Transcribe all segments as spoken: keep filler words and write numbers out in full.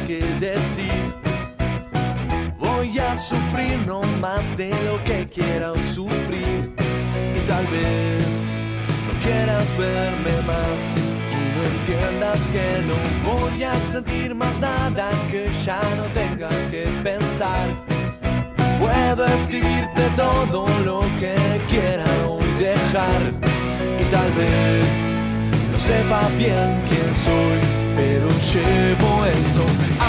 que decir. Voy a sufrir no más de lo que quiera sufrir. Y tal vez no quieras verme más y no entiendas que no voy a sentir más nada que ya no tenga que pensar. Puedo escribirte todo lo que quiera hoy dejar. Y tal vez no sepa bien quién soy, pero llevo esto.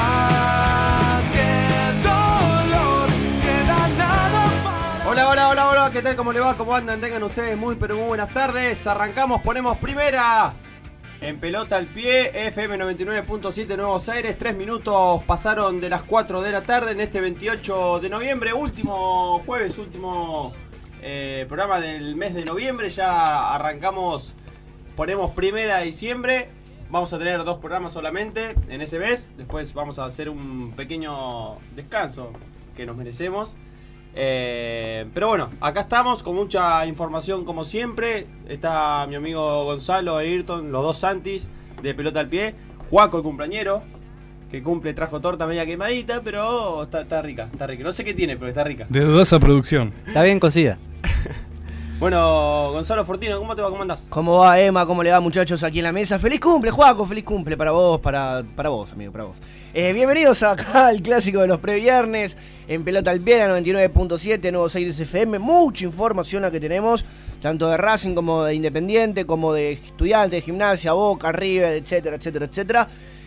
¡Ah, qué dolor! Queda nada para... Hola, hola, hola, hola, ¿qué tal? ¿Cómo le va? ¿Cómo andan? Tengan ustedes muy, pero muy buenas tardes. Arrancamos, ponemos primera en Pelota al Pie, F M noventa y nueve punto siete Nuevos Aires. Tres minutos pasaron de las cuatro de la tarde en este veintiocho de noviembre, último jueves, último eh, programa del mes de noviembre. Ya arrancamos, ponemos primera de diciembre. Vamos a tener dos programas solamente en ese mes. Después vamos a hacer un pequeño descanso que nos merecemos. Eh, pero bueno, acá estamos con mucha información como siempre. Está mi amigo Gonzalo e Ayrton, los dos Santis de Pelota al Pie. Juaco, el cumpleañero, que cumple, trajo torta media quemadita, pero está, está rica, está rica. No sé qué tiene, pero está rica. De dudosa producción. Está bien cocida. Bueno, Gonzalo Fortino, ¿cómo te va? ¿Cómo andás? ¿Cómo va, Emma? ¿Cómo le va, muchachos, aquí en la mesa? ¡Feliz cumple, Juaco! ¡Feliz cumple para vos, para, para vos, amigo, para vos! Eh, bienvenidos acá al clásico de los previernes en Pelota al Pie, la noventa y nueve punto siete, Nuevos Aires F M. Mucha información la que tenemos, tanto de Racing como de Independiente, como de Estudiantes, de Gimnasia, Boca, River, etcétera, etcétera, etcétera.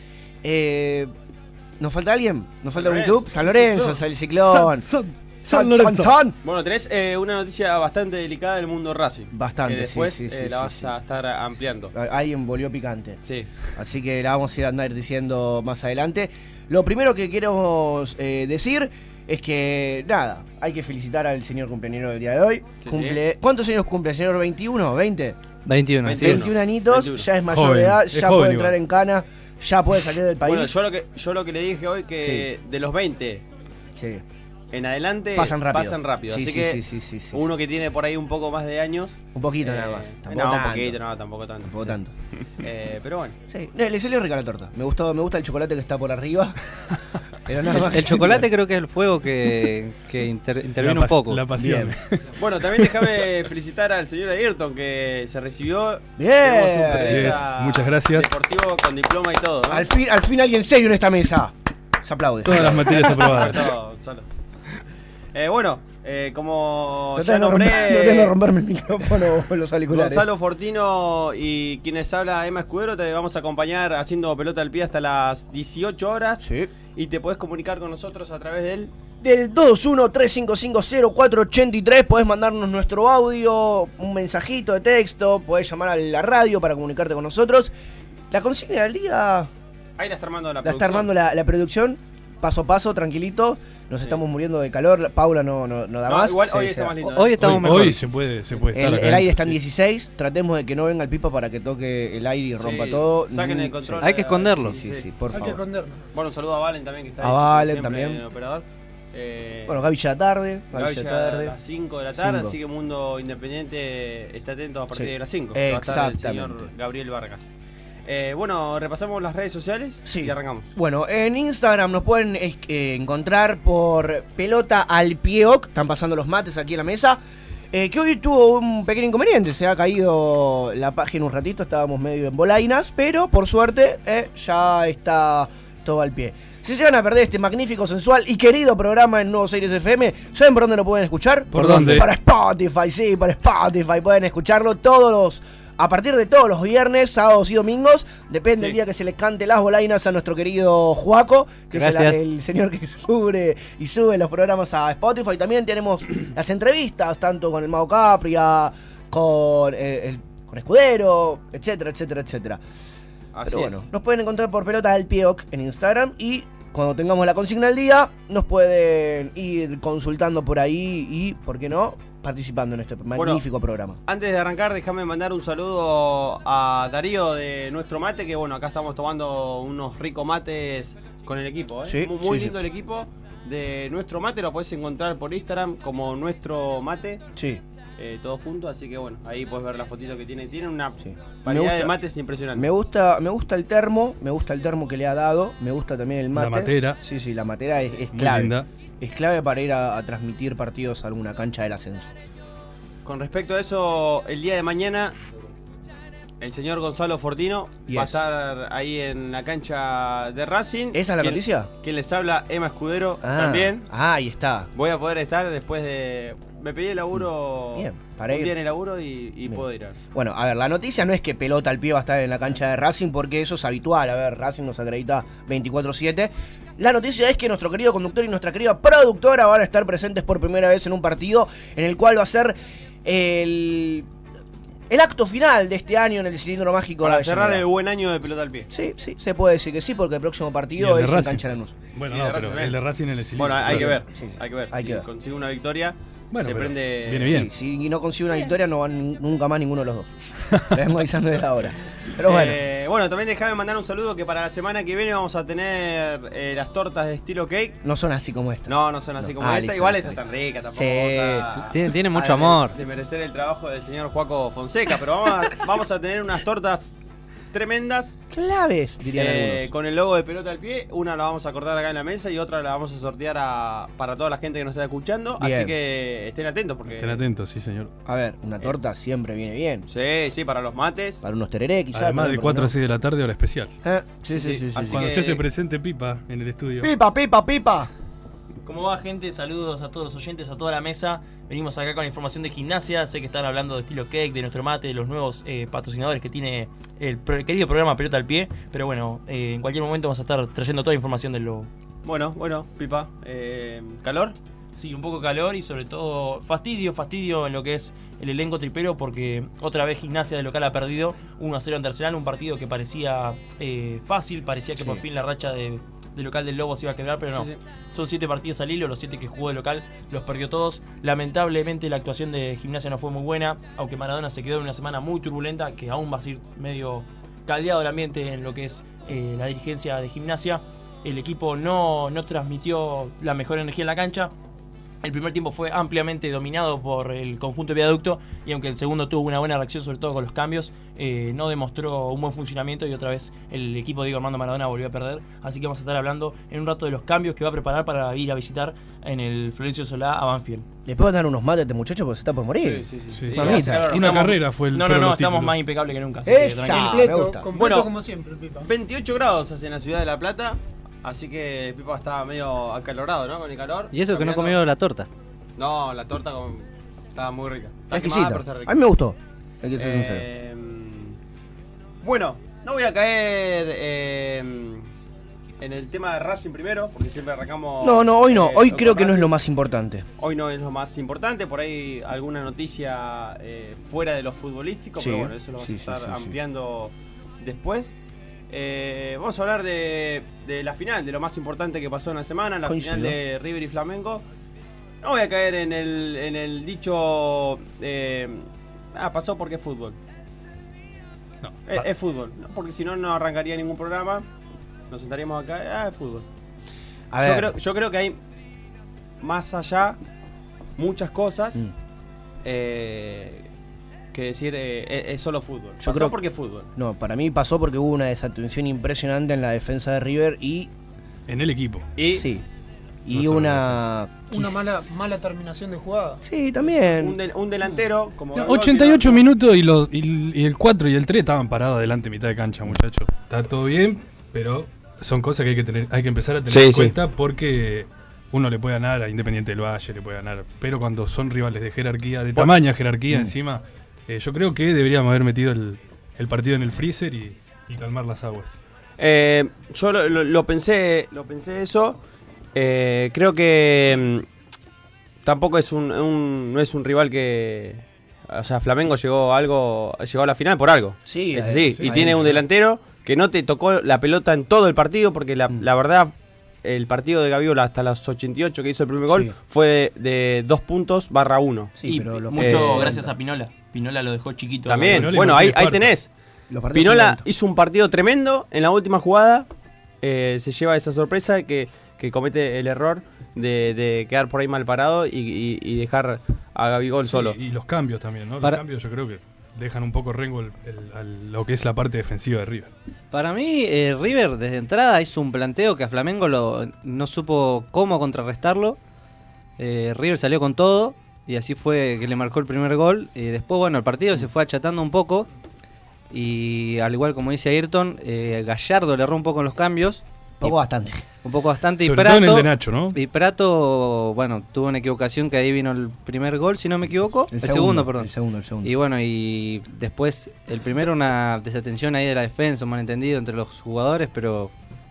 Eh, ¿Nos falta alguien? ¿Nos falta algún club? San Lorenzo, el Ciclón. San, San, San, San Lorenzo. San, San. Bueno, tenés eh, una noticia bastante delicada del mundo Racing. Bastante, que después sí, sí, eh, sí, la sí, vas sí. a estar ampliando. Alguien volvió picante. Sí. Así que la vamos a ir a andar diciendo más adelante. Lo primero que queremos eh, decir es que, nada, hay que felicitar al señor cumpleañero del día de hoy. Sí, Cumple, ¿cuántos años cumple el señor? ¿veintiuno? ¿veinte? veintiuno veintiuno. veintiuno añitos, veintiuno. ya es mayor Joven, de edad, es ya joven puede entrar igual. en cana, ya puede salir del país. Bueno, yo lo que yo lo que le dije hoy que de los veinte Sí. en adelante Pasan rápido. pasan rápido. Sí, Así sí, que sí, sí, sí, sí, uno que tiene por ahí un poco más de años. Un poquito eh, nada más. Tampoco no, tanto. un poquito, no, tampoco tanto. Tampoco tanto. Eh, pero bueno. Sí. No, le salió rica la torta. Me gustó, me gusta el chocolate que está por arriba. Pero nada más. El, el chocolate creo que es el fuego que, que inter, interviene La un pas- poco. La pasión. Bueno, también déjame felicitar al señor Ayrton que se recibió. Bien. Tenemos un Así periodista es, muchas gracias. Deportivo con diploma y todo, ¿no? Al fin, al fin alguien serio en esta mesa. Se aplaude. Todas las materias aprobadas. Todo, Gonzalo. Eh, bueno, eh, como Traté ya de no romper- nombré, traté de no romperme el micrófono o los auriculares. Gonzalo Fortino y quienes habla Emma Escudero, te vamos a acompañar haciendo Pelota al Pie hasta las dieciocho horas. Sí. Y te podés comunicar con nosotros a través del... Del dos uno tres cinco cinco cero cuatro ocho tres podés mandarnos nuestro audio, un mensajito de texto, podés llamar a la radio para comunicarte con nosotros. La consigna del día Ahí la está armando la, la está armando la, la producción, paso a paso, tranquilito. Nos Sí. estamos muriendo de calor, Paula no, no, no da No, más. igual Se- hoy se- está más lindo. ¿eh? Hoy estamos Hoy, mejor. hoy se puede, se puede estar El, acá el aire está en sí. dieciséis, tratemos de que no venga el pipa para que toque el aire y rompa Sí, todo. saquen el Mm, control. sí. Hay que esconderlo. Sí, sí, sí, por Hay que favor. esconderlo. Bueno, un saludo a Valen también que está A ahí, como Valen siempre, también. el operador. Eh, Bueno, Gaby ya la tarde, Gaby Gaby ya ya la a tarde. las cinco de la tarde, Cinco. así que Mundo Independiente está atento a partir Sí. de las cinco. que va a estar el señor Exactamente. Gabriel Vargas. Eh, bueno, repasamos las redes sociales Sí. y arrancamos. Bueno, en Instagram nos pueden eh, encontrar por Pelota al Pieoc. Están pasando los mates aquí en la mesa. Eh, que hoy tuvo un pequeño inconveniente. Se ha caído la página un ratito. Estábamos medio en bolainas. Pero por suerte eh, ya está todo al pie. Si llegan a perder este magnífico, sensual y querido programa en Nuevos Aires F M, ¿saben por dónde lo pueden escuchar? ¿Por dónde? Para Spotify, sí, para Spotify. Pueden escucharlo todos los... A partir de todos los viernes, sábados y domingos, depende Sí. del día que se les cante las bolainas a nuestro querido Juaco, que Gracias. es el, el señor que cubre y sube los programas a Spotify. También tenemos las entrevistas, tanto con el Mago Capria, con, eh, el, con Escudero, etcétera, etcétera, etcétera. Así Pero bueno, es. nos pueden encontrar por Pelota del Pieoc en Instagram y cuando tengamos la consigna del día, nos pueden ir consultando por ahí y, ¿por qué no?, participando en este magnífico programa. Antes de arrancar, déjame mandar un saludo a Darío de Nuestro Mate, que bueno, acá estamos tomando unos ricos mates con el equipo, ¿eh? Sí, muy muy sí, lindo sí. el equipo de Nuestro Mate, lo podés encontrar por Instagram como Nuestro Mate. Sí. eh, todos juntos, así que bueno, ahí puedes ver la fotito que tiene. Tiene una Sí. variedad Me gusta- de mates impresionante. Me gusta, me gusta el termo, me gusta el termo que le ha dado, me gusta también el mate. La matera. Sí, sí, la matera es, es Muy clave. linda. Es clave para ir a, a transmitir partidos a alguna cancha del ascenso. Con respecto a eso, el día de mañana, el señor Gonzalo Fortino Yes. va a estar ahí en la cancha de Racing. ¿Esa es la Quien- noticia? Quien les habla, Emma Escudero, Ah, también. Ah, ahí está. Voy a poder estar después de... Me pedí el laburo, Bien, para un ir. día en el laburo y, y Bien. puedo ir. Bueno, a ver, la noticia no es que Pelota al Pie va a estar en la cancha de Racing, porque eso es habitual. A ver, Racing nos acredita veinticuatro siete. La noticia es que nuestro querido conductor y nuestra querida productora van a estar presentes por primera vez en un partido en el cual va a ser el, el acto final de este año en el cilindro mágico. Para de cerrar el Avellaneda. buen año de Pelota al Pie. Sí, sí, se puede decir que sí, porque el próximo Y partido el de es en Racing. cancha de Lanús. Bueno, Sí, no, de pero Racing el de Racing en el cilindro. Bueno, hay que ver, Sí, sí. hay que ver. Hay si que ver. consigue una victoria, Bueno, se pero prende... viene bien. Sí, si no consigue una victoria no van nunca más ninguno de los dos. Lo vengo avisando desde ahora. Pero bueno. Eh, bueno, también déjame mandar un saludo que para la semana que viene vamos a tener eh, las tortas de estilo cake. No son así como esta. No, no son así No. como Ah, esta. listo, Igual listo, esta es tan rica, tampoco Sí. vamos a... Tiene, tiene mucho a amor. De, de merecer el trabajo del señor Joaco Fonseca, pero vamos a, vamos a tener unas tortas tremendas Claves, dirían eh, algunos. con el logo de Pelota al Pie. Una la vamos a cortar acá en la mesa y otra la vamos a sortear a- para toda la gente que nos está escuchando. Bien. Así que estén atentos porque... Estén atentos, sí, señor. A ver, una torta siempre viene bien. Sí, sí, para los mates. Para unos tereré, quizás. Además de también, cuatro a ¿por qué seis de la tarde, hora especial. no? Eh, Sí, sí, Sí, sí. sí, así sí. Cuando que- se hace presente Pipa en el estudio. Pipa, pipa, pipa. ¿Cómo va, gente? Saludos a todos los oyentes, a toda la mesa. Venimos acá con información de gimnasia. Sé que están hablando de estilo cake, de nuestro mate, de los nuevos eh, patrocinadores que tiene el, pro- el querido programa Pelota al Pie. Pero bueno, eh, en cualquier momento vamos a estar trayendo toda la información del logo. Bueno, bueno, Pipa. Eh, ¿Calor? Sí, un poco calor y sobre todo fastidio, fastidio en lo que es el elenco tripero, porque otra vez Gimnasia de local ha perdido uno a cero en Terceral, un partido que parecía eh, fácil, parecía que Sí. por fin la racha de, de local del Lobo se iba a quebrar, pero no. Sí, sí. Son siete partidos al hilo, los siete que jugó de local los perdió todos. Lamentablemente la actuación de Gimnasia no fue muy buena, aunque Maradona se quedó en una semana muy turbulenta, que aún va a ser medio caldeado el ambiente en lo que es eh, la dirigencia de Gimnasia. El equipo no, no transmitió la mejor energía en la cancha. El primer tiempo fue ampliamente dominado por el conjunto de Viaducto y aunque el segundo tuvo una buena reacción, sobre todo con los cambios, eh, no demostró un buen funcionamiento y otra vez el equipo de Diego Armando Maradona volvió a perder. Así que vamos a estar hablando en un rato de los cambios que va a preparar para ir a visitar en el Florencio Solá a Banfield. Después van a dar unos mates a este mucho porque se está por morir. Sí, sí, sí. Sí, sí. Mamita. hace calor. Y una Estamos- carrera fue el No, no, fueron no, los estamos títulos. más impecables que nunca. Así que Esa. tranquilo. me Completo, gusta. completo Bueno. como siempre, Pipa. veintiocho grados hace en la ciudad de La Plata, así que el Pipa estaba medio acalorado, ¿no? Con el calor. Y eso que no Caminando. comió la torta. No, la torta con... estaba muy rica. Está Está quemada, exquisita. pero está rica. A mí me gustó. Hay que ser sincero. Eh, bueno, no voy a caer eh, en el tema de Racing primero, porque siempre arrancamos... No, no, hoy no. eh, Hoy con creo que no es Racing. lo más importante. Hoy no es lo más importante, por ahí alguna noticia eh, fuera de lo futbolístico, Sí, pero bueno, eso lo vamos sí, a sí, estar sí, sí. ampliando después. Eh, vamos a hablar de, de la final, de lo más importante que pasó en la semana, la Coincido. final de River y Flamengo. No voy a caer en el, en el dicho, eh, ah, pasó porque es fútbol. No. Es, es fútbol, ¿no? Porque si no, no arrancaría ningún programa. Nos sentaríamos acá, ah, es fútbol. A Yo ver. creo, yo creo que hay más allá muchas cosas Mm. eh, que decir eh, es, es solo fútbol. Yo Pasó creo- porque es fútbol. No, para mí pasó porque hubo una desatención impresionante en la defensa de River y. En el equipo. Y Sí. Y No solo una. Una quiz- mala, mala terminación de jugada. Sí, también. un, del- un delantero como... No, Gabigol, ochenta y ocho que- minutos y, los, y, y el cuatro y el tres estaban parados adelante mitad de cancha, muchachos. Está todo bien, pero son cosas que hay que tener, hay que empezar a tener Sí, en sí. cuenta porque uno le puede ganar a Independiente del Valle, le puede ganar, pero cuando son rivales de jerarquía, de tamaña jerarquía encima, eh, yo creo que deberíamos haber metido el, el partido en el freezer y, y calmar las aguas. Eh, yo lo, lo- lo pensé, lo pensé eso. Eh, creo que mm, tampoco es un, un- no es un rival que, o sea, Flamengo llegó a algo, llegó a la final por algo. Sí, Es eh, así. sí, y sí, tiene sí. un delantero que no te tocó la pelota en todo el partido porque la, Mm. la verdad el partido de Gabigol hasta los ochenta y ocho que hizo el primer gol Sí. fue de, de dos puntos barra uno. Sí, y pero los mucho eh, gracias a Pinola. Pinola lo dejó chiquito. También, Pinola y bueno, ahí, Martínez ahí Cuarta. tenés. los partidos Pinola son lentos. hizo un partido tremendo en la última jugada eh, se lleva esa sorpresa que, que comete el error de, de quedar por ahí mal parado y, y, y dejar a Gabigol Sí, solo. y los cambios también, ¿no? Los Para- cambios yo creo que dejan un poco rengo el, el- al- lo que es la parte defensiva de River. Para mí, eh, River desde entrada hizo un planteo que a Flamengo lo, no supo cómo contrarrestarlo. Eh, River salió con todo y así fue que le marcó el primer gol. Y después, bueno, el partido se fue achatando un poco. Y al igual como dice Ayrton, eh, Gallardo le erró un poco en los cambios. Poco bastante. Un poco bastante. Sobre y todo en el Prato, de Nacho, ¿no? Y Prato, bueno, tuvo una equivocación que ahí vino el primer gol, si no me equivoco. El, segundo, perdón. El segundo, el segundo. Y bueno, y después, el primero una desatención ahí de la defensa, un malentendido entre los jugadores, pero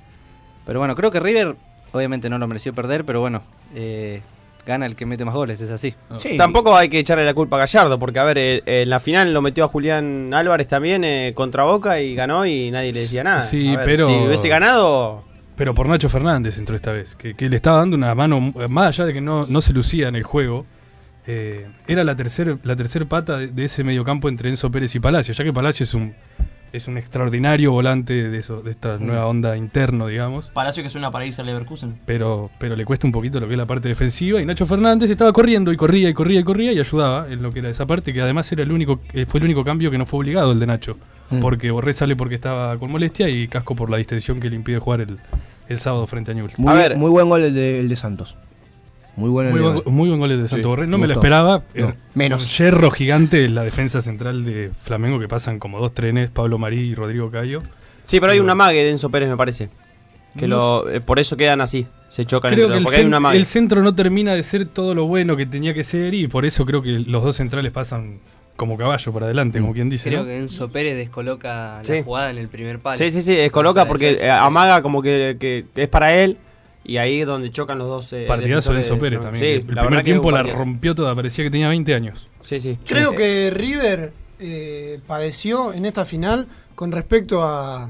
pero bueno, creo que River obviamente no lo mereció perder, pero bueno, eh, gana el que mete más goles, es así. Sí. Tampoco hay que echarle la culpa a Gallardo, porque a ver, eh, en la final lo metió a Julián Álvarez también eh, contra Boca y ganó y nadie le decía nada. Sí, A ver, pero- si hubiese ganado, Pero por Nacho Fernández entró esta vez, que, que le estaba dando una mano, eh, más allá de que no, no se lucía en el juego, eh, era la tercera la tercer pata de, de ese mediocampo entre Enzo Pérez y Palacio, ya que Palacio es un es un extraordinario volante de eso de esta nueva onda interno, digamos, Palacio que suena para irse al Leverkusen. pero pero le cuesta un poquito lo que es la parte defensiva, y Nacho Fernández estaba corriendo y corría y corría y corría y ayudaba en lo que era esa parte, que además era el único eh, fue el único cambio que no fue obligado, el de Nacho, Mm. porque Borré sale porque estaba con molestia y Casco por la distensión que le impide jugar el, el sábado frente a Newell's. Muy, A bien- ver. muy buen gol el de, el de Santos. Muy bueno el Muy de buen, muy buen gol el de Santo Sí, Borré. No me me lo gustó. esperaba. No, Er- menos. Un yerro gigante en la defensa central de Flamengo, que pasan como dos trenes, Pablo Marí y Rodrigo Cayo. sí, pero hay Bueno. una mague de Enzo Pérez, me parece. Que No lo, eh, por eso quedan así, se chocan Creo entre que el, porque hay cen- una mague. el centro no termina de ser todo lo bueno que tenía que ser, y por eso creo que los dos centrales pasan como caballo para adelante, como quien dice. Creo ¿no? que Enzo Pérez descoloca Sí. la jugada en el primer palo. Sí, sí, sí, descoloca La porque defensa, eh, amaga como que, que- que es para él y ahí es donde chocan los dos. Eh, Partidazo de defensores Enzo Pérez de- también. Sí, que el la primer verdad que tiempo un la partidazo. rompió toda, parecía que tenía veinte años. Sí, sí. Creo Sí. que River eh, padeció en esta final con respecto a,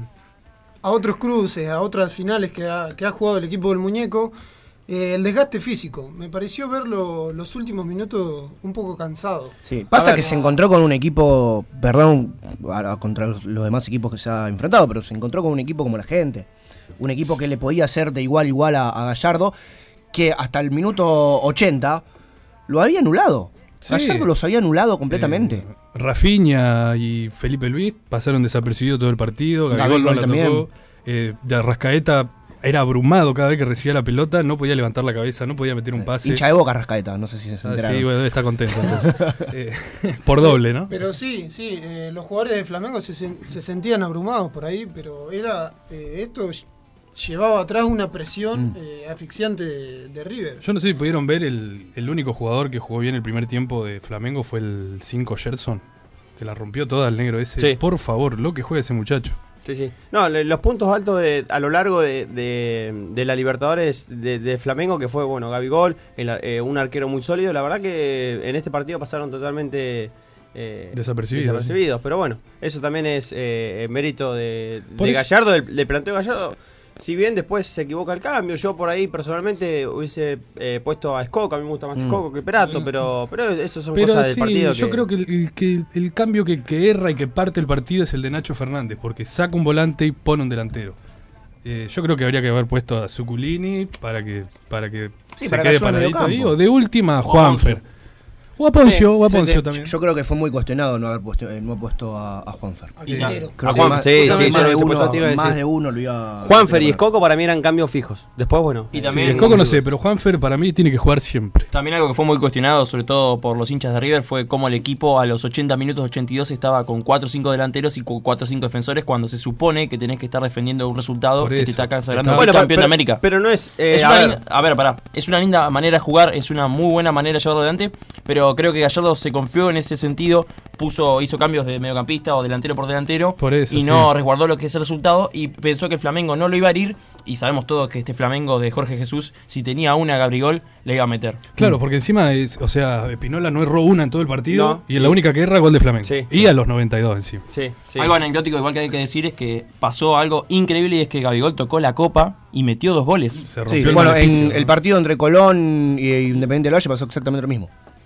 a otros cruces, a otras finales que ha, que ha jugado el equipo del Muñeco, eh, el desgaste físico. Me pareció verlo los últimos minutos un poco cansado. Sí, pasa A ver, que se encontró con un equipo, perdón, a- contra los, los demás equipos que se ha enfrentado, pero se encontró con un equipo como la gente. Un equipo que le podía hacer de igual a igual a, a Gallardo, que hasta el minuto ochenta lo había anulado. Sí. Gallardo los había anulado completamente. Eh, Rafinha y Felipe Luis pasaron desapercibidos todo el partido. Gabigol no Gabigol la también. tocó. Eh, de Arrascaeta era abrumado cada vez que recibía la pelota, no podía levantar la cabeza, no podía meter un pase. Hincha de Boca Rascaeta, no sé si se Ah, enteraron. sí, bueno, debe estar contento entonces. Eh, por doble, ¿no? Pero sí, sí, eh, los jugadores de Flamengo se, sen- se sentían abrumados por ahí, pero era eh, esto ll- llevaba atrás una presión Mm. eh, asfixiante de, de River. Yo no sé si pudieron ver el, el único jugador que jugó bien el primer tiempo de Flamengo fue el cinco Gerson, que la rompió toda el negro ese. Sí. Por favor, lo que juega ese muchacho. Sí, sí. No, le- los puntos altos de, a lo largo de, de, de la Libertadores de, de Flamengo, que fue, bueno, Gabigol, el, eh, un arquero muy sólido. La verdad que en este partido pasaron totalmente eh, Desapercibidos, desapercibidos. Pero bueno, eso también es eh, mérito de, Por de eso- Gallardo, del, del planteo de Gallardo. Si bien después se equivoca el cambio, yo por ahí personalmente hubiese eh, puesto a Escoco, a mí me gusta más Mm. Escoco que Perato, pero, pero eso son Pero cosas del sí, partido. yo creo que el, el- que el- el cambio que, que erra y que parte el partido es el de Nacho Fernández, porque saca un volante y pone un delantero. Eh, yo creo que habría que haber puesto a Zuculini para que para que Sí, se para que quede ayude en paradito ahí, mediocampo. o de última O a Juanfer. Poncio. O a Poncio, o a sí, Poncio sí. también. Yo creo que fue muy cuestionado no haber puesto, eh, no ha puesto a, a Juanfer. Y ta- Quintero. Creo A que Juan- más, sí, creo sí, que yo más, lo de hubiese uno, puesto, te iba a más decir. de uno lo iba Juanfer y iba a poner. Escoco para mí eran cambios fijos. Después, bueno. Y eh, también- Sí, siguen Coco como no amigos. sé, pero Juanfer para mí tiene que jugar siempre. También algo que fue muy cuestionado, sobre todo por los hinchas de River, fue cómo el equipo a los ochenta minutos ochenta y dos estaba con cuatro o cinco delanteros y con cuatro o cinco defensores, cuando se supone que tenés que estar defendiendo un resultado Por que te eso. está consagrando Está- como Bueno, campeón pero, de América. pero no es. eh, Es a una ver, linda- a ver, pará. Es una linda manera de jugar, es una muy buena manera de llevarlo adelante, pero creo que Gallardo se confió en ese sentido, puso, hizo cambios de mediocampista o delantero por delantero Por eso, y no sí. resguardó lo que es el resultado y pensó que el Flamengo no lo iba a herir, y sabemos todos que este Flamengo de Jorge Jesús, si tenía una a Gabigol, le iba a meter. Claro, porque encima, es, o sea, Pinola no erró una en todo el partido, No. y en la única que erra, gol de Flamengo. Sí, y sí. a los noventa y dos encima. Sí, sí. Algo anecdótico igual que hay que decir es que pasó algo increíble, y es que Gabigol tocó la copa y metió dos goles. Se rompió Sí, el bueno, maleficio, en ¿no? el partido entre Colón y Independiente del Valle pasó exactamente lo mismo.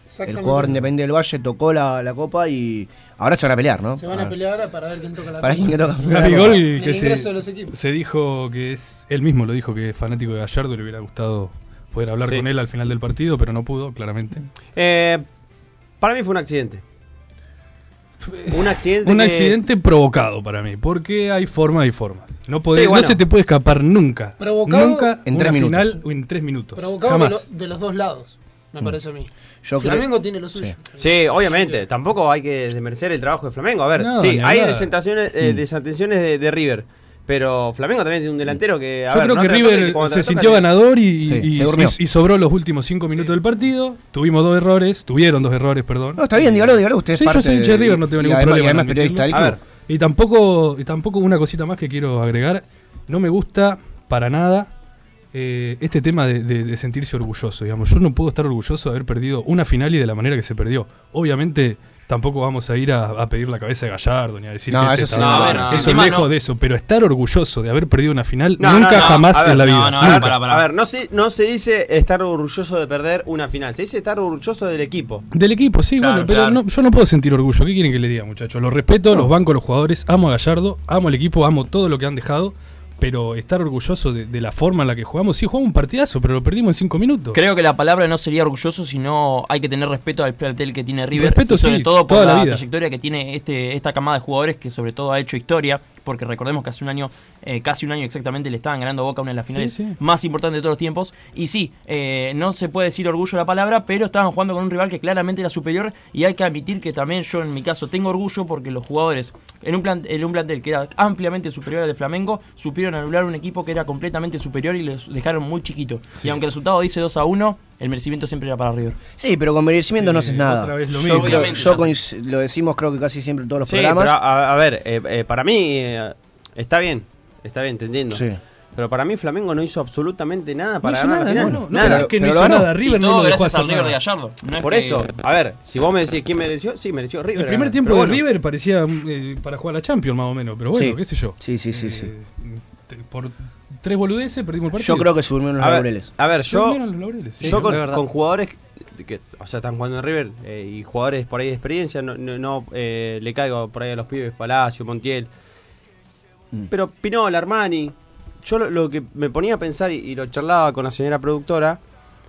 El jugador Independiente del Valle tocó la, la copa y ahora se van a pelear, ¿no? Se van a pelear para ver quién toca la Para quién que toca la Gabigol, En que el ingreso se, de los equipos. se dijo que es, él mismo lo dijo, que es fanático de Gallardo y le hubiera gustado poder hablar Sí. con él al final del partido, pero no pudo, claramente. Eh, para mí fue un accidente. Un accidente. Un que- accidente provocado para mí, porque hay formas y formas. No, podés- Sí, bueno. no se te puede escapar nunca. Provocado nunca en una tres minutos. final o en tres minutos. Provocado de, Jamás. lo- de los dos lados, me parece a mí. Yo creo- Flamengo tiene lo suyo. Sí. Sí, obviamente. Tampoco hay que desmerecer el trabajo de Flamengo. A ver, No, sí, ni hay hablar. desatenciones, eh, desatenciones de, de River. Pero Flamengo también tiene un delantero que. A Yo ver, creo no que te la toques, River que cuando te se la tocan sintió te- ganador y, Sí, y- se durmió. y- y sobró los últimos cinco minutos del partido. Tuvimos dos errores, tuvieron dos errores, perdón. No, está bien, dígalo, dígalo. Usted es Sí, yo parte soy hincha de de- River, no tengo y ningún además, problema. Y además en periodista del admitirlo. club. A ver. Y tampoco, y tampoco una cosita más que quiero agregar. No me gusta para nada eh, este tema de, de- de sentirse orgulloso. Digamos, yo no puedo estar orgulloso de haber perdido una final y de la manera que se perdió. Obviamente tampoco vamos a ir a, a pedir la cabeza de Gallardo ni a decir No, que este eso sí. estaba- No, a ver, no, eso encima lejos no. de eso. Pero estar orgulloso de haber perdido una final No, nunca no, no, jamás a ver, en la vida. no, no, A ver, nunca. para, para. a ver, no se, no se dice estar orgulloso de perder una final, se dice estar orgulloso del equipo. Del equipo, sí, Claro, bueno, pero claro. no- yo no puedo sentir orgullo. ¿Qué quieren que le diga, muchachos? Los respeto, los banco, los jugadores, amo a Gallardo, amo al equipo, amo todo lo que han dejado, pero estar orgulloso de, de la forma en la que jugamos, sí, jugamos un partidazo, pero lo perdimos en cinco minutos. Creo que la palabra no sería orgulloso, sino hay que tener respeto al plantel que tiene River. Respeto, y sobre sí, todo por toda la la, vida. trayectoria que tiene este esta camada de jugadores que sobre todo ha hecho historia. Porque recordemos que hace un año, eh, casi un año exactamente, le estaban ganando a Boca una de las finales Sí, sí. más importantes de todos los tiempos. Y sí, eh, no se puede decir orgullo la palabra, pero estaban jugando con un rival que claramente era superior. Y hay que admitir que también yo en mi caso tengo orgullo porque los jugadores en un, plan, en un plantel que era ampliamente superior al de Flamengo supieron anular un equipo que era completamente superior y les dejaron muy chiquito. Y aunque el resultado dice dos a uno, el merecimiento siempre era para River. Sí, pero con merecimiento Sí, no haces nada. otra vez lo Yo mismo. creo- Obviamente, yo no coinc- lo decimos creo que casi siempre en todos los Sí, programas. pero a, a ver, eh, eh, para mí eh, está bien, está bien, te entiendo. Sí. Pero para mí Flamengo no hizo absolutamente nada No para hizo ganar nada, la no, final. no, no, nada. pero es que no pero hizo lo ganó. nada, River y no todo lo dejó gracias hacer al River de nada. Gallardo. No es Por que- eso, a ver, si vos me decís quién mereció, sí, mereció River. El primer ganar. tiempo Pero de bueno, River parecía eh, para jugar a la Champions más o menos, pero bueno, Sí. qué sé yo. Sí, sí, sí, sí. Eh, te- por tres boludeces perdimos el partido. Yo creo que se durmieron los A ver, laureles. a ver, Se yo, durmieron los laureles, sí, yo es con, verdad. con jugadores que, que, o sea, están jugando en River eh, y jugadores por ahí de experiencia, no, no, no, eh, le caigo por ahí a los pibes, Palacio, Montiel. Mm. Pero Pinola, Armani, yo lo, lo que me ponía a pensar y, y lo charlaba con la señora productora,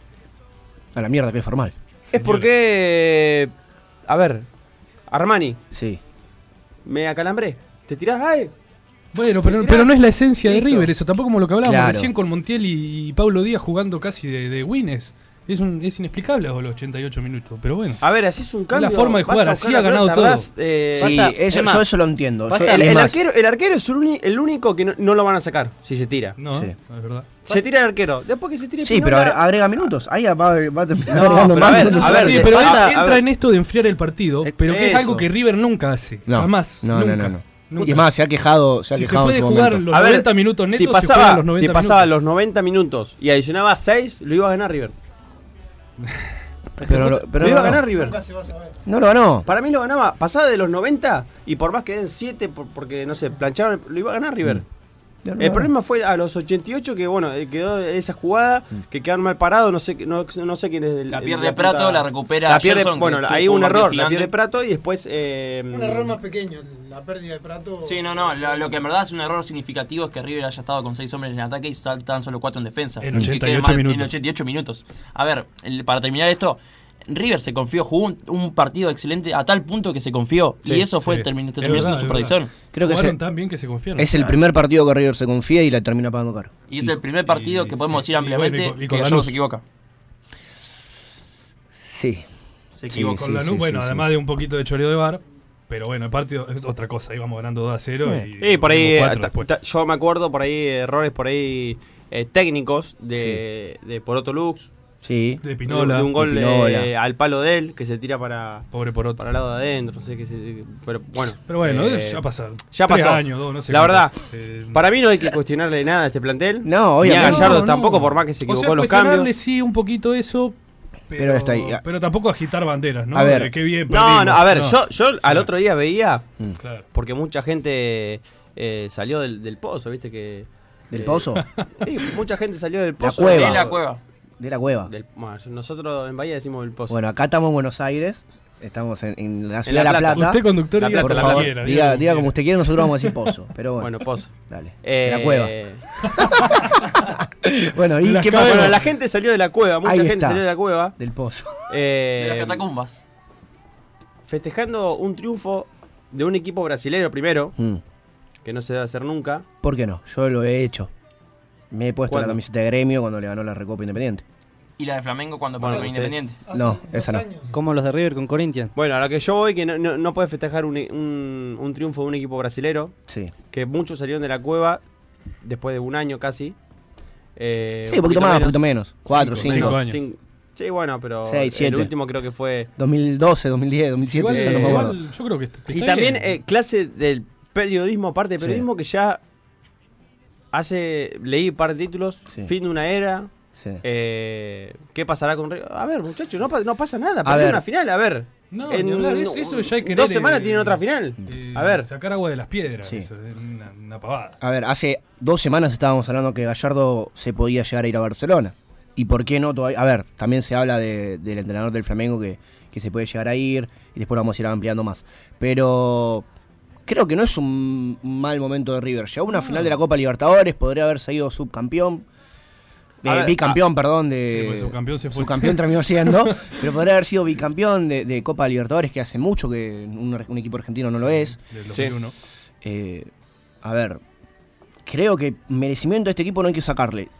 A la mierda, que es formal. es porque, a ver, Armani, Sí. me acalambré, te tirás, ay, Bueno, pero, Tirá. pero no es la esencia de Listo. River, eso tampoco como lo que hablábamos Claro. recién con Montiel y, y Pablo Díaz jugando casi de, de Wines. Es, un, es inexplicable a los ochenta y ocho minutos, pero bueno. a ver, así es un cambio. la forma de vas jugar, a así buscar ha la ganado pelota, todo. tardás, eh, Sí, pasa- eso, es más, yo eso lo entiendo. pasa- Yo- el, es el más, arquero, el arquero es el, uni- el único que no, no lo van a sacar si se tira. No, Sí. es verdad. Se tira el arquero. Después que se tire Sí, pero Pinola- agre- agrega minutos. Ahí va, va a terminar No, agregando pero más a ver, minutos. a ver, Sí, de- pero pasa- entra, a entra ver. en esto de enfriar el partido, Eh, pero que es eso. algo que River nunca hace. No, Jamás. no, no, nunca. no, no. Nunca. Y es más, se ha quejado, se ha si se quejado puede en su jugar momento. los A ver, noventa minutos netos, si se juegan pasaba, los noventa si pasaba minutos. los noventa minutos y adicionaba seis, lo iba a ganar River. Pero, lo- pero lo no, iba a no. ganar River. Nunca se va a saber. No lo ganó. Para mí lo ganaba. Pasaba de los noventa y por más que den siete, por- porque no sé, plancharon, lo iba a ganar River. No, no, El no. problema fue a los ochenta y ocho que, bueno, eh, quedó esa jugada, que quedaron mal parados, no sé, no, no sé quién es el... La el- pierde Prato, la recupera La pierde, Gerson, bueno, que hay tuvo un un partido error, la gigante. pierde Prato y después... eh, Un error más pequeño, la pérdida de Prato. Sí, no, no. Lo, lo que en verdad es un error significativo es que River haya estado con seis hombres en ataque y saltan solo cuatro en defensa. En Y que ochenta y quede ocho mal- minutos. En ochenta y ocho minutos. A ver, el- para terminar esto, River se confió, jugó un, un partido excelente a tal punto que se confió. Sí, y eso fue sí. termi- Es terminó siendo verdad, su es perdición. verdad. Creo que Jugaron se- tan bien que se confiaron. Es el primer partido que River se confía y la termina pagando caro. Y es el primer partido Y- que podemos sí, decir y ampliamente bueno, y con- y con que Lanús. Gallardo se equivoca. Sí. Se Sí, equivoca. Con la sí, Nu- sí, bueno, sí, además sí. de un poquito de choreo de bar, pero bueno, el partido es otra cosa, íbamos ganando dos a cero y, Sí, por ahí, tuvimos eh, cuatro ta- después. ta- yo me acuerdo por ahí errores por ahí eh, técnicos de, de Poroto Lux, Sí. de de, Pinola, de un gol de Pinola. eh, al palo de él que se tira para pobre por otro. para el lado de adentro, no sé qué se, pero bueno. Pero bueno, eh, ya pasaron. ya Tres pasó. años, dos, no sé La verdad, cuántos, eh, para mí no hay que cuestionarle nada a este plantel. No, Ni a obviamente. Gallardo no, tampoco, no. por más que se O sea, equivocó en los cuestionarle cambios. sí un poquito eso, pero, Pero está ahí. pero tampoco agitar banderas, ¿no? A ver. De qué bien No, perdimos. no, a ver, No. yo, yo O sea, al otro día veía, Claro. porque mucha gente eh, salió del, del pozo, ¿viste? que ¿Del eh, pozo? Sí, mucha gente salió del La pozo. cueva. En la cueva. De la Cueva. Del, bueno, nosotros en Bahía decimos el Pozo. Bueno, acá estamos en Buenos Aires. Estamos en, en la ciudad La de La Plata. Plata. Usted, conductor, La diga Plata, por la favor. quiera, Diga, diga como usted quiera, nosotros vamos a decir Pozo. Pero bueno, Bueno, Pozo. dale. Eh, De la Cueva. Bueno, ¿y Las qué cadenas. pasó? Bueno, la gente salió de la cueva, mucha Ahí gente está. salió de la cueva. Del Pozo. eh, De las catacumbas. festejando un triunfo de un equipo brasilero primero, Mm. que no se debe hacer nunca. ¿Por qué no? Yo lo he hecho. Me he puesto ¿Cuándo? la camiseta de Gremio cuando le ganó la Recopa Independiente. Y la de Flamengo cuando Bueno, perdió con ustedes- Independiente. Hace No, dos esa no. años. Como los de River con Corinthians. Bueno, a lo que yo voy, que no, no, no puede festejar un, un- un triunfo de un equipo brasilero, Sí. que muchos salieron de la cueva después de un año casi. Eh, Sí, un poquito más, un menos. poquito menos. Cuatro, Cinco, cinco. cinco años. Cin- sí, bueno, pero Seis, siete. el último creo que fue... dos mil doce, dos mil diez, dos mil siete, Igual, ya no me acuerdo. igual yo creo que está Y también bien. eh, clase del periodismo, parte de Sí. periodismo que ya hace, leí un par de títulos, Sí. fin de una era, Sí. eh, ¿qué pasará con River? A ver, muchachos, no, pa- no pasa nada, A perdió ver. una final, a ver. No, En ni hablar, un- eso- eso ya es querer, dos semanas eh, tienen otra final. Eh, A ver. Sacar agua de las piedras, Sí. eso es una, una pavada. A ver, hace dos semanas estábamos hablando que Gallardo se podía llegar a ir a Barcelona. ¿Y por qué no todavía? A ver, también se habla de- del entrenador del Flamengo que, que se puede llegar a ir y después lo vamos a ir ampliando más. Pero creo que no es un mal momento de River. Llegó a una final de la Copa Libertadores, podría haber sido subcampeón. A Eh, ver, bicampeón, perdón, de. Sí, pues subcampeón se fue. Subcampeón terminó siendo, pero podría haber sido bicampeón de, de Copa Libertadores, que hace mucho que un, un equipo argentino no lo es. Del dos Sí. mil uno. Eh, a ver, creo que merecimiento a este equipo no hay que sacarle.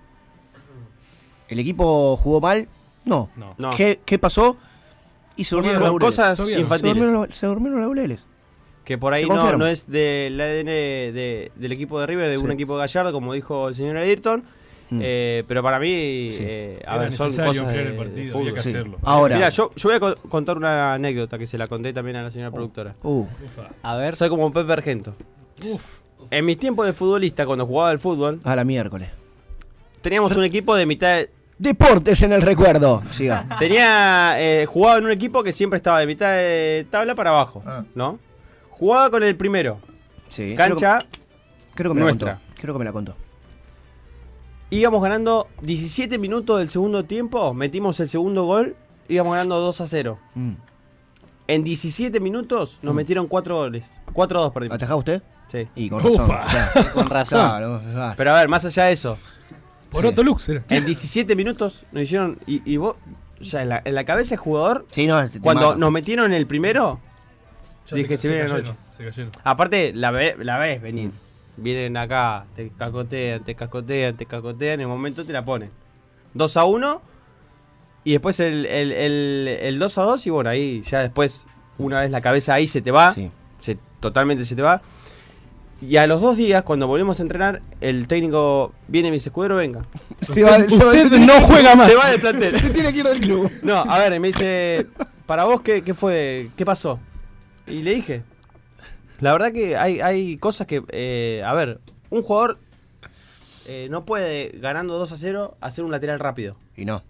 ¿El equipo jugó mal? No. No. No. ¿Qué, qué pasó? Y se durmieron los Con laureles. cosas Soviano. Se infantiles. durmieron, los- se durmieron los laureles. Que por ahí Se no, confiaron. no es del A D N de- del equipo de River, de un Sí. equipo de Gallardo, como dijo el señor Ayrton. Mm. Eh, pero para mí, Sí. eh, a Era ver, son necesario cosas de, enfriar el de partido, fútbol. había que Sí. hacerlo. Ahora. Mira, yo, yo voy a co- contar una anécdota que se la conté también a la señora productora. Uh, Ufa. A ver. Soy como Pepe Argento. Uf. En mis tiempos de futbolista, cuando jugaba al fútbol, a la miércoles. teníamos un equipo de mitad de, Deportes en el recuerdo. Siga. tenía eh, jugaba en un equipo que siempre estaba de mitad de tabla para abajo, Ah. ¿no? Jugaba con el primero, Sí. cancha, Creo, creo que me nuestra. la contó. Creo que me la contó. íbamos ganando diecisiete minutos del segundo tiempo, metimos el segundo gol, íbamos ganando dos a cero. Mm. En diecisiete minutos nos metieron cuatro goles, cuatro a dos perdimos. ¿Atajaba usted? Sí. Y con razón. Ufa. Claro. Con razón. Claro, claro. Pero a ver, más allá de eso, Por Sí. Otto Lux era. en diecisiete minutos nos hicieron, y, y vos, o sea, en la, en la cabeza del jugador, Sí, no, te- te cuando mata. nos metieron en el primero, Ya dije, se viene la cayeron, noche. se cayeron. aparte la, ve, la ves venir. Vienen acá, te cacotean, te cacotean, te cacotean, en el momento te la ponen. dos a uno y después el, el, el, el dos a dos y bueno, ahí ya después, una vez la cabeza ahí se te va, Sí. se, totalmente se te va. Y a los dos días, cuando volvemos a entrenar, el técnico viene y me dice, escudero, venga. Se va- se va- Usted no juega más. Se va del plantel. Se tiene que ir del club. No, a ver, y me dice, para vos, ¿qué, qué fue? ¿Qué pasó? Y le dije, la verdad que hay, hay cosas que, eh, a ver, un jugador eh, no puede, ganando dos a cero, hacer un lateral rápido. Y no.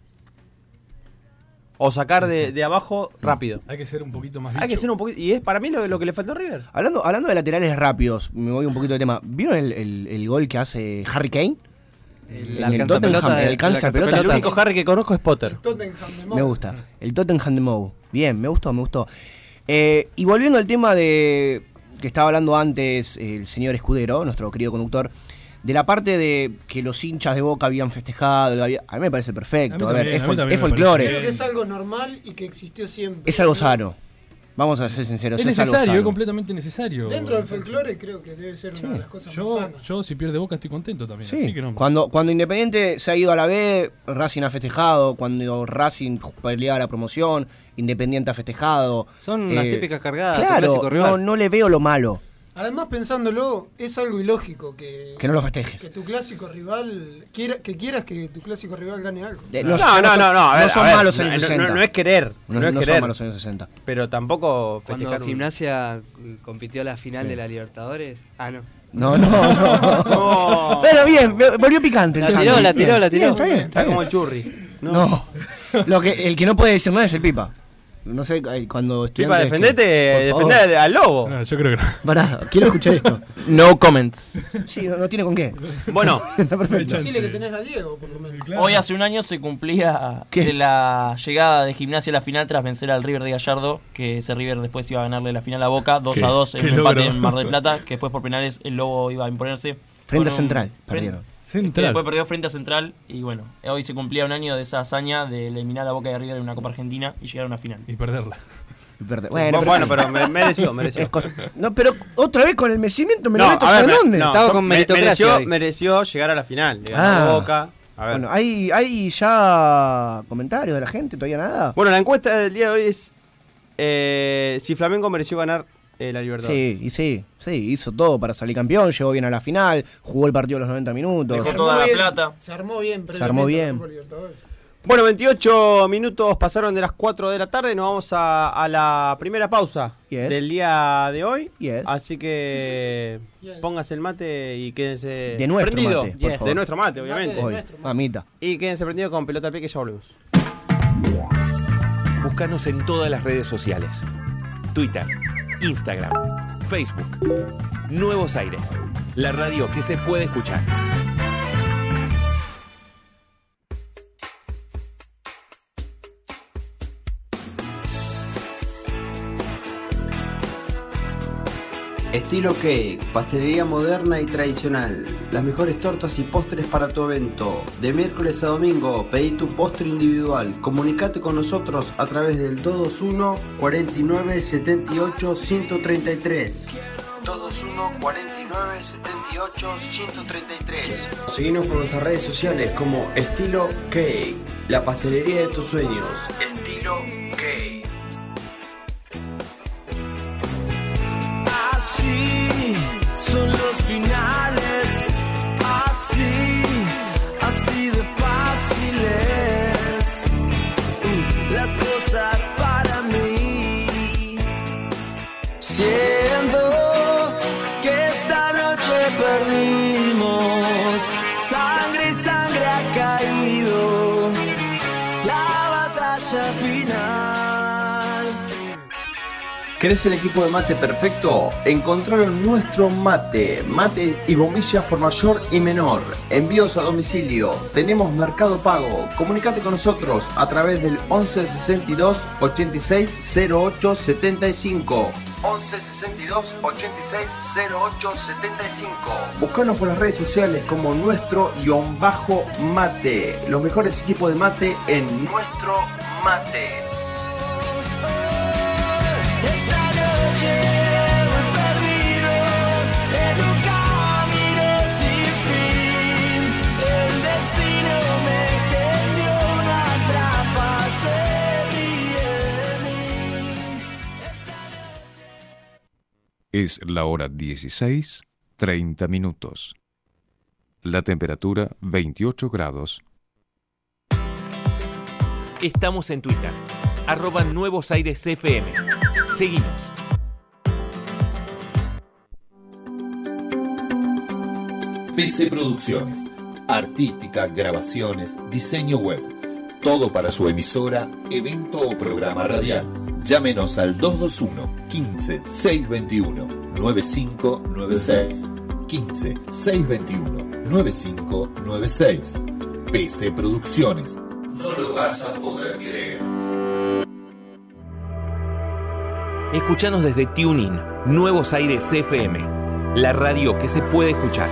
O sacar de, de abajo rápido. Hay que ser un poquito más Hay que bicho. ser un poquito, y es para mí lo, lo que le faltó a River. Hablando, hablando de laterales rápidos, me voy un poquito de tema. ¿Vieron el, el- el gol que hace Harry Kane? El En el alcanza Tottenham, pelota de- el alcanza el pelota. El pelota. único Harry que conozco es Potter. Tottenham de Me Mou. gusta. El Tottenham de Mou. Bien, me gustó, me gustó. Eh, y volviendo al tema de que estaba hablando antes el señor Escudero, nuestro querido conductor, de la parte de que los hinchas de Boca habían festejado, había- a mí me parece perfecto. A mí A, ver, también, es, a mí fol- también es me folclore, parece Creo que es algo normal y que existió siempre. es algo ¿no? sano. Vamos a ser sinceros, Es es, algo necesario, es sano. completamente necesario. Dentro del folclore creo que debe ser una de las cosas más Yo, sanas. yo si pierde Boca estoy contento también. Sí, Así que no. cuando, cuando Independiente se ha ido a la B, Racing ha festejado, cuando Racing peleaba la promoción, Independiente ha festejado. Son las Eh, típicas cargadas. de tu Claro, clásico rival. no, no le veo lo malo. Además, pensándolo, es algo ilógico que, Que no lo festejes. que tu clásico rival, quiera, que quieras que tu clásico rival gane algo. Eh, No, no, son- no, no, a ver, no son a ver, malos en no, los no, sesenta. no, no es querer, No, no, es no querer, son malos en los sesenta. pero tampoco Cuando festejar un- Gimnasia eh, compitió la final Sí. de la Libertadores. Ah, no. No, no, no. No. Pero bien, volvió picante. el La Santi. tiró, la tiró, Bien, la tiró. bien, está bien, está Está bien. como el churri. No. Lo que, el que no puede decir nada es el Pipa. No sé, eh, cuando Y estudiantes... para defenderte, que- por favor. defender al lobo. No, yo creo que no. Pará, quiero escuchar esto. No comments. Sí, no, no tiene con qué. Bueno, Está perfecto. Decile que tenés a Diego, por lo menos. Hoy hace un año se cumplía ¿Qué? la llegada de Gimnasia a la final tras vencer al River de Gallardo, que ese River después iba a ganarle la final a Boca, dos Qué- a dos en qué un empate logro. en Mar del Plata, que después por penales el Lobo iba a imponerse. Frente Con a un- Central, frente- perdieron. que Central. después perdió frente a Central y bueno, hoy se cumplía un año de esa hazaña de eliminar a Boca de River en una Copa Argentina y llegar a una final. Y perderla. Verde. bueno, Bueno, pero, bueno, pero me- mereció, mereció. es co- No, pero otra vez con el merecimiento me lo No, meto, a ver, ¿saben me- dónde? no, Estaba yo- con me- meritocracia mereció, hoy. mereció llegar a la final. Le ganó Ah. Boca. A ver. Bueno, ¿hay, ¿hay ya comentarios de la gente? ¿Todavía nada? Bueno, la encuesta del día de hoy es eh, si Flamengo mereció ganar eh, la Libertadores. Sí, y sí, sí, hizo todo para salir campeón, llegó bien a la final, jugó el partido a los noventa minutos. Dejó Se toda armó la bien, plata. Se armó bien. Se armó previamente bien. a la Copa Libertadores. Bueno, veintiocho minutos pasaron de las cuatro de la tarde. Nos vamos a, a la primera pausa Yes. del día de hoy. Yes. Así que Yes. póngase el mate y quédense De nuestro prendido. mate, por Yes. favor. De nuestro mate, obviamente. Mate. Hoy, nuestro, mamita. Y quédense prendidos con Pelota al Pie, que ya volvemos. Búscanos en todas las redes sociales. Twitter, Instagram, Facebook. Nuevos Aires, la radio que se puede escuchar. Estilo Cake, pastelería moderna y tradicional. Las mejores tortas y postres para tu evento. De miércoles a domingo, pedí tu postre individual. Comunicate con nosotros a través del dos dos uno, cuarenta y nueve, setenta y ocho, ciento treinta y tres. dos dos uno, cuarenta y nueve, setenta y ocho, ciento treinta y tres. Seguinos por nuestras redes sociales como Estilo Cake, la pastelería de tus sueños. Estilo Cake. Así son los finales, así, así de fáciles, mm, las cosas para mí. Siento que esta noche perdimos, sangre y sangre ha caído, la batalla final. ¿Querés el equipo de mate perfecto? Encontralo en Nuestro Mate. Mate y bombillas por mayor y menor. Envíos a domicilio. Tenemos Mercado Pago. Comunicate con nosotros a través del once sesenta y dos, ochenta y seis, cero ocho setenta y cinco. once sesenta y dos, ochenta y seis, cero ocho setenta y cinco. Buscanos por las redes sociales como Nuestro guión bajo Mate. Los mejores equipos de mate en Nuestro Mate. Esta noche voy perdido en un camino sin fin. El destino me tendió una trampa, se ríe de mí. Es la hora dieciséis, treinta minutos. La temperatura veintiocho grados. Estamos en Twitter, arroba Nuevos Aires F M. Seguinos. P C Producciones. Artística, grabaciones, diseño web. Todo para su emisora, evento o programa radial. Llámenos al dos dos uno, quince, seiscientos veintiuno, noventa y cinco noventa y seis. quince, seiscientos veintiuno, noventa y cinco noventa y seis. P C Producciones. No lo vas a poder creer. Escuchanos desde TuneIn, Nuevos Aires F M, la radio que se puede escuchar.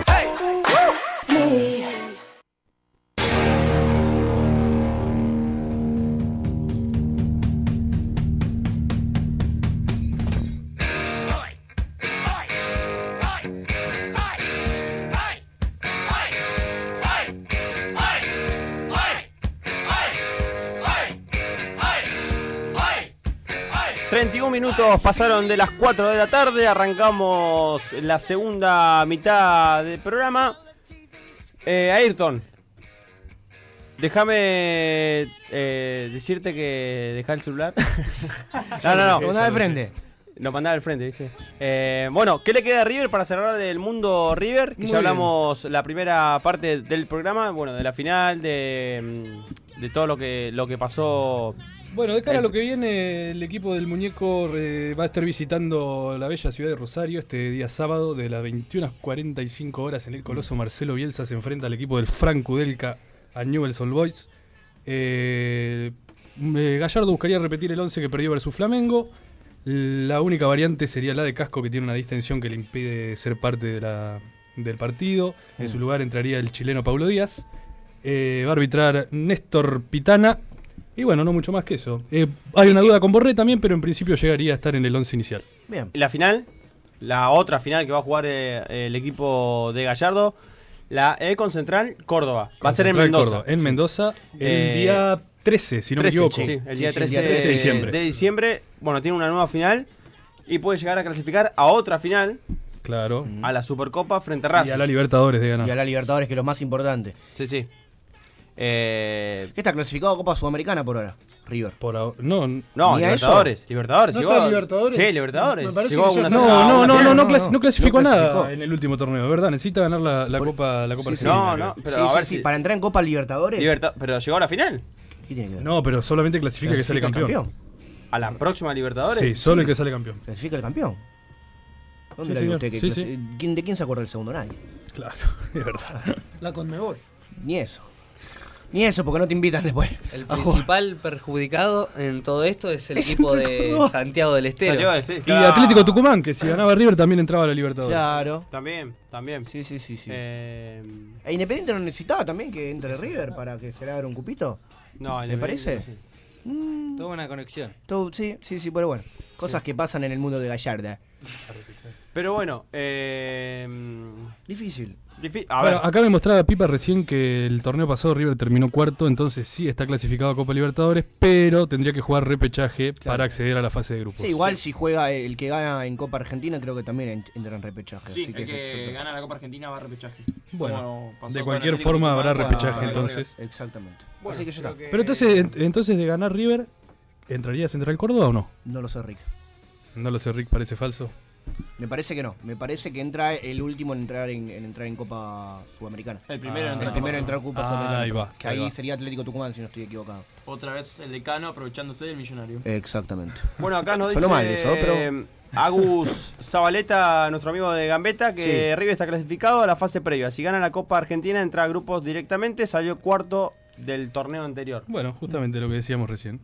treinta y un minutos pasaron de las cuatro de la tarde, arrancamos la segunda mitad del programa. Eh, Ayrton, déjame eh, decirte que dejá el celular. no, no, no. Lo mandaba de frente. Lo mandaba al frente, ¿viste? Eh, bueno, ¿qué le queda a River para cerrar del mundo River? Que Muy ya hablamos la primera parte del programa, bueno, de la final, de, de todo lo que, lo que pasó Bueno, de cara a lo que viene, el equipo del Muñeco eh, va a estar visitando la bella ciudad de Rosario este día sábado de las veintiuna cuarenta y cinco horas en el Coloso. Marcelo Bielsa se enfrenta al equipo del Frank Kudelka a Newell's Old Boys. Eh, eh, Gallardo buscaría repetir el once que perdió versus Flamengo. La única variante sería la de Casco, que tiene una distensión que le impide ser parte de la, del partido. En su lugar entraría el chileno Paulo Díaz. Eh, va a arbitrar Néstor Pitana. Y bueno, no mucho más que eso. Eh, hay una duda con Borré también, pero en principio llegaría a estar en el once inicial. Bien. La final, la otra final que va a jugar eh, el equipo de Gallardo, la Econ Central Córdoba. Va a ser en Mendoza. Córdoba, en Mendoza, el Eh, día trece, si no trece, me equivoco. Sí, el día Sí, sí, trece, el día trece de diciembre. de diciembre. Bueno, tiene una nueva final y puede llegar a clasificar a otra final. Claro. A la Supercopa frente a Racing. Y a la Libertadores de ganar. Y a la Libertadores, que es lo más importante. Sí, sí. Eh... ¿Qué está clasificado a Copa Sudamericana por ahora? River. Por ahora, no, No, ¿Ni a Libertadores. eso? Libertadores. ¿No llegó está a- Libertadores? Sí, Libertadores. Me parece Llegó que a una ya No, a no, una no, no, final. no, clas- no clasificó No nada clasificó. en el último torneo, ¿verdad? Necesita ganar la, la Copa, la Copa Sí, sí. Argentina, No, creo. no, pero Sí, a sí, ver sí, si... para entrar en Copa Libertadores. Liberta- Pero llegó a la final. ¿Qué tiene que ver? No, pero solamente clasifica que sale Clasifica el campeón. A la próxima Libertadores. Sí, solo el que sale campeón. Clasifica el campeón. ¿Dónde Sí, la vio señor. usted que Sí, clasi- ¿Quién- ¿De quién se acuerda el segundo? Nadie. Claro, es verdad. La Conmebol. Ni eso. Ni eso, porque no te invitan después. El a jugar. principal perjudicado en todo esto es el Es equipo el de Córdoba. Santiago del Estero. Santiago del Estero, Y claro. Atlético Tucumán, que si ganaba River también entraba a la Libertadores. Claro. También, también. Sí, sí, sí, sí. Eh, ¿E Independiente no necesitaba también que entre River para que se le abra un cupito? no, ¿Le parece? no sé. Mm, Toda una conexión. todo- sí, sí, sí, pero bueno. Cosas que pasan en el mundo de Gallarda. Pero bueno, eh, Difícil. difí- a Bueno, ver, acá me mostraba Pipa recién que el torneo pasado River terminó cuarto, entonces sí está clasificado a Copa Libertadores, pero tendría que jugar repechaje para acceder a la fase de grupos. Sí, igual si juega el que gana en Copa Argentina, creo que también en- entra en repechaje. Sí, así que el es que exacto. gana la Copa Argentina va a repechaje. Bueno, Como pasó de con cualquier Atlético forma Tucumán habrá con- repechaje con entonces. Exactamente. bueno, así que ya creo está. que- Pero entonces, en- entonces de ganar River, ¿entraría Central Córdoba o no? No lo sé, Rick. No lo sé, Rick, parece falso. Me parece que no. Me parece que entra el último en entrar en, en entrar en Copa Sudamericana. El primero Ah, en entrar El primero en en entrar en Copa Ah, Sudamericana. ahí va, Que ahí ahí, va. sería Atlético Tucumán, si no estoy equivocado. Otra vez el decano aprovechándose del millonario. Exactamente. Bueno, acá nos dice Sonó mal eso, pero- eh, Agus Zabaleta, nuestro amigo de Gambetta, que Sí. River está clasificado a la fase previa. Si gana la Copa Argentina, entra a grupos directamente, salió cuarto del torneo anterior. Bueno, justamente lo que decíamos recién.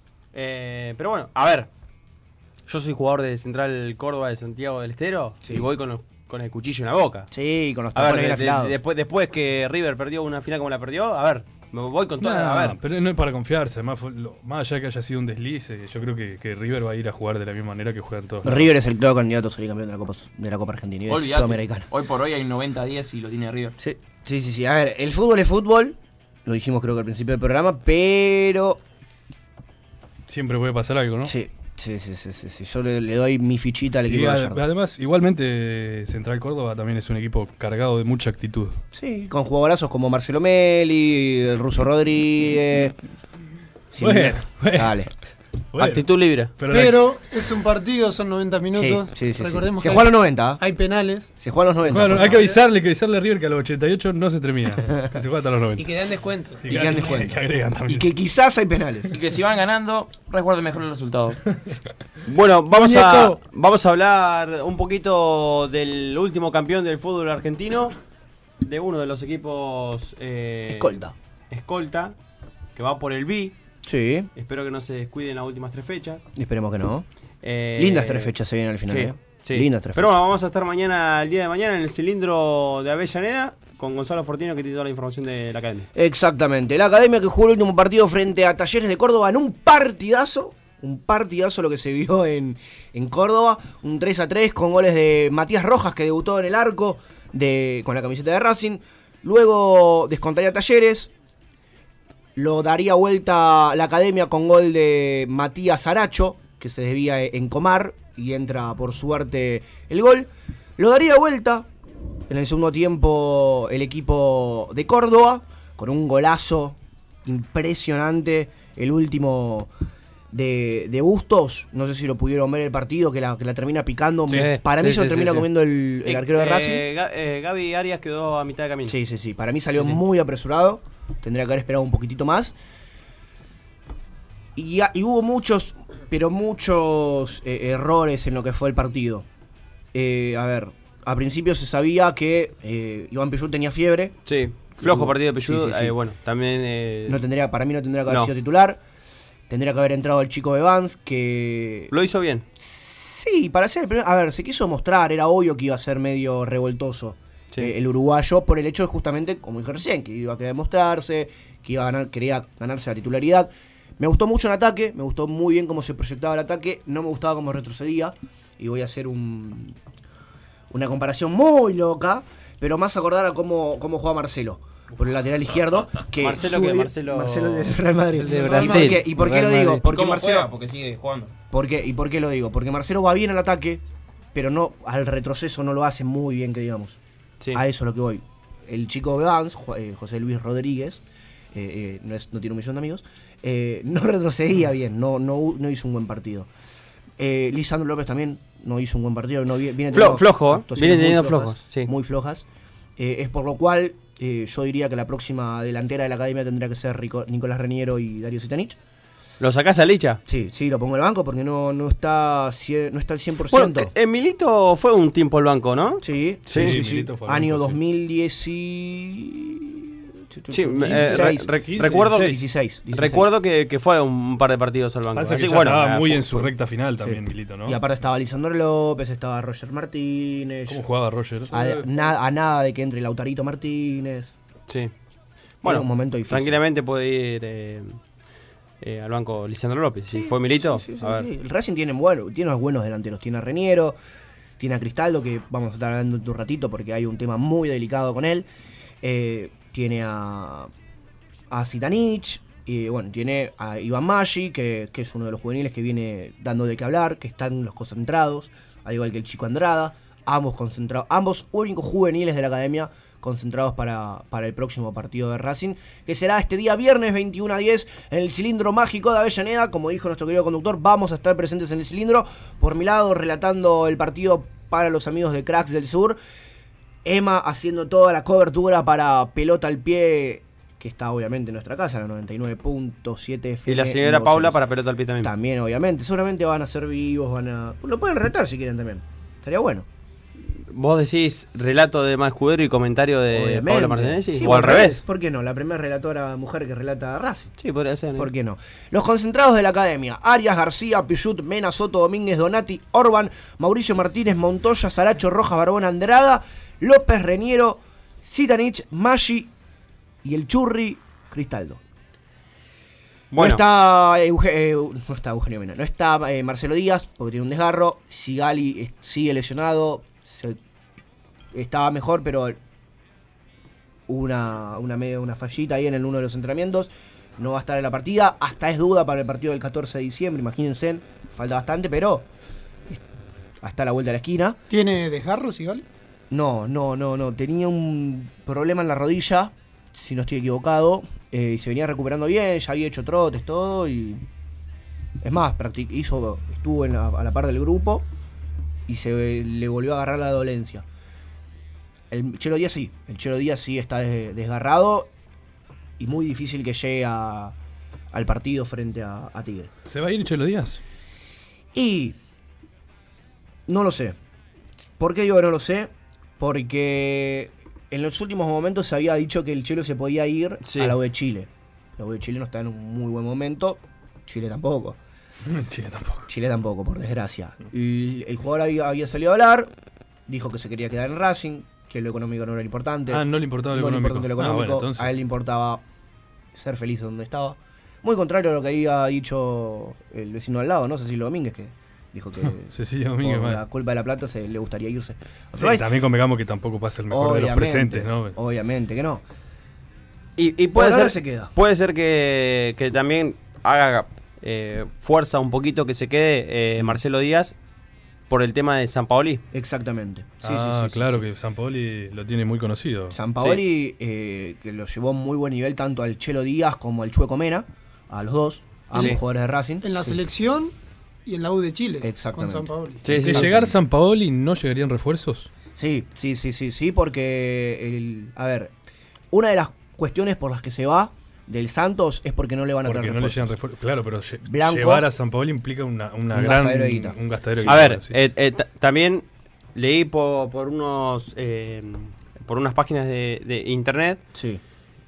Eh, pero bueno, a ver. Yo soy jugador de Central Córdoba de Santiago del Estero Sí. y voy con, los- con el cuchillo en la boca. Sí, con los A ver, tapones bien de- de- afilados. después, después que River perdió una final como la perdió, a ver, me voy con todo. Nah, a ver. pero no es para confiarse, además, fue lo- más allá de que haya sido un desliz, eh, yo creo que, que River va a ir a jugar de la misma manera que juegan todos. River es el claro candidato a salir campeón de la Copa, de la Copa Argentina y es Olvídate. Sudamericana. Hoy por hoy hay noventa a diez y lo tiene River. Sí, sí, sí, sí. A ver, el fútbol es fútbol. Lo dijimos creo que al principio del programa, pero... Siempre puede pasar algo, ¿no? Sí, sí, sí, sí, sí, sí. Yo le, le doy mi fichita al Y equipo de ad- Gallardo. además, igualmente Central Córdoba también es un equipo cargado de mucha actitud. Sí, con jugadorazos como Marcelo Meli, el Ruso Rodríguez. Sin Bueno, ver. bueno. Dale. Bueno, Actitud libre. pero la- Pero es un partido, son noventa minutos. Sí, sí, sí, Recordemos sí. Se que juega a hay, los noventa. ¿ah? hay penales Se juega a los noventa. bueno, por hay que favor. avisarle, hay que avisarle a River que a los ochenta y ocho no se termina. Que se juega hasta los noventa. y que dan descuento. Y y que anden que- cuenta. que agregan Y también. que quizás hay penales. Y que si van ganando, recuerden mejor el resultado. Bueno, vamos a, Muñeco. vamos a hablar un poquito del último campeón del fútbol argentino, de uno de los equipos eh, Escolta. escolta, que va por el B. Sí, Espero que no se descuiden las últimas tres fechas. esperemos que no. Eh, Lindas tres fechas se vienen al final. Sí, ¿eh? sí. Lindas tres Pero fechas. bueno, vamos a estar mañana, el día de mañana, en el cilindro de Avellaneda, con Gonzalo Fortino, que tiene toda la información de la academia. Exactamente. La academia que jugó el último partido frente a Talleres de Córdoba en un partidazo. Un partidazo lo que se vio en, en Córdoba. Un tres a tres con goles de Matías Rojas, que debutó en el arco de, con la camiseta de Racing. Luego descontaría Talleres. Lo daría vuelta la academia con gol de Matías Aracho, que se debía en Comar. Y entra por suerte el gol. Lo daría vuelta en el segundo tiempo el equipo de Córdoba, con un golazo impresionante, el último de, de Bustos. No sé si lo pudieron ver el partido, que la, que la termina picando. Sí, Para sí, mí se lo sí, termina sí, sí. comiendo el, el arquero de Eh, Racing. Ga- eh, Gaby Arias quedó a mitad de camino. Sí, sí, sí. Para mí salió Sí, sí. muy apresurado. Tendría que haber esperado un poquitito más. Y, y hubo muchos, pero muchos eh, errores en lo que fue el partido. Eh, a ver, a principio se sabía que eh, Iván Peyud tenía fiebre. Sí, flojo Hubo, partido de Peyud. sí, sí, sí. Eh, bueno, también... Eh, no tendría, para mí no tendría que haber no. sido titular. Tendría que haber entrado el chico de Vance, que... Lo hizo bien. Sí, para ser el primer... A ver, se quiso mostrar, era obvio que iba a ser medio revoltoso. Sí. Eh, el uruguayo, por el hecho de justamente, como dije recién, que iba a querer mostrarse, que iba a ganar, quería ganarse la titularidad. Me gustó mucho el ataque, me gustó muy bien cómo se proyectaba el ataque, no me gustaba cómo retrocedía. Y voy a hacer un, una comparación muy loca, pero más acordar a cómo, cómo juega Marcelo. Por el lateral izquierdo. Que Marcelo sube, que Marcelo... Marcelo del Real Madrid. El de Brasil. ¿Y por qué, y por qué lo digo? Porque ¿Cómo Marcelo... juega? Porque sigue jugando. ¿Por qué? ¿Y por qué lo digo? Porque Marcelo va bien al ataque, pero no al retroceso no lo hace muy bien, que digamos. Sí. A eso es lo que voy. El chico de Vance, eh, José Luis Rodríguez, eh, eh, no, es, no tiene un millón de amigos, eh, no retrocedía bien, no, no, no hizo un buen partido. Eh, Lisandro López también no hizo un buen partido. No, viene Flo, flojo, ¿eh? actuaciones Viene muy teniendo flojas, flojos. Sí. Muy flojas. Eh, es por lo cual eh, yo diría que la próxima delantera de la academia tendría que ser Rico, Nicolás Reniero y Darío Zitanich. ¿Lo sacás a Licha? Sí, sí, lo pongo en el banco porque no, no, está, cien, no está al cien por ciento. Bueno, Emilito fue un tiempo al banco, ¿no? Sí, Sí, sí, sí. sí. Milito fue al Año banco, dos mil diez. Sí, eh, re- re- quince, recuerdo, dieciséis, dieciséis. recuerdo que, que fue un par de partidos al banco. Pasa que Así, ya bueno, estaba eh, muy fue- en su fue- recta final también, Sí. Milito, ¿no? Y aparte estaba Lisandro López, estaba Roger Martínez. ¿Cómo jugaba Roger? A, na- a nada de que entre Lautarito Martínez. Sí. Bueno, un momento difícil. tranquilamente puede ir eh, eh, al banco Lisandro López. Si fue Milito, Sí, sí, sí, a ver. sí. El Racing tiene, bueno, tiene unos buenos delanteros. Tiene a Reniero, tiene a Cristaldo, que vamos a estar hablando en un ratito porque hay un tema muy delicado con él. Eh, tiene a, a Zitanich. Y bueno, tiene a Iván Maggi, que, que es uno de los juveniles que viene dando de qué hablar, que están los concentrados, al igual que el chico Andrada. Ambos concentrados, ambos únicos juveniles de la academia concentrados para, para el próximo partido de Racing, que será este día viernes veintiuno a diez en el Cilindro Mágico de Avellaneda. Como dijo nuestro querido conductor, vamos a estar presentes en el cilindro. Por mi lado, relatando el partido para los amigos de Cracks del Sur. Emma haciendo toda la cobertura para Pelota al Pie, que está obviamente en nuestra casa, la noventa y nueve punto siete F M. Y la señora en Paula Buenos para Aires. Pelota al Pie también. También, obviamente. Seguramente van a ser vivos, van a... Lo pueden retar si quieren también. Estaría bueno. ¿Vos decís relato de Emma Escudero y comentario de Obviamente. Paula Martinezzi? Sí, ¿O al por revés? ¿Por qué no? La primera relatora mujer que relata a Racing. Sí, podría ser. ¿eh? ¿Por qué no? Los concentrados de la academia: Arias, García, Piyut, Mena, Soto, Domínguez, Donati, Orban, Mauricio Martínez, Montoya, Saracho, Rojas, Barbón, Andrada, López, Reniero, Zitanich, Maggi y el Churri, Cristaldo. Bueno. No está, Euge- eh, no está Eugenio Mena, no está eh, Marcelo Díaz porque tiene un desgarro. Sigali eh, sigue lesionado, se- estaba mejor, pero hubo una, una, media- una fallita ahí en el uno de los entrenamientos. No va a estar en la partida, hasta es duda para el partido del catorce de diciembre, imagínense, falta bastante, pero hasta la vuelta de la esquina. ¿Tiene desgarro, Sigali? No, no, no, no. Tenía un problema en la rodilla, si no estoy equivocado, eh, y se venía recuperando bien, ya había hecho trotes, todo, y... Es más, practic- hizo, estuvo en la- a la par del grupo y se le volvió a agarrar la dolencia. El Chelo Díaz sí, el Chelo Díaz sí está des- desgarrado y muy difícil que llegue a- al partido frente a, a Tigre. ¿Se va a ir Chelo Díaz? Y no lo sé. ¿Por qué digo que no lo sé? Porque en los últimos momentos se había dicho que el Chelo se podía ir Sí. a la U de Chile. La U de Chile no está en un muy buen momento. Chile tampoco. Chile tampoco. Chile tampoco, por desgracia. Y el jugador había, había salido a hablar, dijo que se quería quedar en Racing, que lo económico no era importante. Ah, no le importaba lo No le económico. importaba lo Ah, económico, bueno, entonces. a él le importaba ser feliz donde estaba. Muy contrario a lo que había dicho el vecino al lado, ¿no? Cecilio Domínguez, que dijo que Cecilio Domínguez, por mal. la culpa de la plata se le gustaría irse. a Sí, otro país. también convengamos que tampoco pasa el mejor de los Obviamente, presentes, ¿no? Obviamente que no. Y, y puede, Por ahora ser, se queda. puede ser que, que también haga eh, fuerza un poquito que se quede eh, Marcelo Díaz por el tema de Sampaoli. Exactamente. Sí, ah, sí, sí, claro sí, sí. que Sampaoli lo tiene muy conocido. Sampaoli, eh, que lo llevó a muy buen nivel tanto al Chelo Díaz como al Chueco Mena, a los dos, ambos Sí. jugadores de Racing. En la Sí. selección y en la U de Chile. Exactamente. Con San Paoli. Sí, ¿De sí, sí. llegar Sampaoli no llegarían refuerzos? Sí, sí, sí, sí, sí, porque, el, a ver, una de las cuestiones por las que se va del Santos es porque no le van a Porque traer no le refuerzos. llegan refuerzos. Claro, pero lle- Blanco, llevar a San Paolo implica una, una un gran. gastadero de guita. Un gastadero de A guita, ver, sí. eh, eh, ta- también leí por, por unos eh, por unas páginas de, de internet sí.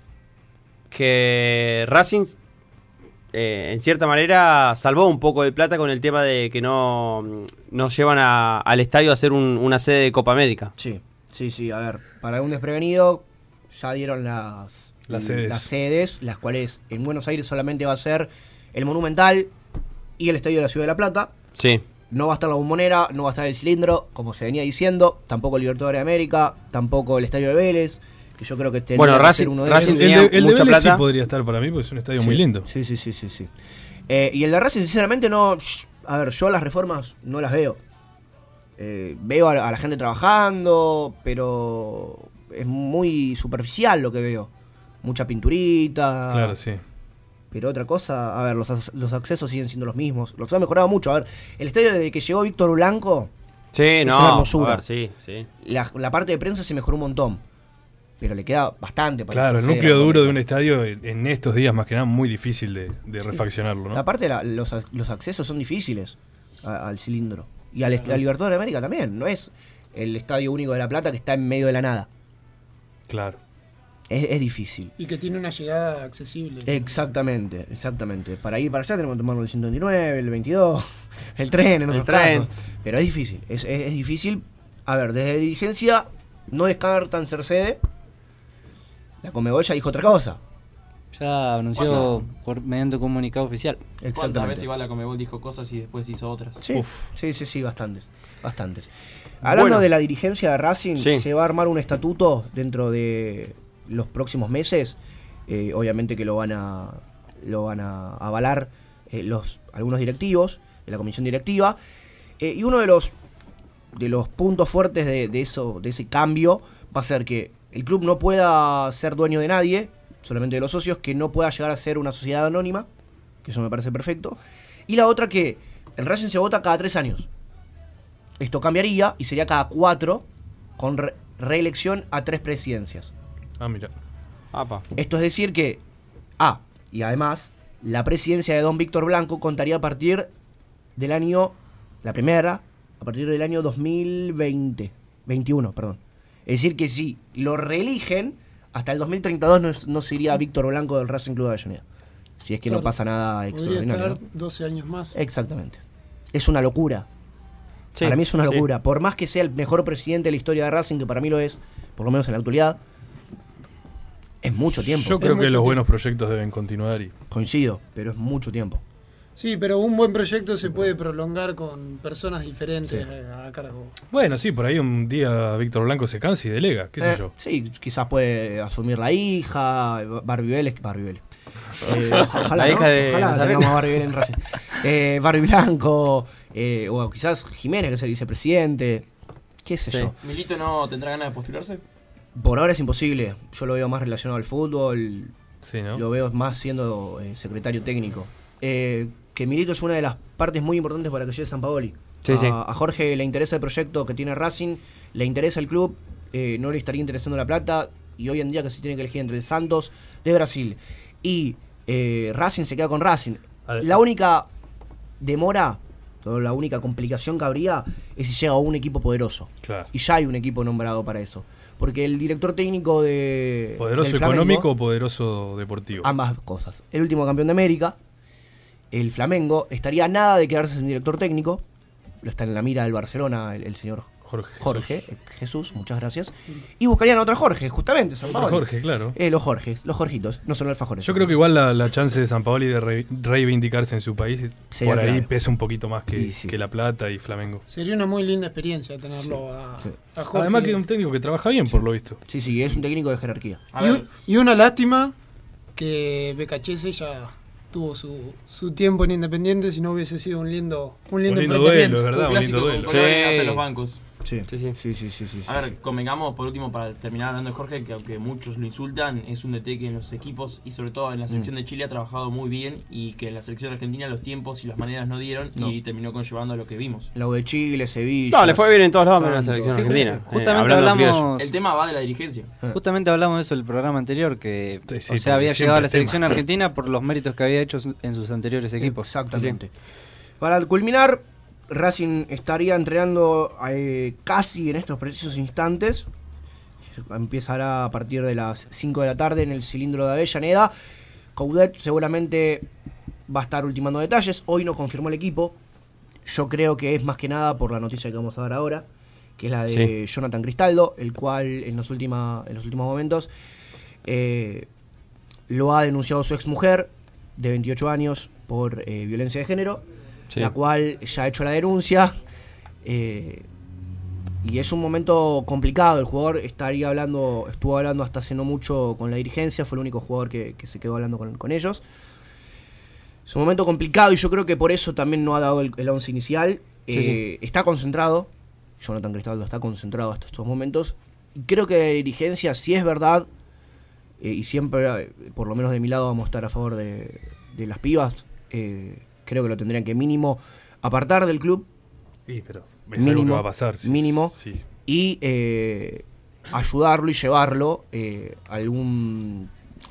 que Racing eh, en cierta manera salvó un poco de plata con el tema de que no nos llevan a- al estadio a hacer un- una sede de Copa América. Sí, sí, sí. A ver, para un desprevenido ya dieron las, Las sedes. las sedes, las cuales en Buenos Aires solamente va a ser el Monumental y el Estadio de la Ciudad de La Plata. Sí. No va a estar la Bombonera, no va a estar el Cilindro, como se venía diciendo, tampoco el Libertadores de América, tampoco el Estadio de Vélez, que yo creo que tendría Bueno, que Racing- ser uno de Racing ellos. El tenía de, el de mucha Vélez plata. sí podría estar para mí porque es un estadio Sí, muy lindo. Sí, sí, sí, sí, sí. Eh, y el de Racing, sinceramente, no. shh, A ver, yo las reformas no las veo. Eh, veo a, a la gente trabajando, pero es muy superficial lo que veo. Mucha pinturita. Claro, sí. Pero otra cosa, a ver, los, ac- los accesos siguen siendo los mismos. Los han mejorado mucho. A ver, el estadio desde que llegó Víctor Blanco. Sí, es no, una hermosura. a ver, sí, sí. La, la parte de prensa se mejoró un montón. Pero le queda bastante para Claro, el hacerse núcleo la duro de Copa un estadio en en estos días, más que nada, muy difícil de, de refaccionarlo, ¿no? Aparte, la- los, ac- los accesos son difíciles a- al cilindro. Y al, est- al Libertadores de América también. No es el Estadio Único de La Plata que está en medio de la nada. Claro. Es, es difícil. Y que tiene una llegada accesible. Exactamente, exactamente. Para ir para allá tenemos que tomar el ciento veintinueve, el veintidós, el tren, en El otros tren. casos. Pero es difícil, es, es- es difícil. A ver, desde dirigencia no descartan ser sede. La Conmebol ya dijo otra cosa. Ya anunció por, mediante un comunicado oficial. ¿Cuántas veces igual la Conmebol dijo cosas y después hizo otras? Sí, sí, sí, sí, bastantes, bastantes. Hablando Bueno. de la dirigencia de Racing, Sí. se va a armar un estatuto dentro de los próximos meses. Eh, obviamente que lo van a lo van a avalar eh, los algunos directivos de la comisión directiva. Eh, y uno de los de los puntos fuertes de, de eso de ese cambio va a ser que el club no pueda ser dueño de nadie, solamente de los socios, que no pueda llegar a ser una sociedad anónima, que eso me parece perfecto. Y la otra que el Racing se vota cada tres años. Esto cambiaría y sería cada cuatro con re- reelección a tres presidencias. Ah, mira. Apa. Esto es decir que, ah, y además, la presidencia de don Víctor Blanco contaría a partir del año, la primera, a partir del año dos mil veinte, veintiuno, perdón. Es decir que si lo reeligen, hasta el dos mil treinta y dos no, es- no sería Víctor Blanco del Racing Club de Avellaneda. Si es que no Claro. pasa nada Podría extraordinario. estar ¿no? doce años más. Exactamente. Es una locura. Sí, para mí es una sí. locura. Por más que sea el mejor presidente de la historia de Racing, que para mí lo es, por lo menos en la actualidad, es mucho tiempo. Yo creo Es que mucho los tiempo. buenos proyectos deben continuar y Coincido, pero es mucho tiempo. Sí, pero un buen proyecto se puede prolongar con personas diferentes a a cargo. bueno, sí, por ahí un día Víctor Blanco se cansa y delega, qué sé Eh, yo. Sí, quizás puede asumir la hija, Barbie Vélez, Barbie Vélez. Eh, ojalá, La ¿no? hija de Ojalá Nazareno. tengamos a Barbie Vélez en Racing. Eh, Barbie Blanco, eh, o quizás Jiménez, que es el vicepresidente, qué sé Sí. yo. ¿Milito no tendrá ganas de postularse? Por ahora es imposible. Yo lo veo más relacionado al fútbol. Sí, ¿no? Lo veo más siendo eh, secretario técnico. Eh, que Milito es una de las partes muy importantes para que llegue Sampaoli. Sí, a, sí. a Jorge le interesa el proyecto que tiene Racing, le interesa el club, eh, no le estaría interesando la plata. Y hoy en día que se tiene que elegir entre el Santos de Brasil y eh, Racing, se queda con Racing. La única demora, o la única complicación que habría es si llega un equipo poderoso. Claro. Y ya hay un equipo nombrado para eso. Porque el director técnico de. ¿Poderoso del Flamengo- económico o poderoso deportivo? Ambas cosas. El último campeón de América, el Flamengo, estaría a nada de quedarse sin director técnico. Lo está en la mira del Barcelona, el, el señor Jorge Jorge Jesús. eh, Jesús, muchas gracias. Y buscarían a otro Jorge, justamente, San Otro Paolo. Jorge, claro. Eh, los Jorges, los Jorgitos, no son alfajores. Yo creo que igual la, la chance de San Paoli de re- reivindicarse en su país Sería por ahí clave. pesa un poquito más que, Y sí. que La Plata y Flamengo. Sería una muy linda experiencia tenerlo a, a Jorge. Además que es un técnico que trabaja bien, por lo visto. Sí, sí, es un técnico de jerarquía. Y, un- y una lástima que Becachese ya tuvo su, su tiempo en Independiente, si no hubiese sido un lindo un lindo Un lindo enfrentamiento. duelo, es verdad, un clásico lindo con duelo. colores Sí. hasta los bancos. Sí, sí, sí. sí, sí, sí, sí, A ver, sí. convengamos por último para terminar hablando de Jorge, que aunque muchos lo insultan, es un D T que en los equipos y sobre todo en la selección Mm. de Chile ha trabajado muy bien y que en la selección argentina los tiempos y las maneras no dieron No. y terminó conllevando a lo que vimos. La U de Chile, Sevilla. No, le fue bien en todos lados menos en la Santos. selección Sí, argentina. justamente Eh, hablando hablamos- criollo. El tema va de la dirigencia. Justamente hablamos de eso el programa anterior, que Sí, sí, o sea, porque había siempre llegado a la es tema. selección argentina por los méritos que había hecho en sus anteriores equipos. Exactamente. Para culminar, Racing estaría entrenando eh, casi en estos precisos instantes. Empezará a partir de las cinco de la tarde en el cilindro de Avellaneda. Coudet seguramente va a estar ultimando detalles. Hoy no confirmó el equipo. Yo creo que es más que nada por la noticia que vamos a dar ahora, que es la de Sí. Jonathan Cristaldo, el cual en los, última, en los últimos momentos eh, lo ha denunciado su exmujer de veintiocho años por eh, violencia de género, Sí. la cual ya ha hecho la denuncia. eh, y es un momento complicado. El jugador estaría hablando, estuvo hablando hasta hace no mucho con la dirigencia, fue el único jugador que, que se quedó hablando con, con ellos. Es un momento complicado y yo creo que por eso también no ha dado el, el once inicial. Sí, Eh, está concentrado, Jonathan Cristaldo está concentrado hasta estos momentos. Y creo que la dirigencia, si es verdad, eh, y siempre, eh, por lo menos de mi lado, vamos a estar a favor de, de las pibas, eh, creo que lo tendrían que mínimo apartar del club. Sí, pero es algo que va a pasar. sí, mínimo. sí. Y eh, ayudarlo y llevarlo eh, a algún,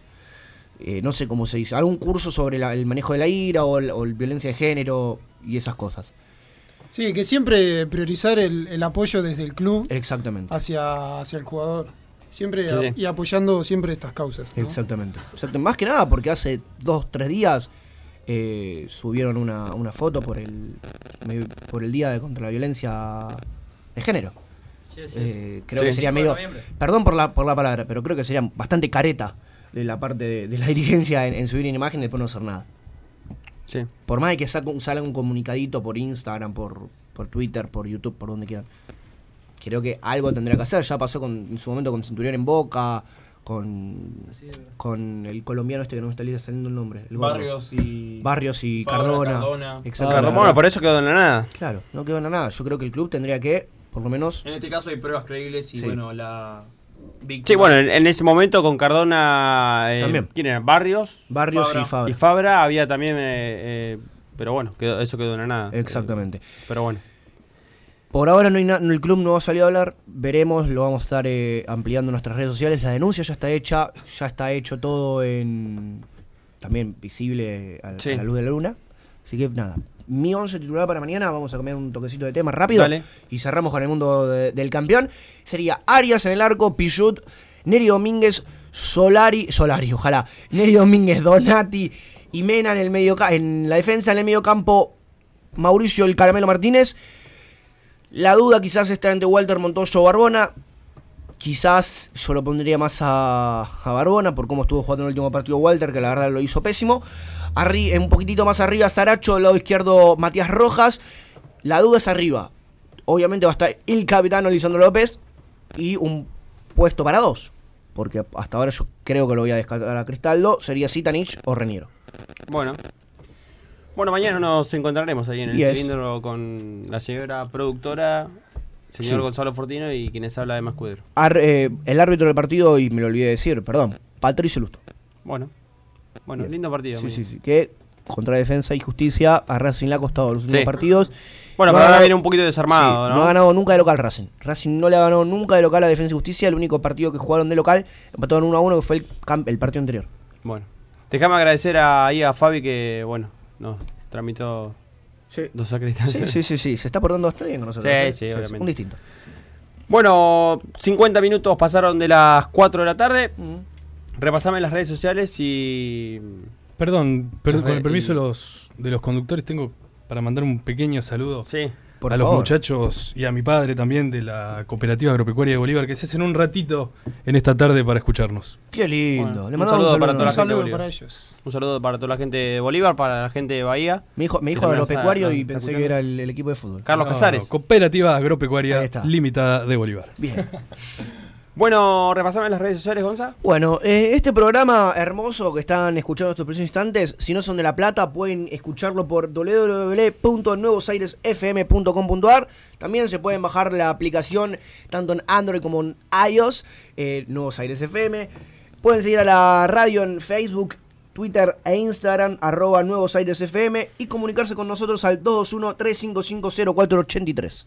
eh, no sé cómo se dice, algún curso sobre la- el manejo de la ira o, el- o el violencia de género y esas cosas. Sí, que siempre priorizar el, el apoyo desde el club Exactamente. hacia, hacia el jugador. Siempre Sí, a- sí. y apoyando siempre estas causas, ¿no? Exactamente. Exacto. Más que nada porque hace dos, tres días eh, subieron una, una foto por el me- por el día de contra la violencia de género. Sí, sí, Eh, sí. creo Sí. que sería cinco de medio, noviembre. perdón por la por la palabra, pero creo que sería bastante careta de la parte de, de la dirigencia en, en subir una imagen y después no hacer nada. Sí. Por más de que saca- salga un comunicadito por Instagram, por, por Twitter, por YouTube, por donde quieran. Creo que algo tendría que hacer. Ya pasó con, en su momento con Centurión en Boca, con, con el colombiano este que no me está saliendo el nombre. el gordo. Barrios y- Barrios y Fabra, Cardona. Cardona. Exactamente. Bueno, por eso quedó en la nada. Claro, no quedó en la nada. Yo creo que el club tendría que, por lo menos... En este caso hay pruebas creíbles y Sí. bueno, la víctima... Sí, bueno, en, en ese momento con Cardona, eh, También. ¿quién era? Barrios. Barrios y Fabra. Y Fabra había también, eh, eh, pero bueno, quedó- eso quedó en la nada. Exactamente. Eh, pero bueno. Por ahora no hay na- el club no ha salido a hablar, veremos, lo vamos a estar eh, ampliando en nuestras redes sociales. La denuncia ya está hecha, ya está hecho todo en también visible a, Sí. a la luz de la luna. Así que nada, mi once titular para mañana, vamos a cambiar un toquecito de tema rápido. Dale. Y cerramos con el mundo de- del campeón. Sería Arias en el arco, Pichut, Neri Domínguez, Solari, Solari, ojalá, Neri Domínguez, Donati y Mena en el medio ca- en la defensa, en el medio campo, Mauricio el Caramelo Martínez. La duda quizás está entre Walter Montoya o Barbona. Quizás yo lo pondría más a, a Barbona por cómo estuvo jugando en el último partido Walter, que la verdad lo hizo pésimo. Arri, un poquitito más arriba Saracho, del lado izquierdo Matías Rojas. La duda es arriba. Obviamente va a estar el capitán Lisandro López y un puesto para dos. Porque hasta ahora yo creo que lo voy a descartar a Cristaldo. Sería Zitanich o Reniero. Bueno. Bueno, mañana nos encontraremos ahí en el Yes. cilindro con la señora productora, señor Sí. Gonzalo Fortino y quienes habla de Mascudero. Ar- eh, el árbitro del partido, y me lo olvidé de decir, perdón, Patricio Lusto. Bueno. Bueno, Bien. lindo partido. Sí, mañana. sí, sí. Que contra Defensa y Justicia a Racing le ha costado los últimos Sí. partidos. Bueno, No pero ha ahora ganado- viene un poquito desarmado, Sí, ¿no? No ha ganado nunca de local Racing. Racing no le ha ganado nunca de local a Defensa y Justicia. El único partido que jugaron de local empataron uno a uno, que fue el, cam- el partido anterior. Bueno. Déjame agradecer a, ahí a Fabi que, bueno, nos tramitó dos acreditaciones. Sí, sí, sí, sí. Se está portando bastante bien con nosotros. Sí, ¿eh? sí, obviamente. Un distinto. Bueno, cincuenta minutos pasaron de las cuatro de la tarde. Repasame las redes sociales y... Perdón, per- Las con el redes- permiso de los, de los conductores, tengo para mandar un pequeño saludo Sí, por a los favor. muchachos y a mi padre también de la Cooperativa Agropecuaria de Bolívar, que se hacen un ratito en esta tarde para escucharnos. Qué lindo. Bueno, Le un mandamos saludo para toda la Un gente de saludo Bolívar. para ellos. Un saludo para toda la gente de Bolívar, para la gente de Bahía. Me dijo, me dijo Que también agropecuario nos está- y nos está pensé que escuchando. era el, el equipo de fútbol. Carlos No, Casares. no, Cooperativa Ahí Agropecuaria está. Limitada de Bolívar. Bien. Bueno, repasame las redes sociales, Gonza. Bueno, eh, este programa hermoso que están escuchando estos precisos instantes, si no son de La Plata, pueden escucharlo por doble u doble u doble u punto nuevos aires f m punto com punto a r. También se pueden bajar la aplicación tanto en Android como en iOS, eh, Nuevos Aires F M. Pueden seguir a la radio en Facebook, Twitter e Instagram, arroba Nuevos Aires F M, y comunicarse con nosotros al dos dos uno, tres cinco cinco, cero cuatro ocho tres.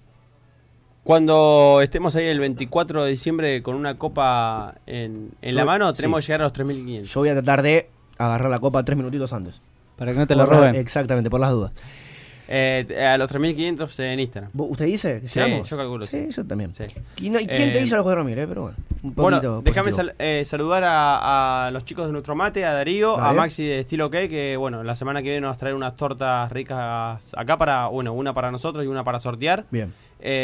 Cuando estemos ahí el veinticuatro de diciembre con una copa en, en Yo- la mano, tenemos sí. que llegar a los tres mil quinientos. Yo voy a tratar de agarrar la copa tres minutitos antes. Para que no te lo Por la- roben. Exactamente, por las dudas. Eh, a los tres mil quinientos en Instagram. ¿Vos- ¿Usted dice que Sí, llegamos? yo calculo, Sí, sí. yo también. Sí. ¿Y, no- y quién te Eh, dice a los cuatro mil? Eh? Pero bueno, un Bueno, poquito déjame positivo. sal- eh, saludar a, a los chicos de Nuestro Mate, a Darío, Dale. a Maxi de Estilo Que, que bueno, la semana que viene nos traen unas tortas ricas acá para, bueno, una para nosotros y una para sortear. Bien.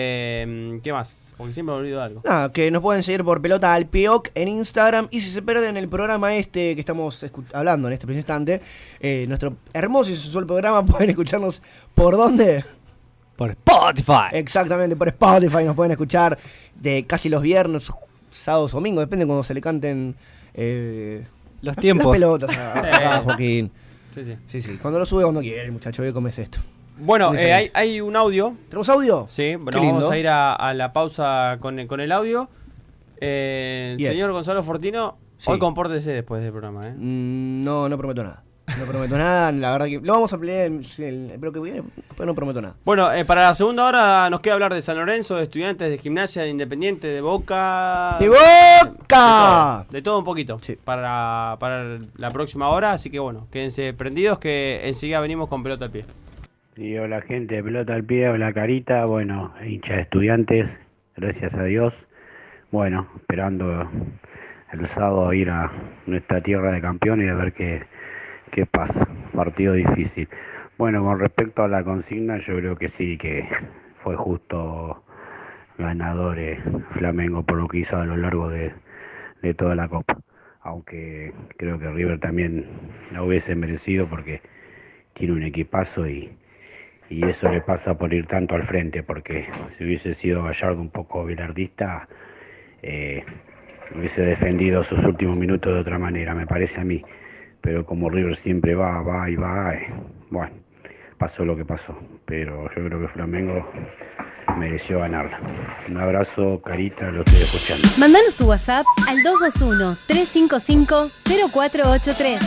Eh, ¿Qué más? Porque siempre me olvido de algo. Nada, que nos pueden seguir por Pelota al Pioc en Instagram. Y si se pierden el programa este que estamos escu- hablando en este preciso instante, eh, nuestro hermoso y sensual programa, pueden escucharnos por dónde. Por Spotify. Exactamente, por Spotify nos pueden escuchar de casi los viernes, sábados, domingos, depende de cuando se le canten eh, Los tiempos. las pelotas a, a Joaquín. Sí, sí. Sí, sí. Cuando lo sube cuando quiere, muchacho, ve cómo es esto. Bueno, Muy eh, hay, diferente. hay un audio. ¿Tenemos audio? Sí, bueno, Qué lindo. vamos a ir a, a la pausa con, el- con el audio. Eh, Yes. Señor Gonzalo Fortino, Sí. hoy compórtese después del programa, ¿eh? Mm, no, no prometo nada. No prometo nada, la verdad que lo vamos a pelear en el, el bloque que viene, pero no prometo nada. Bueno, eh, para la segunda hora nos queda hablar de San Lorenzo, de Estudiantes, de Gimnasia, de Independiente, de Boca. ¡De De Boca! todo, de todo un poquito Sí. para, para la próxima hora. Así que bueno, quédense prendidos que enseguida venimos con Pelota al Pie. Y hola gente, de Pelota al Pie, hola Carita, bueno, hincha de Estudiantes, gracias a Dios. Bueno, esperando el sábado ir a nuestra tierra de campeones y a ver qué, qué pasa. Partido difícil. Bueno, con respecto a la consigna, yo creo que sí, que fue justo ganador eh, Flamengo por lo que hizo a lo largo de, de toda la Copa. Aunque creo que River también la hubiese merecido porque tiene un equipazo y, y eso le pasa por ir tanto al frente, porque si hubiese sido Gallardo un poco bilardista, eh, hubiese defendido sus últimos minutos de otra manera, me parece a mí. Pero como River siempre va, va y va, eh, bueno, pasó lo que pasó. Pero yo creo que Flamengo mereció ganarla. Un abrazo, Carita, lo estoy escuchando. Mándanos tu WhatsApp al dos dos uno, tres cinco cinco, cero cuatro ocho tres.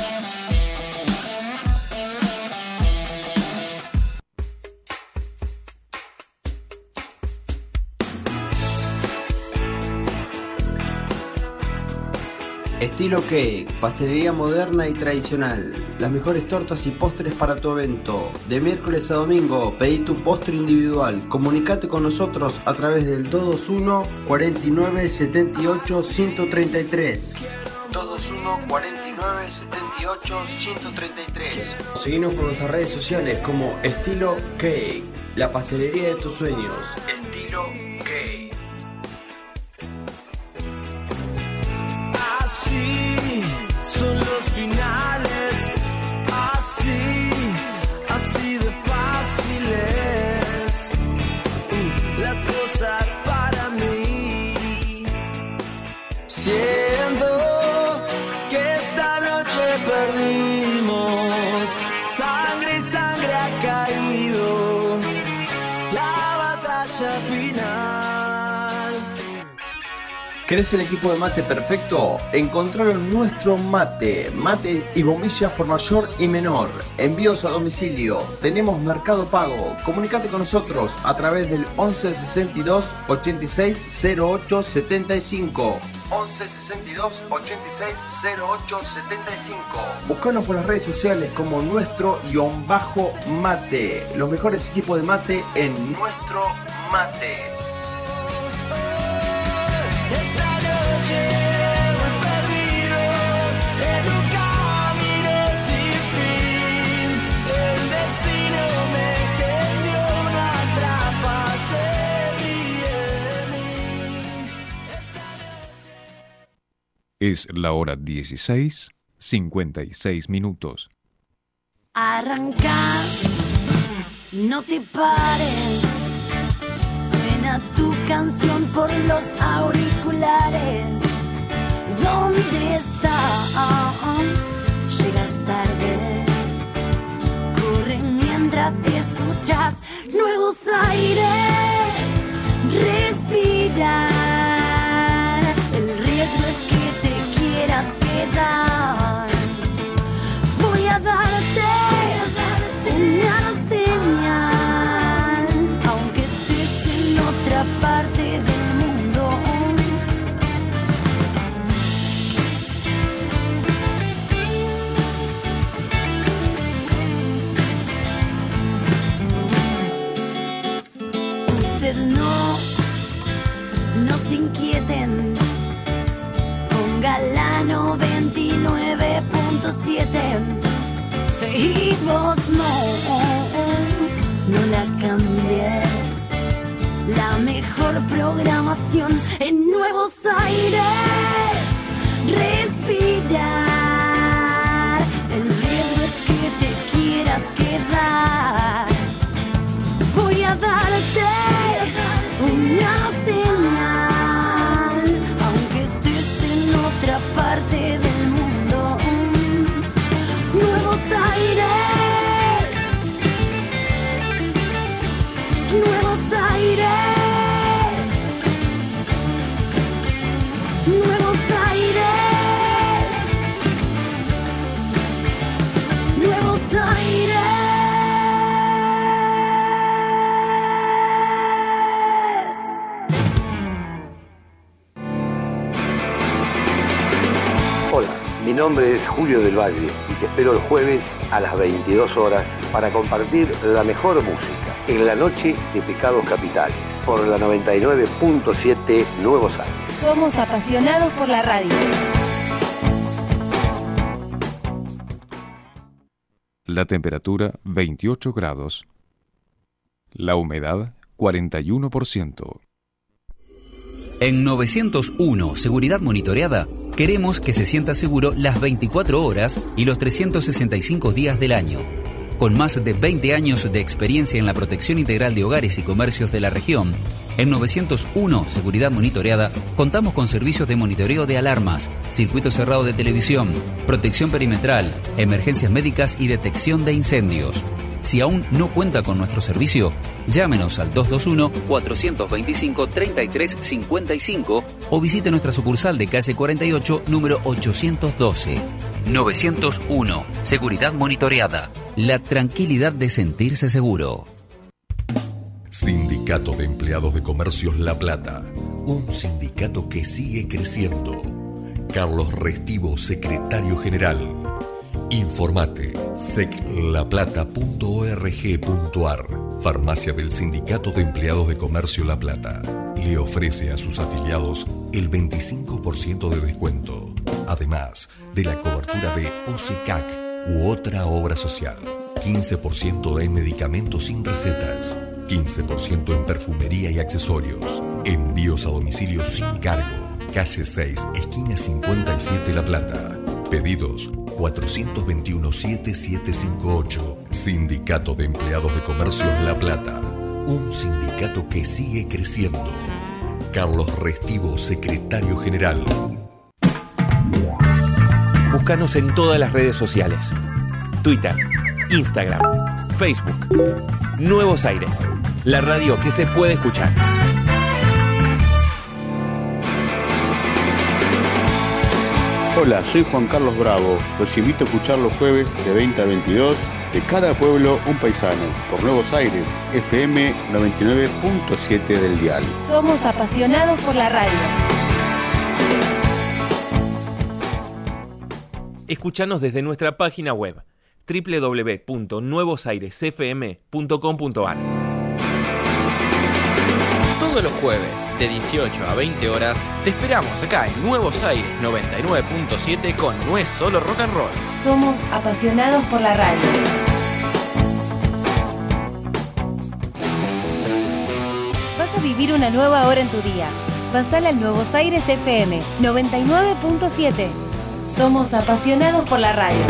Estilo Cake, pastelería moderna y tradicional. Las mejores tortas y postres para tu evento. De miércoles a domingo, pedí tu postre individual. Comunicate con nosotros a través del dos dos uno, cuarenta y nueve, setenta y ocho, ciento treinta y tres. dos dos uno, cuarenta y nueve, setenta y ocho, ciento treinta y tres. Seguinos por nuestras redes sociales como Estilo Cake, la pastelería de tus sueños. Estilo Cake. Así son los finales, así, así de fáciles, las cosas para mí. Siento que esta noche perdimos, sangre y sangre ha caído, la batalla final. ¿Querés el equipo de mate perfecto? Encontralo en Nuestro Mate. Mate y bombillas por mayor y menor. Envíos a domicilio. Tenemos Mercado Pago. Comunicate con nosotros a través del once sesenta y dos, ochenta y seis, cero ocho setenta y cinco. once sesenta y dos, ochenta y seis, cero ocho setenta y cinco. Búscanos por las redes sociales como Nuestro guión bajo Mate. Los mejores equipos de mate en Nuestro Mate. Esta noche voy perdido en un camino sin fin. El destino me tendió una trampa, se ríe de mí. Es la hora dieciséis, cincuenta y seis minutos. Arranca, no te pares. Suena tu canción por los auriculares. espectaculares. ¿Dónde estás? Llegas tarde. Corre mientras escuchas Nuevos Aires. Respirar. El riesgo es que te quieras quedar. Voy a darte una señal, aunque estés en otra parte del mundo. Usted no, no se inquieten, ponga la noventa y nueve punto siete. Y vos no, no la cambies. La mejor programación en Nuevos Aires. Respirar. El riesgo es que te quieras quedar. Voy a darte una señal, aunque estés en otra parte del mundo. Nuevos Aires, Nuevos Aires, Nuevos Aires, Nuevos Aires. Hola, mi nombre es Julio del Valle y te espero el jueves a las veintidós horas para compartir la mejor música en la noche de Pecados Capitales por la noventa y nueve punto siete Nuevos Aires. Somos apasionados por la radio. La temperatura veintiocho grados. La humedad cuarenta y uno por ciento. En novecientos uno Seguridad Monitoreada queremos que se sienta seguro las veinticuatro horas y los trescientos sesenta y cinco días del año. Con más de veinte años de experiencia en la protección integral de hogares y comercios de la región, en novecientos uno Seguridad Monitoreada contamos con servicios de monitoreo de alarmas, circuito cerrado de televisión, protección perimetral, emergencias médicas y detección de incendios. Si aún no cuenta con nuestro servicio, llámenos al dos dos uno, cuatro dos cinco, tres tres cinco cinco o visite nuestra sucursal de calle cuarenta y ocho, número ochocientos doce. novecientos uno Seguridad Monitoreada. La tranquilidad de sentirse seguro. Sindicato de Empleados de Comercios La Plata. Un sindicato que sigue creciendo. Carlos Restivo, secretario general. Informate sec la plata punto org punto ar. Farmacia del Sindicato de Empleados de Comercio La Plata. Le ofrece a sus afiliados el veinticinco por ciento de descuento. Además de la cobertura de O C C A C u otra obra social. quince por ciento en medicamentos sin recetas. quince por ciento en perfumería y accesorios. Envíos a domicilio sin cargo. Calle seis, esquina cincuenta y siete La Plata. Pedidos cuatro dos uno, siete siete cinco ocho. Sindicato de Empleados de Comercios La Plata. Un sindicato que sigue creciendo. Carlos Restivo, secretario general. Búscanos en todas las redes sociales. Twitter, Instagram, Facebook. Nuevos Aires, la radio que se puede escuchar. Hola, soy Juan Carlos Bravo. Los invito a escuchar los jueves de veinte a veintidós de Cada Pueblo un Paisano por Nuevos Aires, F M noventa y nueve punto siete del dial. Somos apasionados por la radio. Escúchanos desde nuestra página web doble u doble u doble u punto nuevos aires f m punto com punto a r. Todos los jueves de dieciocho a veinte horas te esperamos acá en Nuevos Aires noventa y nueve punto siete con No es solo rock and roll. Somos apasionados por la radio. Vas a vivir una nueva hora en tu día. Pasala al Nuevos Aires F M noventa y nueve punto siete. Somos apasionados por la radio.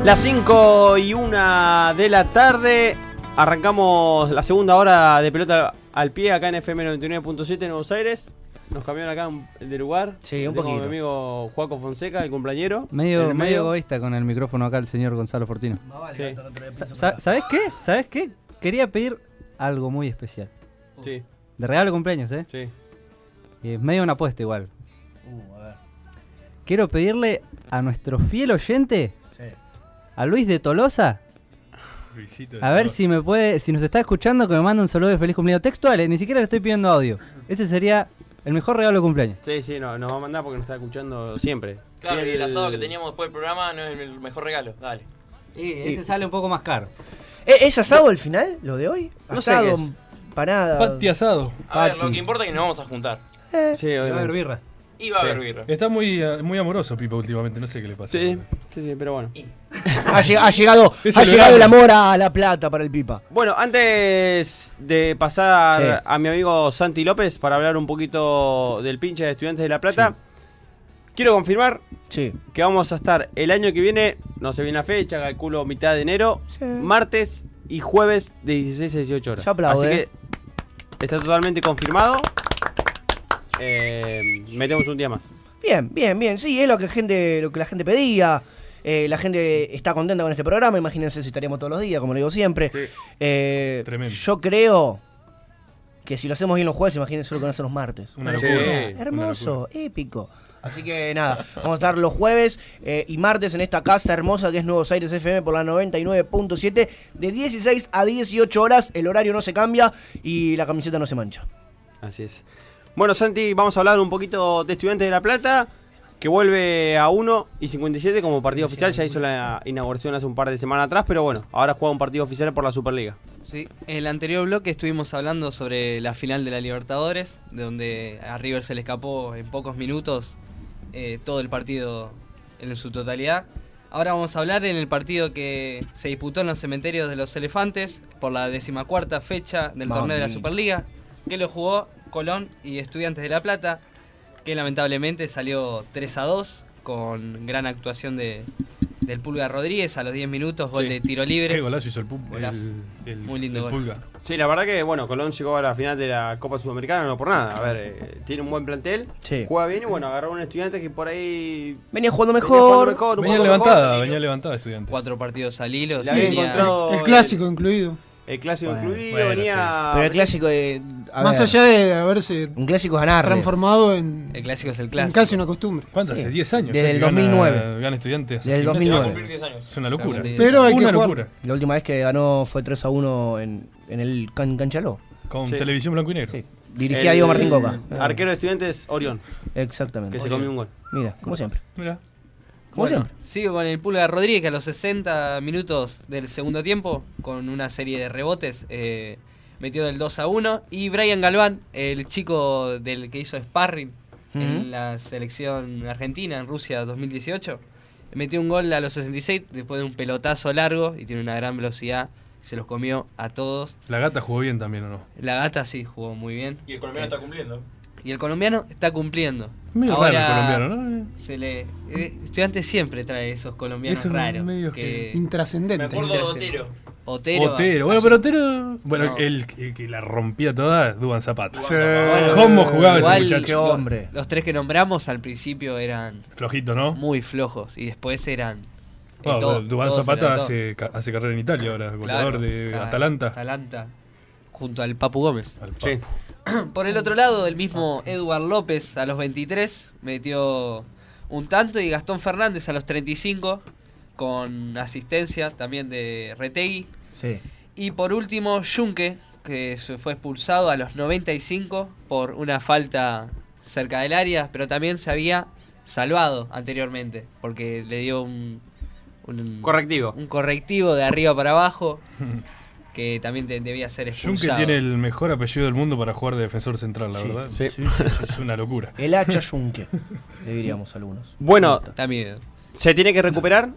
Las cinco y una de la tarde. Arrancamos la segunda hora de pelota al pie acá en F M noventa y nueve punto siete en Buenos Aires. Nos cambiaron acá de lugar. Sí, un Tengo poquito. a mi amigo Juaco Fonseca, el cumpleañero. Medio, En el medio egoísta con el micrófono acá el señor Gonzalo Fortino. Sí. Sa- ¿Sabes qué? ¿Sabes qué? Quería pedir algo muy especial. Sí. De regalo de cumpleaños, ¿eh? Sí. Es medio una apuesta igual. Uh, a ver. Quiero pedirle a nuestro fiel oyente, Sí. a Luis de Tolosa, Luisito de a ver Tolosa. si me puede, si nos está escuchando, que me mande un saludo de feliz cumpleaños textual, eh, ni siquiera le estoy pidiendo audio. Ese sería el mejor regalo de cumpleaños. Sí, sí, no, nos va a mandar porque nos está escuchando siempre. Claro, Fiel- y el asado que teníamos después del programa no es el mejor regalo. Dale. Y ese sale un poco más caro. ¿Es, es asado el final, lo de hoy? No sé Asado, qué es. empanada. Pati asado. A ver, Pati. lo que importa es que nos vamos a juntar. Sí, Va a haber obviamente. birra. Y va a Sí. haber birra. Está muy, eh, muy amoroso Pipa últimamente, no sé qué le pasa. Sí, sí, sí, pero bueno. Ha, lleg- ha llegado, Es ha el llegado el verano. amor a La Plata para el Pipa. Bueno, antes de pasar Sí. a mi amigo Santi López para hablar un poquito del pinche de Estudiantes de La Plata, quiero confirmar Sí. que vamos a estar el año que viene, no sé bien la fecha, calculo mitad de enero, Sí. martes y jueves de dieciséis a dieciocho horas. Se aplaude. Así que está totalmente confirmado. Eh, metemos un día más. Bien, bien, bien. Sí, es lo que, gente, lo que la gente pedía. Eh, la gente está contenta con este programa. Imagínense si estaríamos todos los días, como lo digo siempre. Sí. Eh, Tremendo. yo creo que si lo hacemos bien los jueves, imagínense lo que van a hacer los martes. Una Sí. locura. Una Hermoso, épico. Así que nada, vamos a estar los jueves eh, y martes en esta casa hermosa que es Nuevos Aires F M por la noventa y nueve punto siete de dieciséis a dieciocho horas. El horario no se cambia y la camiseta no se mancha. Así es. Bueno, Santi, vamos a hablar un poquito de Estudiantes de La Plata, que vuelve a uno y cincuenta y siete como partido oficial. Ya hizo la inauguración hace un par de semanas atrás, pero bueno, ahora juega un partido oficial por la Superliga. Sí, en el anterior bloque estuvimos hablando sobre la final de la Libertadores, de donde a River se le escapó en pocos minutos eh, todo el partido en su totalidad. Ahora vamos a hablar en el partido que se disputó en los cementerios de los Elefantes por la decimacuarta fecha del Mami. torneo de la Superliga, que lo jugó Colón y Estudiantes de La Plata, que lamentablemente salió tres a dos con gran actuación de, del Pulga Rodríguez a los diez minutos, gol Sí. de tiro libre. Qué golazo hizo el, pu- Golazo. el, el- Muy lindo el gol. Pulga. Sí, la verdad que, bueno, Colón llegó a la final de la Copa Sudamericana, no por nada. A ver, eh, tiene un buen plantel, Sí. juega bien y, bueno, agarró a un estudiante que por ahí Venía jugando venía mejor. jugando mejor, un Venía poco levantada, mejor. venía levantada Estudiantes. Cuatro partidos al hilo. Le había venía- encontrado El clásico incluido. El clásico Bueno, incluido, bueno, venía... Pero el clásico de. a Más ver, allá de haberse un clásico es ganar. transformado en, El clásico es el en clásico. casi una costumbre. ¿Cuánto? Hace Sí. diez años. Desde ya el que gana- dos mil nueve. Gana Estudiantes. Desde el Gimnasia. dos mil Va a nueve. cumplir diez años. Es una locura. Sí. Pero hay una que jugar. locura. La última vez que ganó fue tres a uno en, en el can, Canchaló. Con Sí. televisión blanco y negro. Sí. Dirigía a Diego Martín Coca. Arquero de Estudiantes, Orión, Exactamente. que se comió un gol. Mira, como siempre. Mira. Como Bueno, siempre. sigo con el Pulga Rodríguez que a los sesenta minutos del segundo tiempo, con una serie de rebotes, eh, metió del dos a uno. Y Brian Galván, el chico del que hizo sparring Ujú. en la selección argentina en Rusia dos mil dieciocho, metió un gol a los sesenta y seis después de un pelotazo largo y tiene una gran velocidad. Se los comió a todos. La gata jugó bien también, ¿o no? La gata sí jugó muy bien. Y el colombiano está cumpliendo. Y el colombiano está cumpliendo. Medio Ahora, raro el colombiano, ¿no? Se le, eh, Estudiantes siempre trae esos colombianos Es un raros. medio que, Me Intrascendente. acuerdo de Otero. Otero. Otero. Bueno, pero Otero. Bueno, No. el, el que la rompía toda, Duban Zapata. Bueno, ¿Cómo jugaba ese igual, muchacho? Qué hombre. Los tres que nombramos al principio eran Flojito, ¿no? muy flojos y después eran. en Bueno, todo- Dubán todos Zapata eran todo. hace, ca- hace carrera en Italia ahora, goleador Claro, de está- Atalanta. Atalanta, junto al Papu Gómez. Al Sí. Papu. Por el otro lado, el mismo Eduard López a los veintitrés metió un tanto y Gastón Fernández a los treinta y cinco con asistencia también de Retegui. Sí. Y por último, Junque, que se fue expulsado a los noventa y cinco por una falta cerca del área, pero también se había salvado anteriormente, porque le dio un, un Correctivo. un correctivo de arriba para abajo, que también te- debía ser Junque expulsado. tiene el mejor apellido del mundo para jugar de defensor central, la Sí, verdad. sí. Es una locura. El hacha Junque, le diríamos algunos. Bueno, También. se tiene que recuperar.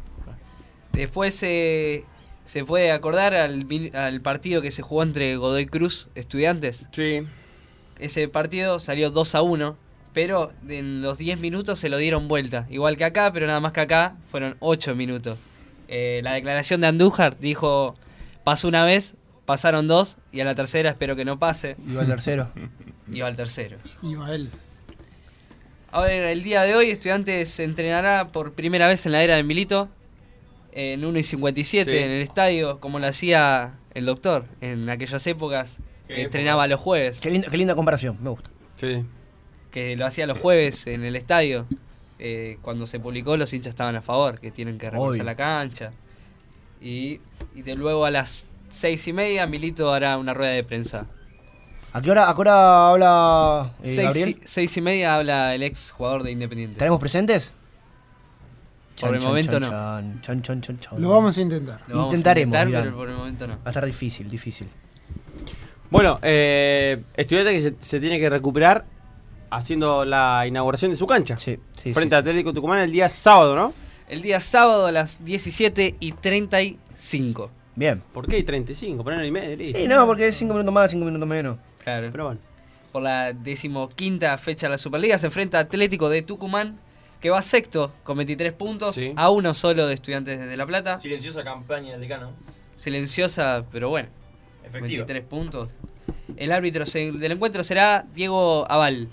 Después eh, se puede acordar al, min- al partido que se jugó entre Godoy Cruz Estudiantes. Sí. Ese partido salió dos a uno, pero en los diez minutos se lo dieron vuelta. Igual que acá, pero nada más que acá fueron ocho minutos. Eh, la declaración de Andújar dijo, pasó una vez, pasaron dos, y a la tercera espero que no pase. Iba al tercero. Iba al tercero. Iba él. Ahora, el día de hoy, Estudiantes se entrenará por primera vez en la era de Milito, en uno y cincuenta y siete, Sí. en el estadio, como lo hacía el doctor en aquellas épocas, Qué que épocas. entrenaba los jueves. Qué linda, qué linda comparación, me gusta. Sí. Que lo hacía los jueves en el estadio. Eh, cuando se publicó, los hinchas estaban a favor, que tienen que recorrer Obvio. la cancha. Y, y de luego a las seis y media, Milito hará una rueda de prensa. ¿A qué hora, a qué hora habla eh, seis, Gabriel? y, seis y media habla el ex jugador de Independiente. ¿Tenemos presentes? Por el momento no. Chan, chan, chan, chan, chan. Lo vamos a intentar. Lo vamos a Intentaremos, intentar, Irán. pero por el momento no. Va a estar difícil, difícil. Bueno, eh, Estudiante que se, se tiene que recuperar haciendo la inauguración de su cancha. Sí, sí. Frente sí, a Atlético Tucumán el día sábado, ¿no? El día sábado a las diecisiete y treinta y cinco. Bien. ¿Por qué hay treinta y cinco? Poner una y media, listo. Sí, no, porque es cinco minutos más, cinco minutos menos. Claro. Pero bueno. Por la decimoquinta fecha de la Superliga se enfrenta Atlético de Tucumán, que va sexto con veintitrés puntos, Sí. a uno solo de Estudiantes de La Plata. Silenciosa campaña del decano. Silenciosa, pero bueno. Efectiva. veintitrés puntos. El árbitro se- del encuentro será Diego Aval.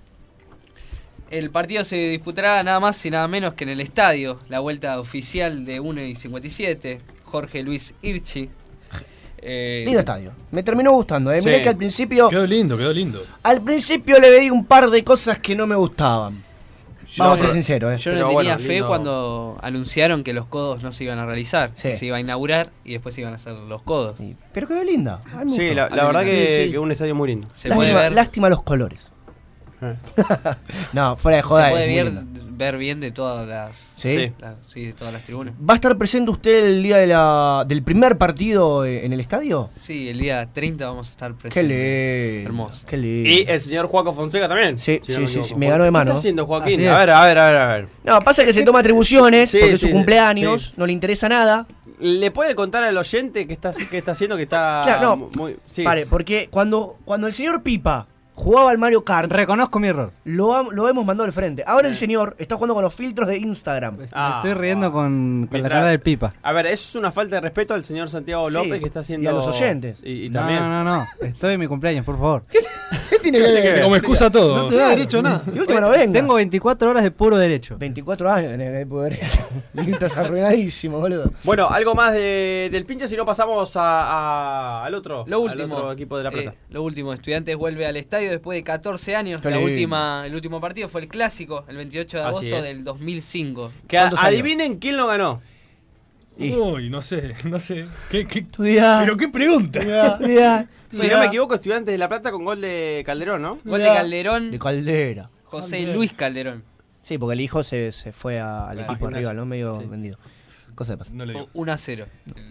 El partido se disputará nada más y nada menos que en el estadio, la vuelta oficial de uno y cincuenta y siete, Jorge Luis Irchi. Eh, Lindo estadio. Me terminó gustando, eh. Sí. Mirá que al principio. Quedó lindo, quedó lindo. Al principio le veía un par de cosas que no me gustaban. Yo- Vamos a ser sinceros, eh. Yo no tenía fe cuando anunciaron que los codos no se iban a realizar, Sí. que se iba a inaugurar y después se iban a hacer los codos. Pero quedó linda. A mí me Sí, gustó. la, la A mí verdad me- que, sí, sí. que es un estadio muy lindo. Se lástima, puede ver, lástima los colores. Eh. No, fuera de joda. se puede es muy ver, linda. ver bien de todas las, ¿Sí? la- sí, de todas las tribunas. ¿Va a estar presente usted el día de la, del primer partido eh, en el estadio? Sí, el día treinta vamos a estar Qué presentes. lindo. Hermoso. Qué lindo. Y el señor Juaco Fonseca también. Sí, si no sí, me sí, equivoco. sí, me ganó de ¿Qué mano. está haciendo Joaquín? Así A es. ver, a ver, a ver, a ver. No, pasa que se toma atribuciones Sí, porque es sí, su sí, cumpleaños, sí. no le interesa nada. ¿Le puede contar al oyente qué está, qué está haciendo? Que está Claro, no. muy. Sí. Vale, porque cuando, cuando el señor Pipa jugaba al Mario Kart, Reconozco mi error. lo, ham- lo hemos mandado al frente. Ahora el señor está jugando con los filtros de Instagram. Ah, Me estoy riendo con, con la Mientras- cara del Pipa. A ver, eso es una falta de respeto al señor Santiago Sí, López que está haciendo. y a los oyentes. Y, y No, también. no, no, no. Estoy en mi cumpleaños, por favor. ¿Qué tiene que ver? Como excusa todo. No te da derecho a nada. Y última no venga. Tengo veinticuatro horas de puro derecho. veinticuatro años en el poder. Estás arruinadísimo, boludo. Bueno, algo más de, del pinche si no pasamos a, a- al otro. Lo último, al otro equipo de La Plata. eh, lo último, Estudiantes vuelve al estadio después de catorce años. Qué La lindo. última, el último partido fue el clásico, el veintiocho de Así agosto es. del dos mil cinco. que ¿cuánto a- salió? adivinen quién lo ganó. Y- Uy, no sé, no sé. ¿Qué, qué, Estudiá. pero qué pregunta. Estudiá. Si no me equivoco, Estudiantes de La Plata con gol de Calderón, ¿no? Gol de Calderón, De Caldera. José Calderón. Luis Calderón. Sí, porque el hijo se, se fue a- al Claro. equipo Ah, arriba, ¿no? Medio sí. vendido. Cosa de pasa. No le digo. uno a cero.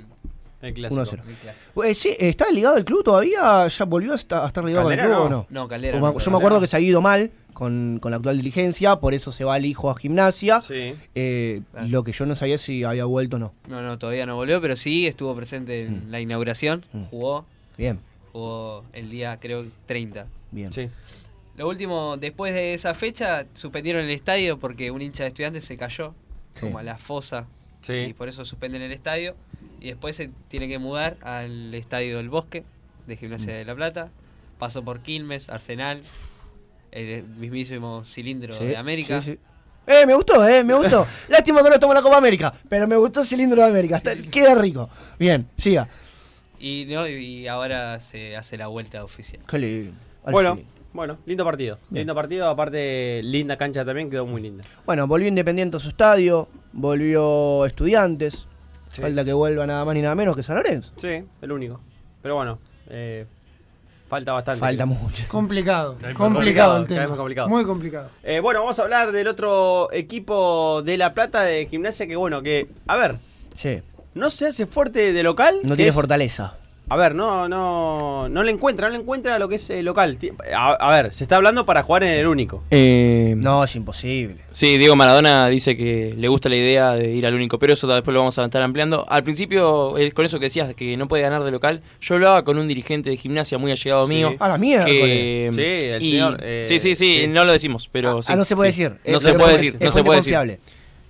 El clásico. uno a cero. El clásico. Pues, sí, ¿está ligado al club todavía? ¿Ya volvió a esta- a estar ligado al Caldera club o no. no? No, Caldera. O no, me- yo Caldera. me acuerdo que se ha ido mal con, con la actual diligencia, por eso se va el hijo a gimnasia. Sí. Eh, Claro. Lo que yo no sabía si había vuelto o no. No, no, todavía no volvió, pero sí estuvo presente en la inauguración. Mm. Jugó, Bien, jugó el día, creo, treinta. bien. Sí. Lo último, después de esa fecha, suspendieron el estadio porque un hincha de Estudiantes se cayó, Sí. como a la fosa, y Sí. por eso suspenden el estadio. Y después se tiene que mudar al estadio del Bosque, de Gimnasia de La Plata. Pasó por Quilmes, Arsenal, el mismísimo cilindro Sí, de América. sí, sí. Eh, me gustó, eh, me gustó. Lástima que no estamos en la Copa América, pero me gustó el cilindro de América. Está- queda rico. Bien, siga. Y, no, y ahora se hace la vuelta oficial. Qué lindo. Al Bueno, fin. bueno, lindo partido. Bien. Lindo partido, aparte linda cancha también, quedó muy linda. Bueno, volvió Independiente a su estadio, volvió Estudiantes. Sí. Falta que vuelva nada más ni nada menos que San Lorenzo. Sí, el único. Pero bueno, eh, falta bastante. Falta mucho. Complicado. Cada vez más Complicado el complicado, cada vez tema. más complicado. Muy complicado. Eh, bueno, vamos a hablar del otro equipo de La Plata de gimnasia que bueno, que, a ver, Sí, no se hace fuerte de local. no que tiene es- fortaleza. A ver, no, no, no le encuentra, no le encuentra lo que es eh, local. Ti- A, a ver, se está hablando para jugar en el único. Eh, No, es imposible. Sí, Diego Maradona dice que le gusta la idea de ir al único, pero eso después lo vamos a estar ampliando. Al principio, eh, con eso que decías, que no puede ganar de local, yo hablaba con un dirigente de gimnasia muy allegado Sí. mío. A la mierda. Que, Sí, el y- señor, eh, sí, sí, sí, sí. no lo decimos, pero sí. ah, no se puede sí. decir. No Es- se es puede fuente- decir, es no se fuente puede decir. confiable.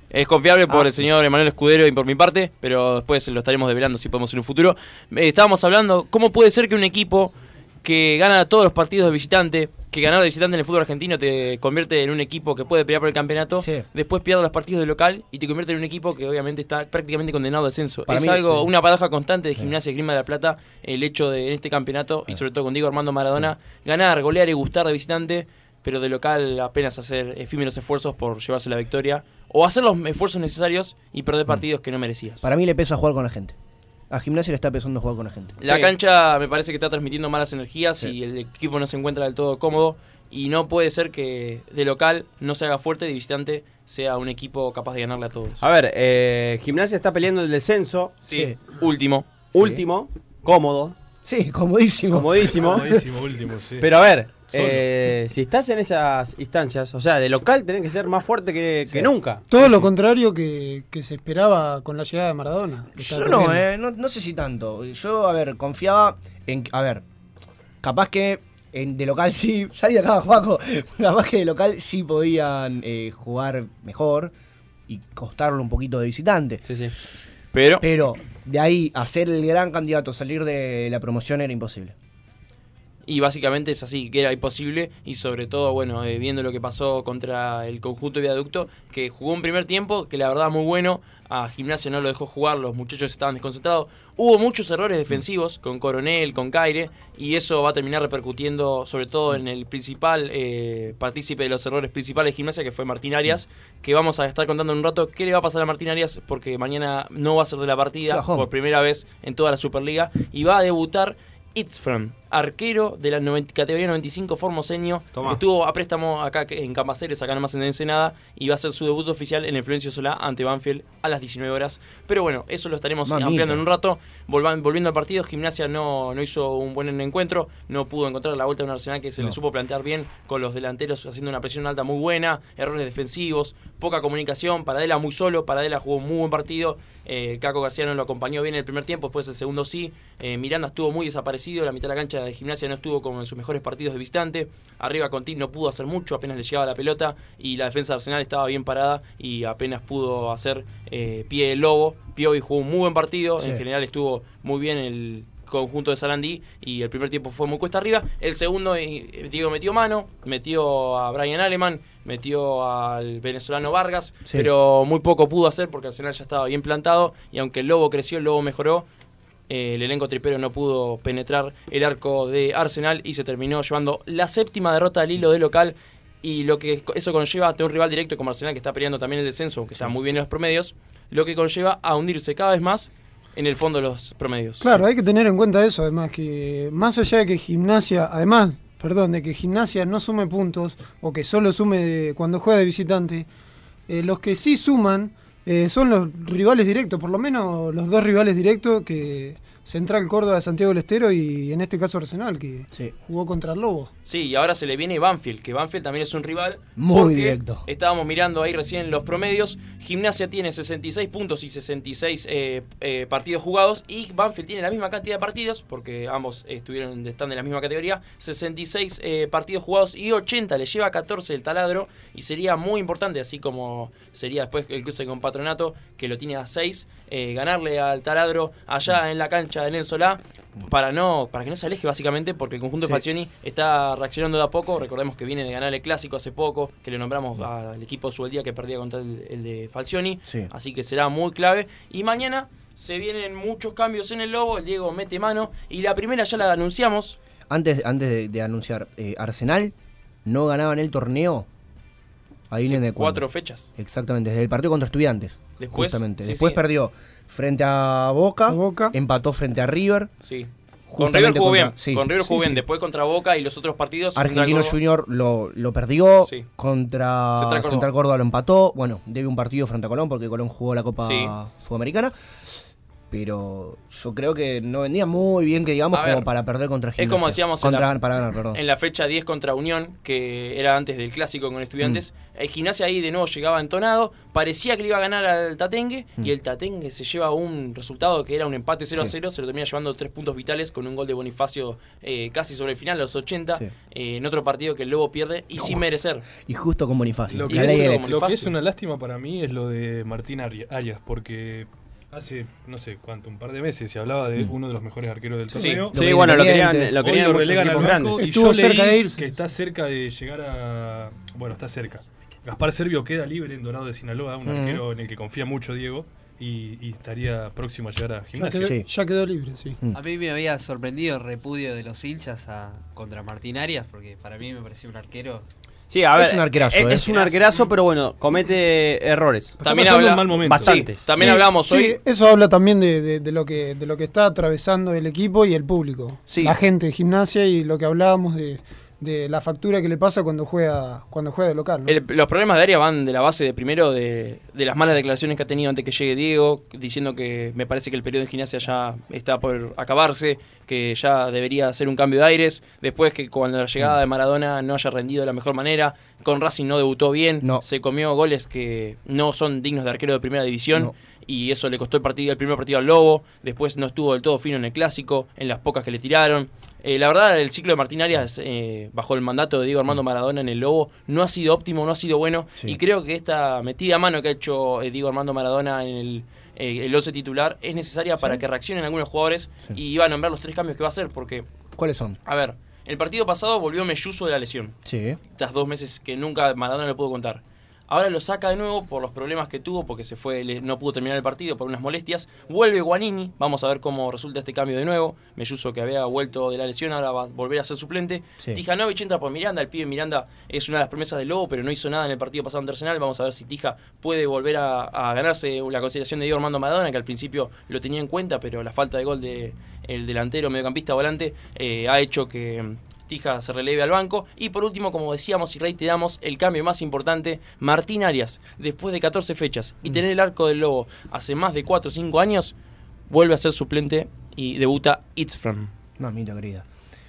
Es confiable por Ah. el señor Emanuel Escudero y por mi parte, pero después lo estaremos develando si podemos en un futuro. Eh, estábamos hablando, ¿cómo puede ser que un equipo que gana todos los partidos de visitante, que ganar de visitante en el fútbol argentino te convierte en un equipo que puede pelear por el campeonato, Sí. después pierda los partidos de local y te convierte en un equipo que obviamente está prácticamente condenado al descenso? Para es mí, algo, sí. una paradoja constante de Gimnasia y Grima de la Plata, el hecho de en este campeonato, y sobre todo con Diego Armando Maradona, ganar, golear y gustar de visitante, pero de local apenas hacer efímeros esfuerzos por llevarse la victoria, o hacer los esfuerzos necesarios y perder partidos que no merecías. Para mí le pesa jugar con la gente. A Gimnasia le está pesando jugar con la gente. La Sí. cancha me parece que está transmitiendo malas energías y el equipo no se encuentra del todo cómodo, y no puede ser que de local no se haga fuerte, de visitante sea un equipo capaz de ganarle a todos. A ver, eh, Gimnasia está peleando el descenso. Sí, último. Último, cómodo. Sí, comodísimo. Comodísimo. Comodísimo, último, sí. Pero a ver, Solo. eh, si estás en esas instancias, o sea, de local tenés que ser más fuerte que, que nunca. Todo lo contrario que, que se esperaba con la llegada de Maradona. que Yo está no, corriendo. eh, no, no sé si tanto. Yo, a ver, confiaba en... A ver, capaz que en, de local sí... Salí de acá, Juaco. Capaz que de local sí podían eh, jugar mejor y costarlo un poquito de visitante. Sí, sí. Pero... Pero de ahí a ser el gran candidato, salir de la promoción era imposible. Y básicamente es así, que era imposible, y sobre todo, bueno, eh, viendo lo que pasó contra el conjunto de Viaducto, que jugó un primer tiempo, que la verdad muy bueno, a Gimnasia no lo dejó jugar, los muchachos estaban desconcentrados, hubo muchos errores defensivos con Coronel, con Caire, y eso va a terminar repercutiendo sobre todo en el principal eh, partícipe de los errores principales de Gimnasia, que fue Martín Arias, que vamos a estar contando en un rato qué le va a pasar a Martín Arias, porque mañana no va a ser de la partida, Cajón. por primera vez en toda la Superliga, y va a debutar Itzfran, arquero de la noventa, categoría noventa y cinco formoseño, Tomá. que estuvo a préstamo acá en Cambaceres, acá nomás en Ensenada, y va a hacer su debut oficial en el Florencio Solá ante Banfield a las diecinueve horas. Pero bueno, eso lo estaremos Mamita. ampliando en un rato. Volvan- volviendo al partido, Gimnasia no, no hizo un buen encuentro, no pudo encontrar la vuelta de un Arsenal que se No. le supo plantear bien, con los delanteros haciendo una presión alta muy buena, errores defensivos, poca comunicación, Paradela muy solo, Paradela jugó un muy buen partido, eh, Caco García no lo acompañó bien en el primer tiempo, después el segundo sí, eh, Miranda estuvo muy desaparecido, la mitad de la cancha de Gimnasia no estuvo como en sus mejores partidos de visitante, arriba Contín no pudo hacer mucho, apenas le llegaba la pelota, y la defensa de Arsenal estaba bien parada y apenas pudo hacer eh, pie de lobo. Piovi jugó un muy buen partido, Sí. en general estuvo muy bien el conjunto de Sarandí, y el primer tiempo fue muy cuesta arriba, el segundo eh, Diego metió mano, metió a Brian Aleman, metió al venezolano Vargas, Sí. pero muy poco pudo hacer porque Arsenal ya estaba bien plantado, y aunque el Lobo creció, el Lobo mejoró, eh, el elenco tripero no pudo penetrar el arco de Arsenal y se terminó llevando la séptima derrota del hilo de local, y lo que eso conlleva a tener un rival directo como Arsenal, que está peleando también el descenso, que está muy bien en los promedios, lo que conlleva a hundirse cada vez más en el fondo de los promedios. Claro, hay que tener en cuenta eso, además, que más allá de que Gimnasia, además, perdón, de que Gimnasia no sume puntos, o que solo sume de- cuando juega de visitante, eh, los que sí suman eh, son los rivales directos, por lo menos los dos rivales directos, que Central Córdoba de Santiago del Estero y en este caso Arsenal, que Sí. jugó contra el Lobo. Sí, y ahora se le viene Banfield, que Banfield también es un rival. Muy porque directo. Estábamos mirando ahí recién los promedios. Gimnasia tiene sesenta y seis puntos y sesenta y seis eh, eh, partidos jugados. Y Banfield tiene la misma cantidad de partidos, porque ambos estuvieron están de la misma categoría. sesenta y seis eh, partidos jugados y ochenta. Le lleva catorce el taladro. Y sería muy importante, así como sería después el cruce con Patronato, que lo tiene a seis, eh, ganarle al taladro allá en la cancha de Nensolá, para no para que no se aleje básicamente, porque el conjunto Sí. de Falcioni está reaccionando de a poco. Recordemos que viene de ganar el clásico hace poco, que le nombramos al equipo Subeldía que perdía contra el, el de Falcioni, Sí. así que será muy clave. Y mañana se vienen muchos cambios en el Lobo, el Diego mete mano, y la primera ya la anunciamos. Antes, antes de, de anunciar, eh, Arsenal no ganaba en el torneo. Ahí hace viene de cuándo. cuatro fechas. Exactamente, desde el partido contra Estudiantes. Después, justamente. sí, Después sí. perdió frente a Boca, Boca. empató frente a River. Sí. Con River justamente jugó contra- bien, sí. con River jugó Sí, bien, sí. después contra Boca y los otros partidos. Argentino Central Junior lo, lo perdió, Sí. contra Central Central Córdoba. Córdoba. lo empató. Bueno, debe un partido frente a Colón porque Colón jugó la Copa Sí. Sudamericana. pero yo creo que no vendía muy bien, que digamos, A como ver, para perder contra Gimnasia. Es como decíamos contra, en, la, para ganar, perdón. en la fecha diez contra Unión, que era antes del clásico con Estudiantes. Mm. El Gimnasia ahí de nuevo llegaba entonado, parecía que le iba a ganar al Tatengue, mm. y el Tatengue se lleva un resultado que era un empate cero a cero, sí. Se lo termina llevando tres puntos vitales con un gol de Bonifacio eh, casi sobre el final, a los ochenta, sí. eh, en otro partido que el Lobo pierde y no. sin merecer. Y justo con Bonifacio. Lo que, es, lo que es una lástima para mí es lo de Martín Arias, porque hace, no sé cuánto, un par de meses se hablaba de mm. uno de los mejores arqueros del torneo. Sí, sí bueno, lo querían, lo querían lo relegan al banco y Estuvo yo cerca leí de irse. que está cerca de llegar a... Bueno, está cerca. Gaspar Servio queda libre en Dorado de Sinaloa, un mm. arquero en el que confía mucho Diego, y, y estaría próximo a llegar a Gimnasia. Ya quedó, sí. ya quedó libre, sí. Mm. A mí me había sorprendido el repudio de los hinchas a, contra Martín Arias, porque para mí me parecía un arquero... Sí, a ver, es un arquerazo, es, ¿eh? es un arquerazo, pero bueno, comete errores. También habla mal momento. Bastantes. Sí, también sí, hablamos hoy. Sí, eso habla también de, de, de lo que de lo que está atravesando el equipo y el público. Sí. La gente de Gimnasia y lo que hablábamos de, de la factura que le pasa cuando juega cuando juega de local, ¿no? El, los problemas de Arias van de la base de primero de, de las malas declaraciones que ha tenido antes que llegue Diego, diciendo que me parece que el periodo en Gimnasia ya está por acabarse, que ya debería hacer un cambio de aires, después que cuando la llegada de Maradona no haya rendido de la mejor manera, con Racing no debutó bien, no. se comió goles que no son dignos de arquero de primera división, no. y eso le costó el partido el primer partido al Lobo, después no estuvo del todo fino en el Clásico, en las pocas que le tiraron. Eh, la verdad, el ciclo de Martín Arias, eh, bajo el mandato de Diego Armando Maradona en el Lobo, no ha sido óptimo, no ha sido bueno, sí. y creo que esta metida a mano que ha hecho eh, Diego Armando Maradona en el eh, el once titular es necesaria para sí. que reaccionen algunos jugadores, sí. y iba a nombrar los tres cambios que va a hacer, porque... ¿Cuáles son? A ver, el partido pasado volvió Melluso de la lesión. Sí. Estas dos meses que nunca Maradona le pudo contar. Ahora lo saca de nuevo por los problemas que tuvo, porque se fue, no pudo terminar el partido por unas molestias. Vuelve Guanini, vamos a ver cómo resulta este cambio de nuevo. Melluso, que había vuelto de la lesión, ahora va a volver a ser suplente. Sí. Tijanovic entra por Miranda, el pibe Miranda es una de las promesas del Lobo, pero no hizo nada en el partido pasado en Arsenal. Vamos a ver si Tija puede volver a, a ganarse la consideración de Diego Armando Maradona, que al principio lo tenía en cuenta, pero la falta de gol del de delantero, mediocampista, volante, eh, ha hecho que... Tija se releve al banco. Y por último, como decíamos y reiteramos, el cambio más importante, Martín Arias, después de catorce fechas y tener el arco del Lobo hace más de cuatro o cinco años, vuelve a ser suplente y debuta Itzfran. Mamita querida.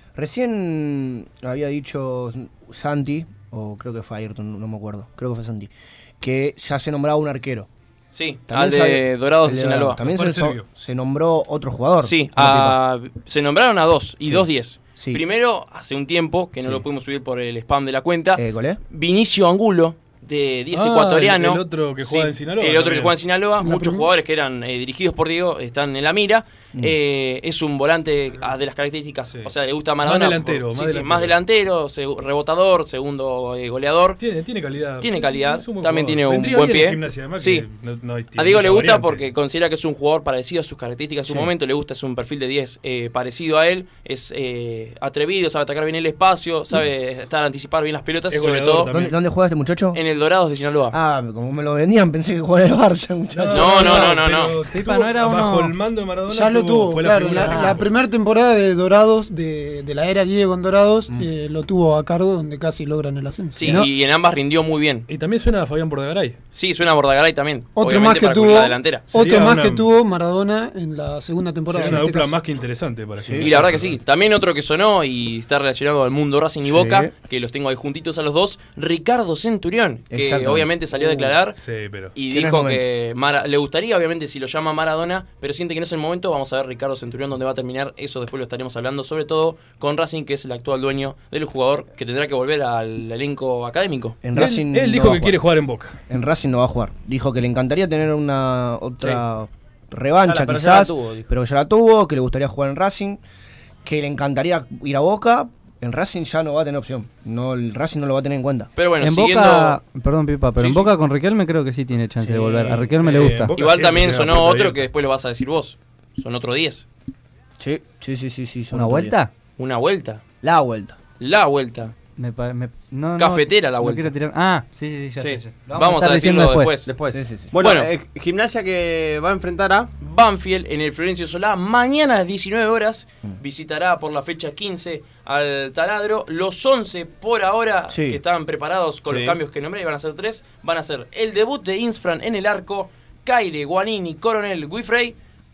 Recién había dicho Santi, o creo que fue Ayrton, no me acuerdo, creo que fue Santi, que ya se nombraba un arquero. Sí, al de Dorados de Sinaloa. También se, so, se nombró otro jugador. Sí, a, se nombraron a dos y sí. dos diez. Sí. Primero, hace un tiempo, que no sí. lo pudimos subir por el spam de la cuenta, eh, ¿cuál es? Vinicio Angulo, de diez ah, ecuatoriano. El, el otro que juega sí, en Sinaloa. El otro también. que juega en Sinaloa. Muchos primera. jugadores que eran eh, dirigidos por Diego están en la mira. Mm. Eh, es un volante ah, de las características, sí. o sea, le gusta a Maradona. Más delantero. Por, más, sí, delantero. Sí, más delantero, se, rebotador, segundo eh, goleador. Tiene, tiene calidad. Tiene calidad, también jugador. tiene un Vendría buen pie. Gimnasia, además, sí. No, no hay, a Diego le gusta variante. porque considera que es un jugador parecido a sus características en su sí. momento. Le gusta, es un perfil de diez eh, parecido a él. Es eh, atrevido, sabe atacar bien el espacio, sabe mm. estar anticipar bien las pelotas. Es y sobre todo. ¿Dónde, ¿Dónde juega este muchacho? En el Dorados de Sinaloa. Ah, como me lo vendían, pensé que jugaba en el Barça, muchacho. No, no, no, no. no, no. Tipa, no era uno... Bajo el mando de Maradona. Ya lo tuvo, fue claro. La, la, la primera temporada de Dorados, de, de la era Diego en Dorados, mm. eh, lo tuvo a cargo, donde casi logran el ascenso. Sí, ¿no? Y en ambas rindió muy bien. Y también suena a Fabián Bordagaray. Sí, suena a Bordagaray también. Otro más que para tuvo. La delantera. Otro más una, que tuvo Maradona en la segunda temporada. Es una en este dupla caso. más que interesante para sí, Y la verdad que sí. También otro que sonó y está relacionado al mundo Racing y sí. Boca, que los tengo ahí juntitos a los dos, Ricardo Centurión, que obviamente salió a declarar uh, sí, pero y dijo que Mara, le gustaría, obviamente, si lo llama Maradona, pero siente que no es el momento. Vamos a ver Ricardo Centurión dónde va a terminar. Eso después lo estaremos hablando, sobre todo con Racing, que es el actual dueño del jugador, que tendrá que volver al elenco académico. En Racing él, él dijo no que quiere jugar en Boca. En Racing no va a jugar. Dijo que le encantaría tener una otra sí. revancha, la, quizás, ya tuvo, pero ya la tuvo, que le gustaría jugar en Racing, que le encantaría ir a Boca. En Racing ya no va a tener opción. No, el Racing no lo va a tener en cuenta. Pero bueno, en siguiendo... Boca, perdón Pipa, pero sí, en sí. Boca con Riquelme creo que sí tiene chance sí, de volver. A Riquelme sí, le gusta. Igual también sonó otro abierta. Que después lo vas a decir vos. Son otro diez. Sí, sí, sí, sí, sí. ¿Una vuelta? diez. Una vuelta. La vuelta. La vuelta. Me, me, no, Cafetera no, la vuelta. No tirar. Ah, sí, sí, sí, ya sí. sé. Ya. Vamos, Vamos a, a decirlo después. después. después. Sí, sí, sí. Bueno, bueno eh, Gimnasia que va a enfrentar a Banfield en el Florencio Solá. Mañana a las diecinueve horas mm. visitará por la fecha quince al Taladro. Los once por ahora sí. que estaban preparados con sí. los cambios que nombré, van a ser tres. Van a ser el debut de Itzfran en el arco, Caire, Guanini, Coronel, Guifrey.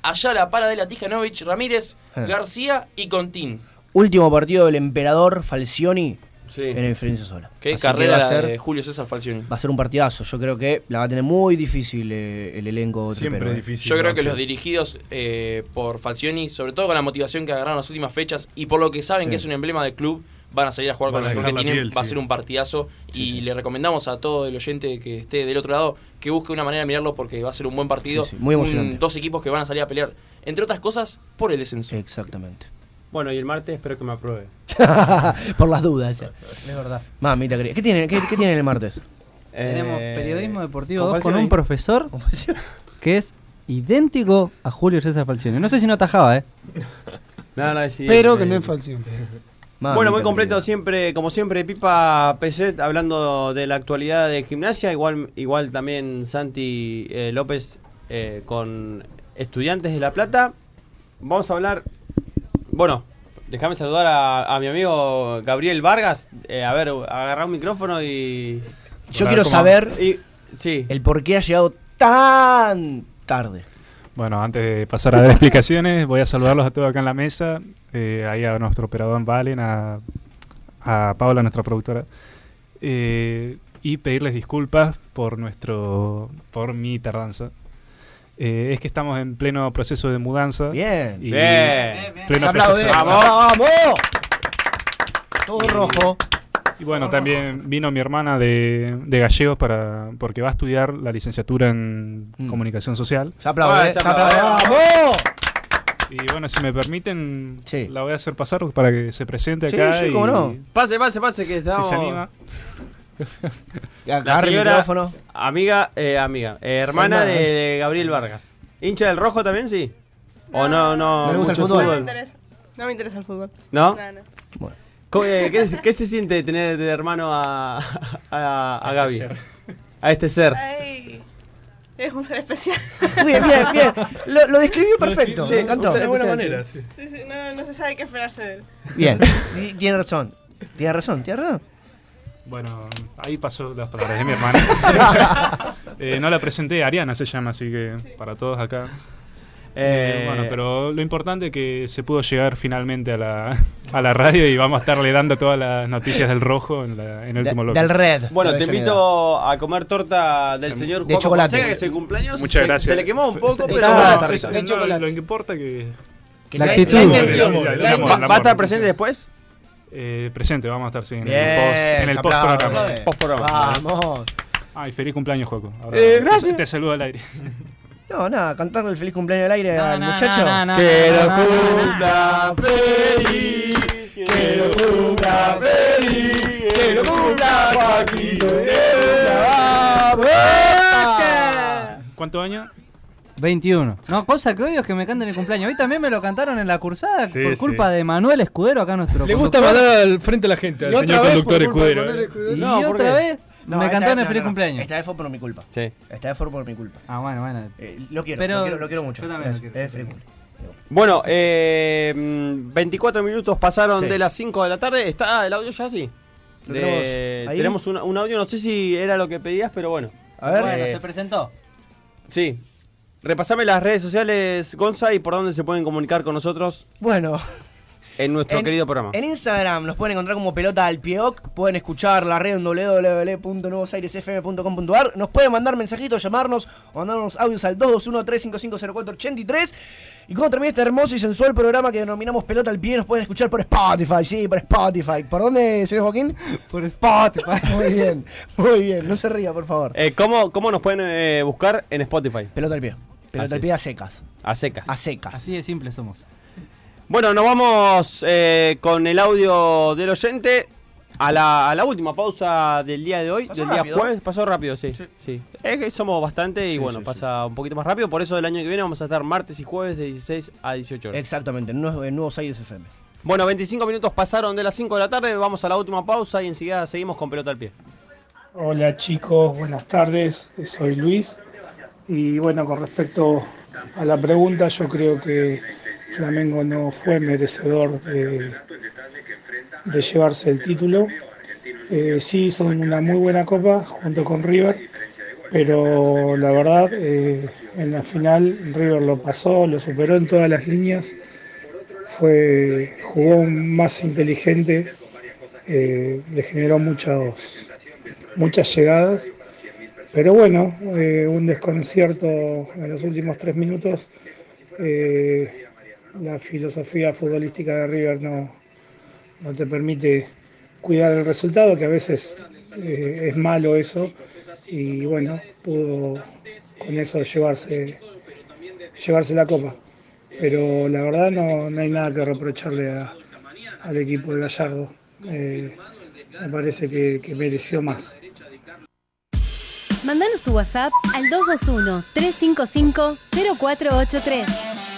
Ayala, Paradela, Tijanovic, Ramírez, Eh. García y Contín. Último partido del emperador Falcioni Sí. en el Diferencia Sola. Qué Así carrera que va la a ser- de Julio César Falcioni. Va a ser un partidazo. Yo creo que la va a tener muy difícil eh, el elenco Siempre tripero, es eh. difícil. Yo creo que Sí. los dirigidos eh, por Falcioni, sobre todo con la motivación que agarraron las últimas fechas y por lo que saben Sí. que es un emblema del club, van a salir a jugar Van con a lo mejor que dejar la tienen. piel, Va a sí. ser un partidazo y le recomendamos a todo el oyente que esté del otro lado que busque una manera de mirarlo porque va a ser un buen partido. Sí, sí, muy emocionante. Un- dos equipos que van a salir a pelear, entre otras cosas, por el descenso. Exactamente. Bueno, y el martes espero que me apruebe. Por las dudas. Es verdad. Mamita querida. ¿Qué tienen, qué, qué tienen el martes? Tenemos Eh, periodismo deportivo con dos con Falcioni. un profesor que es idéntico a Julio César Falcioni. No sé si no atajaba, ¿eh? No, no, sí, Pero eh, que no es Falcioni. Bueno, muy completo siempre, como siempre, Pipa Peset hablando de la actualidad de Gimnasia, igual igual también Santi eh, López eh, con Estudiantes de La Plata. Vamos a hablar, bueno, déjame saludar a, a mi amigo Gabriel Vargas, eh, a ver, agarrar un micrófono y... Yo quiero saber y, sí. el por qué ha llegado tan tarde. Bueno, antes de pasar a dar explicaciones, voy a saludarlos a todos acá en la mesa, eh, ahí a nuestro operador Valen, a, a Paula, nuestra productora, eh, y pedirles disculpas por nuestro, por mi tardanza. Eh, es que estamos en pleno proceso de mudanza. Bien, y bien. pleno Aplaude, proceso- vamos, vamos. Todo rojo. Y bueno, también vino mi hermana de, de Gallegos para porque va a estudiar la licenciatura en Mm. comunicación social. Se aplaude, Ah, eh, se se aplaude. aplaude. ¡Vamos! Y bueno, si me permiten, Sí. la voy a hacer pasar para que se presente Sí, acá. sí, y cómo no. Pase, pase, pase, que Si estamos... se anima. La Agarre el señora, micrófono. amiga, eh, amiga, eh, hermana Señora. de Gabriel Vargas. ¿Hincha del rojo también, sí? ¿O no, no, ¿No le gusta el mucho fútbol? No me interesa. No me interesa el fútbol. ¿No? No, no. Bueno. ¿Cómo, eh, ¿qué, qué se siente tener de hermano a, a, a Gaby? A este ser. Ay, es un ser especial. Bien, bien, bien. Lo, lo describió perfecto. Sí, me encantó. un ser De buena especial, manera, sí. sí. Sí, sí, no, no se sabe qué esperarse de él. Bien. Y tiene razón. Tiene razón, tiene razón. Bueno, ahí pasó las palabras de mi hermana. Eh, no la presenté, Ariana se llama, así que para todos acá. Eh, Eh, bueno, pero lo importante es que se pudo llegar finalmente a la, a la radio y vamos a estarle dando todas las noticias del rojo en, la, en el De- último bloque. del red. Bueno, de te Avellaneda. invito a comer torta del señor de Juaco chocolate. Fonseca, que es el cumpleaños. Muchas Se- gracias. Se le quemó un poco, Fe- pero No, bueno, está eso rico. no, lo que importa que... Que La la, actitud. la El intención. amor, el La amor, ¿Va, el va a amor, estar presente después? Eh, presente, vamos a estar sí, en Bien, el post, en el se post aplaude. programa. Post programa. Vamos. Ay, feliz cumpleaños, Joco. Ahora Eh, te- gracias. Te saludo al aire. No, nada, cantando el feliz cumpleaños al aire No, al no, muchacho. no, no, no, Que no, lo no, no, no. cumpla feliz, que lo cumpla feliz, que lo cumpla Joaquito. ¿Cuántos años? veintiuno. No, cosa que odio es que me canten el cumpleaños. Hoy también me lo cantaron en la cursada Sí, por sí. culpa de Manuel Escudero, acá nuestro Le gusta conductor. mandar al frente a la gente, al Y otra señor vez conductor por culpa de escudero. Manuel ¿eh? Escudero. Y No, ¿por otra qué? vez No, me esta cantaron vez- el no, feliz no, no. cumpleaños. Esta vez fue por mi culpa. Sí. Esta vez fue por mi culpa. Ah, bueno, bueno. Eh, lo quiero, Pero- lo quiero, lo quiero mucho. Yo también lo Gracias. quiero. Es feliz cumple. Bueno, eh, mm, veinticuatro minutos pasaron Sí. de las cinco de la tarde. ¿Está el audio ya así? ¿Lo De- tenemos ahí? tenemos un, un audio, no sé si era lo que pedías, pero bueno. A ver. Bueno, Eh, se presentó. Sí. Repasame las redes sociales, Gonza, y por dónde se pueden comunicar con nosotros Bueno, en nuestro En- querido programa. en Instagram nos pueden encontrar como Pelota al Pieoc. Pueden escuchar la red en doble u doble u doble u punto nuevos aires f m punto com punto a r. Nos pueden mandar mensajitos, llamarnos o mandarnos audios al dos dos uno, tres cinco cinco, cero cuatro ocho tres. Y cuando termine este hermoso y sensual programa que denominamos Pelota al Pie, nos pueden escuchar por Spotify, sí, por Spotify. ¿Por dónde, señor Joaquín? Por Spotify. Muy bien, muy bien. No se ría, por favor. Eh, ¿cómo, ¿Cómo nos pueden eh, buscar en Spotify? Pelota al Pie. Pelota Así al es. Pie a secas. A secas. A secas. Así de simple somos. Bueno, nos vamos eh, con el audio del oyente a la, a la última pausa del día de hoy, Pasó del día rápido. jueves. Pasó rápido, sí. sí. Es que somos bastante y Sí, bueno, sí, pasa un poquito más rápido. Por eso del año que viene vamos a estar martes y jueves de dieciséis a dieciocho horas. Exactamente, en Nuevos, en Nuevos Aires F M. Bueno, veinticinco minutos pasaron de las cinco de la tarde. Vamos a la última pausa y enseguida seguimos con Pelota al Pie. Hola chicos, buenas tardes, soy Luis y bueno, con respecto a la pregunta, yo creo que Flamengo no fue merecedor de, de llevarse el título. Eh, sí hizo una muy buena copa junto con River, pero la verdad eh, en la final River lo pasó, lo superó en todas las líneas, fue, jugó más inteligente, eh, le generó muchos, muchas llegadas, pero bueno, eh, un desconcierto en los últimos tres minutos. Eh, la filosofía futbolística de River no, no te permite cuidar el resultado, que a veces eh, es malo eso, y bueno, pudo con eso llevarse, llevarse la copa. Pero la verdad no, no hay nada que reprocharle a, al equipo de Gallardo. Eh, me parece que, que mereció más. Mándanos tu WhatsApp al dos dos uno, tres cinco cinco, cero cuatro ocho tres.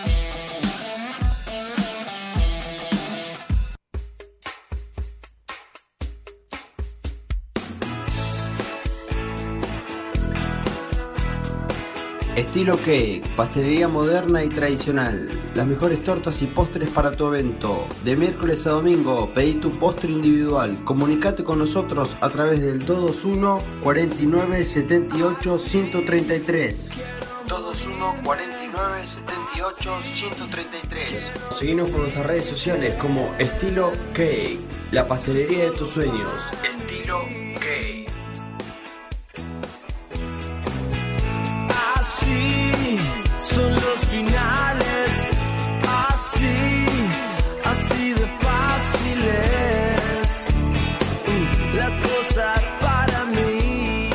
Estilo Cake, pastelería moderna y tradicional. Las mejores tortas y postres para tu evento. De miércoles a domingo, pedí tu postre individual. Comunicate con nosotros a través del dos dos uno, cuarenta y nueve, setenta y ocho, ciento treinta y tres. dos dos uno, cuarenta y nueve, setenta y ocho, ciento treinta y tres. Seguinos por nuestras redes sociales como Estilo Cake, la pastelería de tus sueños. Estilo Cake. Así son los finales, así, así de fáciles, la cosa para mí.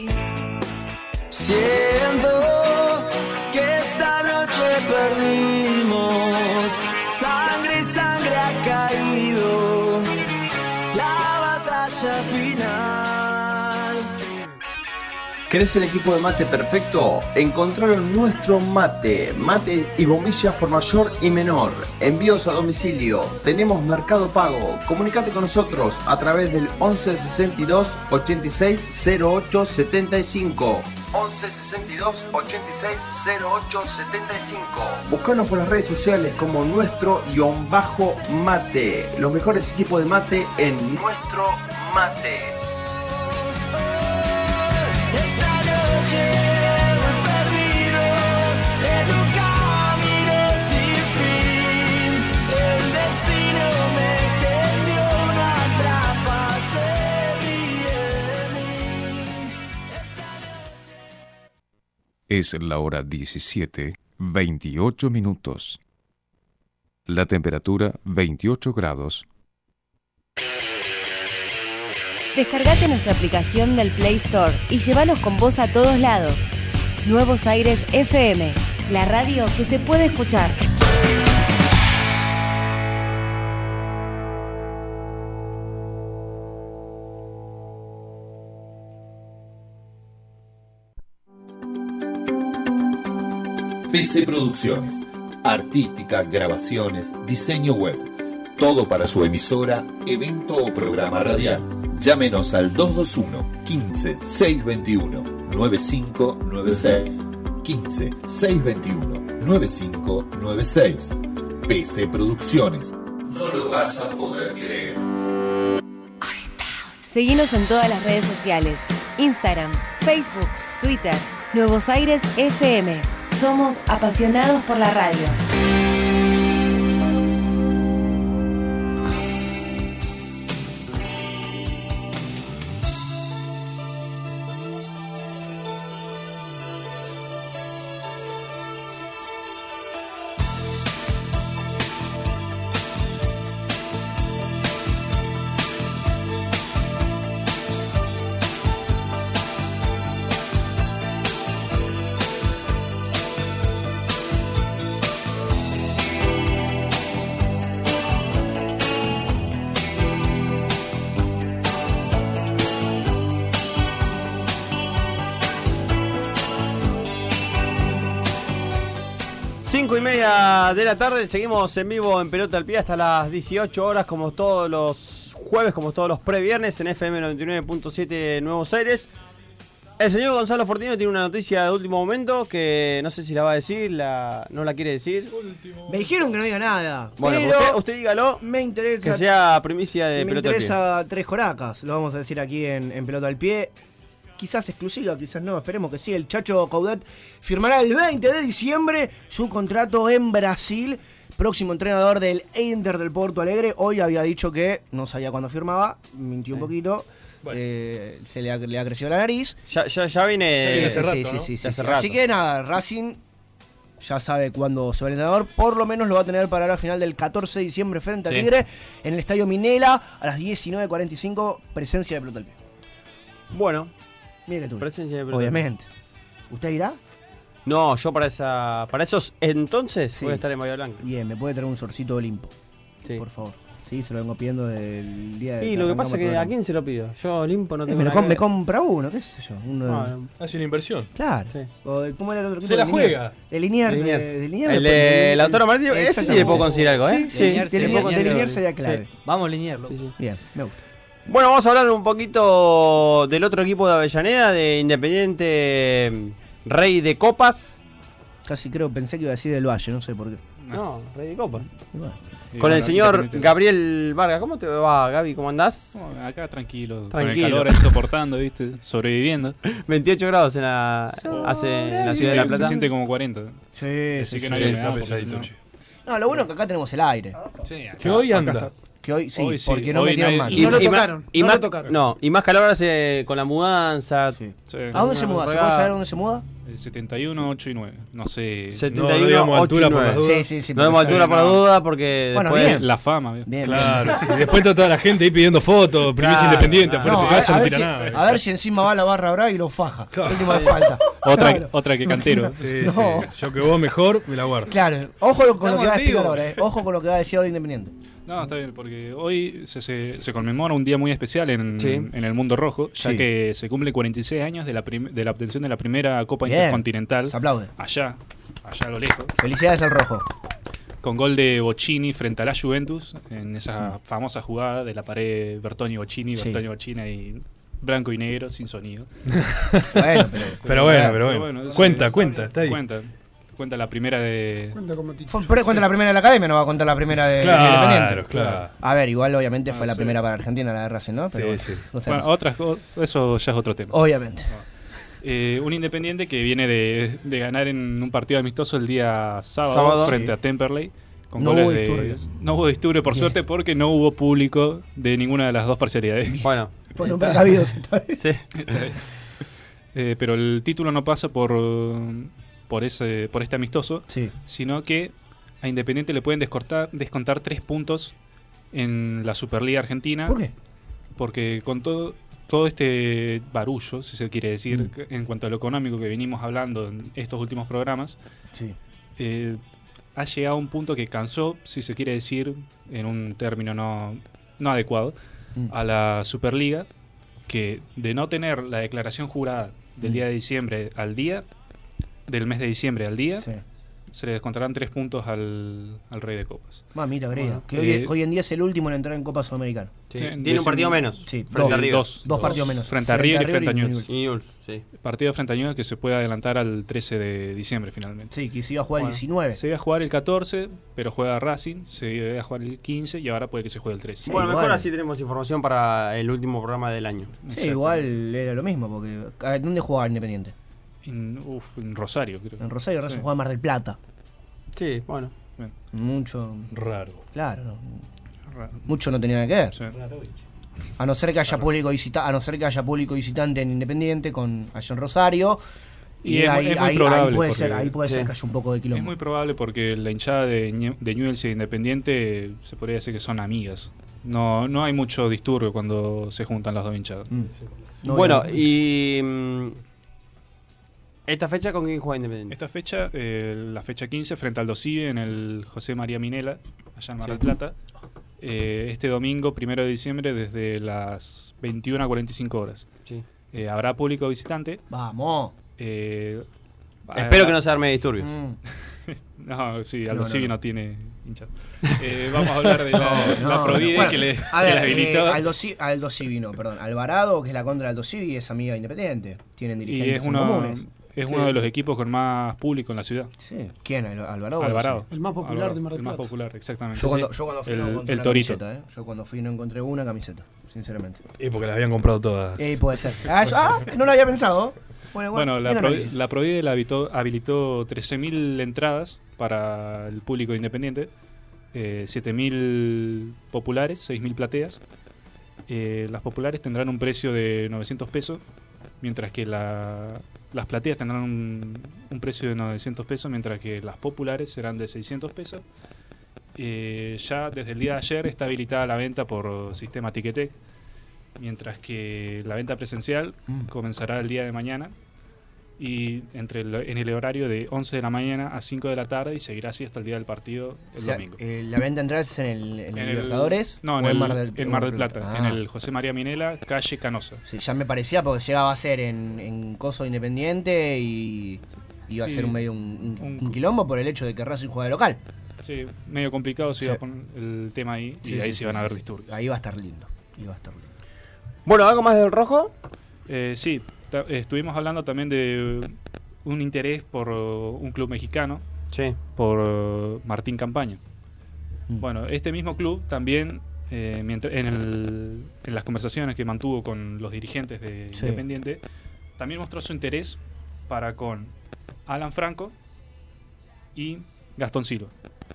Siento que esta noche perdimos, sangre y sangre ha caído, la batalla final. ¿Querés el equipo de mate perfecto? Encontralo en nuestro mate. Mate y bombillas por mayor y menor. Envíos a domicilio. Tenemos Mercado Pago. Comunicate con nosotros a través del once sesenta y dos, ochenta y seis, cero ocho setenta y cinco. once sesenta y dos, ochenta y seis, cero ocho setenta y cinco. Buscanos por las redes sociales como nuestro guión bajo mate. Los mejores equipos de mate en nuestro mate. Esta noche voy perdido en un camino sin fin. El destino me tendió una trampa, se ríe de mí. Es la hora diecisiete, veintiocho minutos. La temperatura veintiocho grados. Descargate nuestra aplicación del Play Store y llévanos con vos a todos lados. Nuevos Aires F M, la radio que se puede escuchar. P C Producciones, artística, grabaciones, diseño web, todo para su emisora, evento o programa radial. Llámenos al dos dos uno, quince, seiscientos veintiuno, noventa y cinco noventa y seis, quince, seiscientos veintiuno, noventa y cinco noventa y seis. P C Producciones, no lo vas a poder creer. Seguinos en todas las redes sociales: Instagram, Facebook, Twitter. Nuevos Aires F M. Somos apasionados por la radio. Cinco y media de la tarde, seguimos en vivo en Pelota al Pie hasta las dieciocho horas, como todos los jueves, como todos los previernes en F M noventa y nueve punto siete Nuevos Aires. El señor Gonzalo Fortino tiene una noticia de último momento que no sé si la va a decir, la, no la quiere decir. Me dijeron que no diga nada. Bueno, pero usted, usted dígalo. Me interesa. Que sea primicia de me Pelota al Pie. interesa tres joracas, lo vamos a decir aquí en, en Pelota al Pie. quizás exclusiva, quizás no, esperemos que sí. El Chacho Coudet firmará el veinte de diciembre su contrato en Brasil. Próximo entrenador del Inter del Porto Alegre. Hoy había dicho que no sabía cuándo firmaba, mintió sí. un poquito. Bueno. Eh, se le ha, le ha crecido la nariz. Ya, ya, ya viene sí, hace sí, rato, sí, ¿no? sí, sí, sí, hace sí. rato. Así que nada, Racing ya sabe cuándo se va el entrenador. Por lo menos lo va a tener para la final del catorce de diciembre frente a Sí. Tigre en el Estadio Minela a las diecinueve cuarenta y cinco. Presencia de Pelota al Pie. Bueno, mire que tú. Presencia de Pelota. Obviamente. ¿Usted irá? No, yo para esa para esos entonces sí. voy a estar en Bahía Blanca. Bien, me puede traer un shortcito Olimpo. Sí. Por favor. Sí, se lo vengo pidiendo del día de... Y lo que pasa es que ¿a quién se lo pido? Yo Olimpo no eh, tengo me, lo nada com que me ver. compra uno, qué sé yo. Uno No, de... no. Hace una inversión. Claro. Sí. O de- ¿Cómo era el otro equipo? Se la De Liniers. juega. De Liniers. De De, Liniers. de Liniers. El después de de- Lautaro Martínez, ese sí le Exactamente. puedo conseguir algo, ¿eh? Sí, Sí, Liniers, sí, le Liniers, puedo de conseguir Liniers algo. sería clave. Sí. Vamos, Liniers. Sí, sí. Bien, me gusta. Bueno, vamos a hablar un poquito del otro equipo de Avellaneda, de Independiente Rey de Copas. Casi creo, pensé que iba a decir del Valle, no sé por qué. No, Rey de Copas. Bueno. Y Con bueno, el señor Independiente. Gabriel Vargas. ¿Cómo te va, Gaby? ¿Cómo andás? Bueno, acá tranquilo, Tranquilo. con el calor ahí soportando, ¿viste? Sobreviviendo. veintiocho grados en la, hace en la ciudad de La Plata. Se siente como cuarenta. Sí, Así sí, que no sí. hay Está humedad, porque pesadito, si no- che. No, lo bueno es que acá tenemos el aire. Sí, acá- Que hoy acá anda. está. Que hoy sí, Hoy sí, porque no hoy metieron nadie- más. Y no lo ma- tocaron, y no más, lo tocaron. No, y más calor hace con la mudanza. Sí. Sí. ¿A dónde se muda? ¿Se puede saber dónde se muda? Eh, setenta y uno, ocho y nueve. No sé. setenta y No, no uno, digamos ocho y altura por las nueve. dudas. Sí, sí, sí. No demos porque- altura por la no. duda porque Bueno, después... bien. La fama, bien. Bien, Claro, sí. Después está toda la gente ahí pidiendo fotos, primicia Claro, independiente, claro. afuera No, de a, tu casa a no ver tira si, nada. a ver si encima va la barra brava y lo faja. Claro. Última vez falta. Otra, Claro. otra que cantero. Sí, No. sí. Yo que vos mejor, me la guardo. Claro, ojo con lo Estamos que va a en vivo. explicar ahora, eh. Ojo con lo que va a decir hoy Independiente. No, está bien, porque hoy se, se, se conmemora un día muy especial en, Sí. en el mundo rojo, ya Sí. que se cumple cuarenta y seis años de la, prim- de la obtención de la primera Copa Bien. Intercontinental. Se aplaude. Allá, allá a lo lejos. Felicidades al rojo. Con gol de Bocini frente a la Juventus, en esa famosa jugada de la pared Bertoni-Bocini, Sí. Bertoni-Bocini y blanco y negro, sin sonido. Bueno, pero. Pero bueno, pero bueno. eso Cuenta, es- cuenta, está ahí. Cuenta, cuenta la primera de... Cuenta como ti. Fue- pero cuenta la primera de la academia, no va a contar la primera de, de Claro, Independiente. claro. A ver, igual obviamente Ah, fue la sí. primera para Argentina, la de Racing, ¿no? Pero Sí, bueno, sí. no sabemos. Bueno, otras, co- eso ya es otro tema. Obviamente. Eh, un Independiente que viene de, de ganar en un partido amistoso el día sábado, Sábado. frente Sí. a Temperley. Con No goles hubo de- disturbios. No hubo disturbios, por Bien. suerte, porque no hubo público de ninguna de las dos parcialidades. Bueno, Fueron precavidos esta vez. sí. Eh, pero el título no pasa por, por, ese, por este amistoso, Sí. sino que a Independiente le pueden descortar, descontar tres puntos en la Superliga Argentina. ¿Por qué? Porque con todo, todo este barullo, si se quiere decir, Mm. que- en cuanto a lo económico que venimos hablando en estos últimos programas, Sí. eh, ha llegado a un punto que cansó, si se quiere decir, en un término no, no adecuado, Mm. a la Superliga, que de no tener la declaración jurada del Mm. día de diciembre al día, del mes de diciembre al día, Sí. se le descontarán tres puntos al, al Rey de Copas. Mamita querida. Bueno, que hoy, eh, hoy en día es el último en entrar en Copa Sudamericana. Sí. Sí, Tiene un decimos- partido menos. Sí, frente dos. a River. Dos, Dos partidos menos. Frente a River y frente a River Newell's. Y Newell's, sí. Partido frente a Newell's que se puede adelantar al trece de diciembre finalmente. Sí, que se iba a jugar Bueno, el diecinueve. Se iba a jugar el catorce, pero juega Racing, se iba a jugar el quince y ahora puede que se juegue el trece. Bueno, mejor igual. así tenemos información para el último programa del año. Sí, Exacto. igual era lo mismo, porque ¿a ¿dónde jugaba Independiente? En, uf, en Rosario, creo. En Rosario, Racing Sí. jugaba en Mar del Plata. Sí, bueno. Bien. Mucho. Raro. Claro, no. Ra- Mucho no tenía nada que ver. sí. A no ser que haya público visita, a no ser que haya público visitante en Independiente con allá en Rosario. Y, Y es- ahí, es muy ahí- probable, ahí puede porque- ser, ahí puede sí. ser que haya un poco de Es quilombo. muy probable porque la hinchada de, Ñe- de Newell's y de Independiente se podría decir que son amigas. No, no hay mucho disturbio cuando se juntan las dos hinchadas. Mm. No, bueno, no. y... mm, ¿esta fecha con quién juega Independiente? Esta fecha, eh, la fecha quince, frente al Dosive en el José María Minela, allá en Mar del Sí. Plata. Eh, este domingo, primero de diciembre, desde las veintiuna a cuarenta y cinco horas. Sí. Eh, habrá público visitante. Vamos. Eh, Espero ah, que no se arme disturbio. Mm. No, sí, Aldo No, no, Civi no, no. tiene hinchada. Eh, vamos a hablar de la, No, la no. Provide Bueno, que le, a que ver, la habilitó. eh, Aldo, Ci- Aldo Civi, no, perdón. Alvarado, que es la contra de Aldo Civi, es amiga de Independiente. Tienen y dirigentes es en uno, comunes. Es Sí. uno de los equipos con más público en la ciudad. Sí. ¿Quién? ¿Al- Alvarado? Alvarado. Sí. El más popular Alvarado, de Mar del El más Plata. popular, exactamente. Yo cuando, Sí. yo cuando fui el, no encontré el una Torito. camiseta, ¿eh? Yo cuando fui no encontré una camiseta, sinceramente. Y porque las habían comprado todas. Eh, puede ser. Ah, yo- ah, no lo había pensado. Bueno, bueno, Bueno, la, bien Provi- análisis. la Providel habilitó, habilitó trece mil entradas para el público independiente, eh, siete mil populares, seis mil plateas. Eh, las populares tendrán un precio de novecientos pesos, mientras que la- las plateas tendrán un, un precio de novecientos pesos, mientras que las populares serán de seiscientos pesos. Eh, ya desde el día de ayer está habilitada la venta por sistema Ticketek, mientras que la venta presencial Mm. comenzará el día de mañana y entre el- en el horario de once de la mañana a cinco de la tarde y seguirá así hasta el día del partido el O sea, domingo. eh, ¿la venta de entradas es en el, en el En el- Libertadores? No, o en, el- Mar del, en Mar del Plata, Ah. en el José María Minela, calle Canosa. Sí, ya me parecía porque llegaba a ser en, en Coso Independiente y iba Sí. a ser un medio un, un- Un- un quilombo por el hecho de que Racing juega de local. Sí, medio complicado se Sí. iba a poner el tema ahí y Sí, ahí sí, se sí, van a sí, ver sí. disturbios. Ahí va a estar lindo. Iba a estar lindo. Bueno, ¿algo más del rojo? Eh, sí, ta- estuvimos hablando también de un interés por uh, un club mexicano, Sí. por uh, Martín Campaña. Mm. Bueno, este mismo club también, eh, mientras, en, el- en las conversaciones que mantuvo con los dirigentes de Sí. Independiente, también mostró su interés para con Alan Franco y Gastón Silva.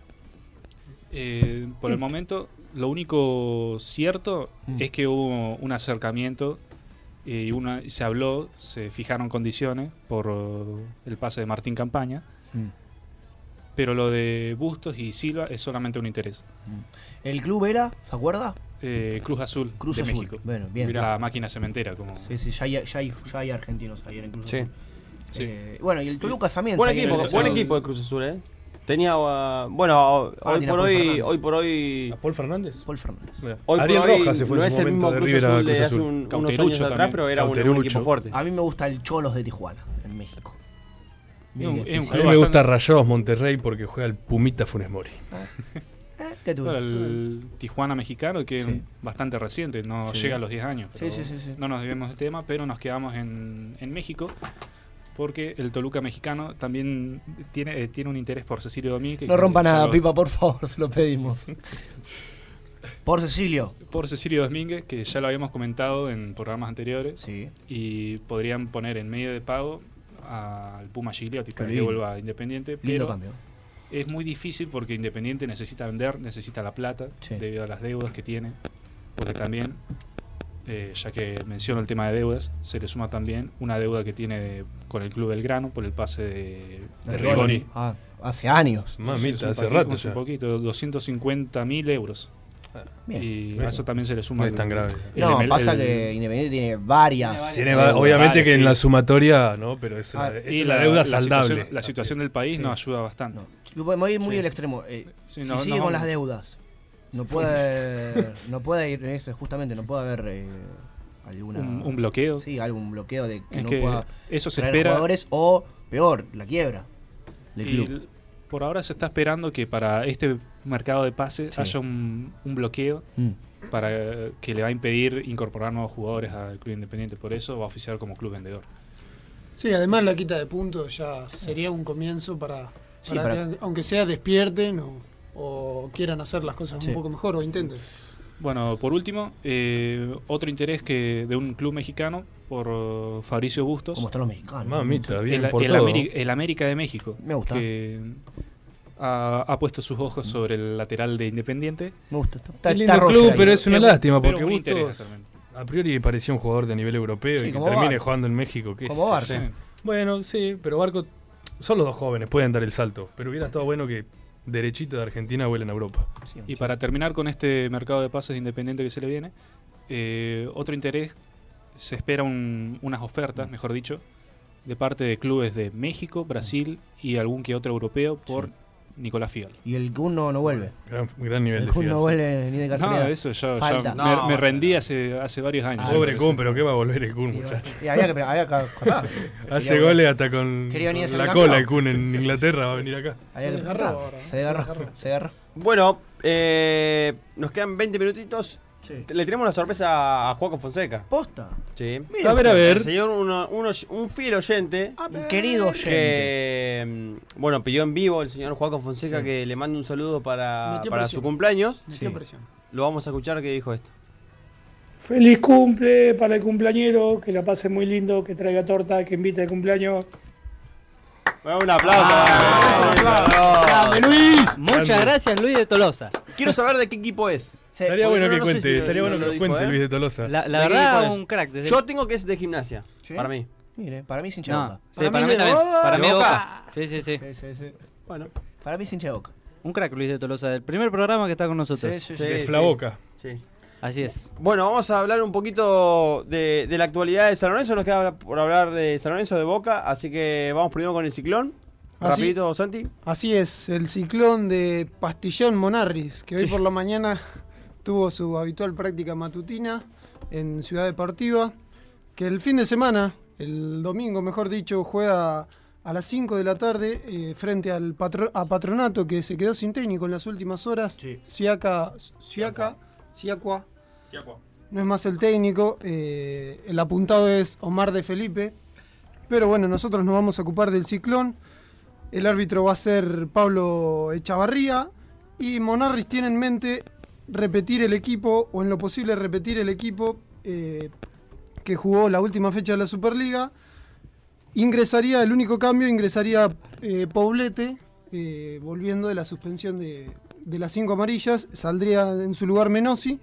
Eh, por el momento, lo único cierto Mm. es que hubo un acercamiento eh, y una, se habló, se fijaron condiciones por uh, el pase de Martín Campaña, Mm. pero lo de Bustos y Silva es solamente un interés. ¿El club era? ¿Se acuerda? Eh, Cruz Azul Cruz de Azul. México. Bueno, bien. La máquina cementera, como. Sí, sí, ya hay, ya hay, ya hay argentinos ahí en el Cruz Sí. Azul. Sí. Eh, bueno, y el Toluca también. Buen salió en equipo, el- buen equipo de Cruz Azul, ¿eh? Tenía, uh, bueno, Ah, hoy tiene a por Paul hoy, Fernández. hoy por hoy, ¿A Paul Fernández? Paul Fernández. Mira. hoy Ariel por hoy Rojas se fue no en es su el mismo momento de Cruz River a Azul de Cruz hace Azul. un- unos Cauterucho años atrás, también. pero era un, un Cauterucho. equipo fuerte. A mí me gusta el Cholos de Tijuana, en México. Es un- es un A club mí me gusta bastante- Rayados Monterrey porque juega el Pumita Funes Mori. Eh, ¿qué tú? Bueno, el Tijuana mexicano, que Sí. es bastante reciente, no Sí. llega a los diez años. Sí, pero sí, sí, sí. No nos debemos del tema, pero nos quedamos en, en México, porque el Toluca mexicano también tiene, eh, tiene un interés por Cecilio Domínguez. No que rompa ya nada, lo- Pipa, por favor, se lo pedimos. Por Cecilio. Por Cecilio Domínguez, que ya lo habíamos comentado en programas anteriores. Sí. Y podrían poner en medio de pago al Puma Gigliotti para que lindo. vuelva a Independiente. Lindo Pero cambio. es muy difícil porque Independiente necesita vender, necesita la plata Sí. debido a las deudas que tiene. Porque también, eh, ya que menciono el tema de deudas, se le suma también una deuda que tiene de- con el Club Belgrano por el pase de, de Rigoni. Ah, hace años. Mamita, un hace poquito- rato hace ya. poquito, doscientos cincuenta mil euros. Bien. Y Bueno, a eso también se le suma no es tan grave. el- No, el- pasa el- que Independiente tiene varias. Tiene, deudas. obviamente vale, que en sí. la sumatoria, ¿no? Pero es, Ah, una- es y una deuda saldable. Situación, la situación del país Sí. nos ayuda bastante. No, podemos ir muy Sí. al extremo. Eh, Sí, si no- sigue no con vamos. las deudas, no puede, no puede ir, eso, justamente, no puede haber eh, alguna. Un, un bloqueo. Sí, algún bloqueo de que Es no que pueda eso se traer espera. jugadores o, peor, la quiebra del Y club. l- por ahora se está esperando que para este mercado de pases Sí. haya un, un bloqueo Mm. para eh, que le va a impedir incorporar nuevos jugadores al club independiente. Por eso va a oficiar como club vendedor. Sí, además la quita de puntos ya sería un comienzo para, Sí, para para- que, aunque sea, despierten o, o quieran hacer las cosas Sí. un poco mejor o intenten. Bueno, por último, eh, otro interés que de un club mexicano por uh, Fabricio Bustos. ¿Cómo están los mexicanos? Mamita, bien el, por el todo. Ameri- el América de México. Me gusta. Que ha, ha puesto sus ojos sobre el lateral de Independiente. Me gusta. Está, Es lindo está club, Roger ahí. pero es una Pero- lástima pero porque un interés Bustos también. a priori parecía un jugador de nivel europeo Sí, y que como termine Barco. jugando en México. ¿Qué Como sé Barco. yo. Sí. Bueno, sí, pero Barco son los dos jóvenes, pueden dar el salto. Pero hubiera estado bueno que derechito de Argentina vuelen a Europa. Sí, Y sí. para terminar con este mercado de pases de Independiente que se le viene, eh, otro interés, se espera un- unas ofertas, mejor dicho, de parte de clubes de México, Brasil y algún que otro europeo por Sí. Nicolás Figal. Y el Kun no, no vuelve. Gran, gran nivel El de Kun Figal, no sí. vuelve ni de No, casualidad. eso yo, Falta. ya No, me, va me a rendí hace, hace varios años. Ah, Pobre Me Kun, parece. pero qué va a volver el Kun, Y- muchacho. y había que, había que acordar. Hace Quería- goles hasta con, Quería venir a con hacer la el cola campeón. el Kun en Inglaterra, va a venir acá. había Se que desgarró acordar. ahora, Se se desgarró. desgarró. Se desgarró. Bueno, eh, nos quedan veinte minutitos Sí. Le tenemos una sorpresa a Juaco Fonseca. ¿Posta? Sí. Mira, a ver, a ver. El señor, uno, uno- un fiel oyente. Un querido oyente. Que, mm, bueno, pidió en vivo el señor Juaco Fonseca Sí. que le mande un saludo para, Metió para presión. su cumpleaños. Metió Sí. presión. Lo vamos a escuchar que dijo esto. Feliz cumple para el cumpleañero, que la pase muy lindo, que traiga torta, que invite al cumpleaños. Un aplauso. Ah, ¡Grande, Luis! Muchas gracias, Luis de Tolosa. Quiero saber de qué equipo es. Estaría Porque bueno no- que no sé cuente, si lo- estaría si bueno lo que lo dijo, cuente ¿eh? Luis de Tolosa. La, la ¿De qué verdad, equipo es? un crack. Desde Yo tengo que es de gimnasia. ¿Sí? Para mí. Mire, para mí es hincha No, de Boca. sí, para, mí de también. Boca. Para mí ¿De de Boca? Boca. Sí, sí, sí. Sí, sí, sí. Bueno. Para mí es hincha de Boca. Un crack Luis de Tolosa, del primer programa que está con nosotros. Sí, sí, Sí, De sí. Flaboca. Sí. Así es. Bueno, vamos a hablar un poquito de, de la actualidad de San Lorenzo. Nos queda por hablar de San Lorenzo de Boca. Así que vamos primero con el ciclón. Así- Rapidito, Santi. Así es, el ciclón de Pastillón Monarris, que hoy Sí. por la mañana tuvo su habitual práctica matutina en Ciudad Deportiva, que el fin de semana, el domingo mejor dicho, juega a las cinco de la tarde eh, frente al patro- a Patronato, que se quedó sin técnico en las últimas horas. Siaka, Siaka, Siakua, no es más el técnico, eh, el apuntado es Omar de Felipe, pero bueno, nosotros nos vamos a ocupar del ciclón. El árbitro va a ser Pablo Echavarría y Monarris tiene en mente repetir el equipo, o en lo posible repetir el equipo eh, que jugó la última fecha de la Superliga. Ingresaría, el único cambio, ingresaría eh, Poblete, eh, volviendo de la suspensión de, de las cinco amarillas, saldría en su lugar Menossi,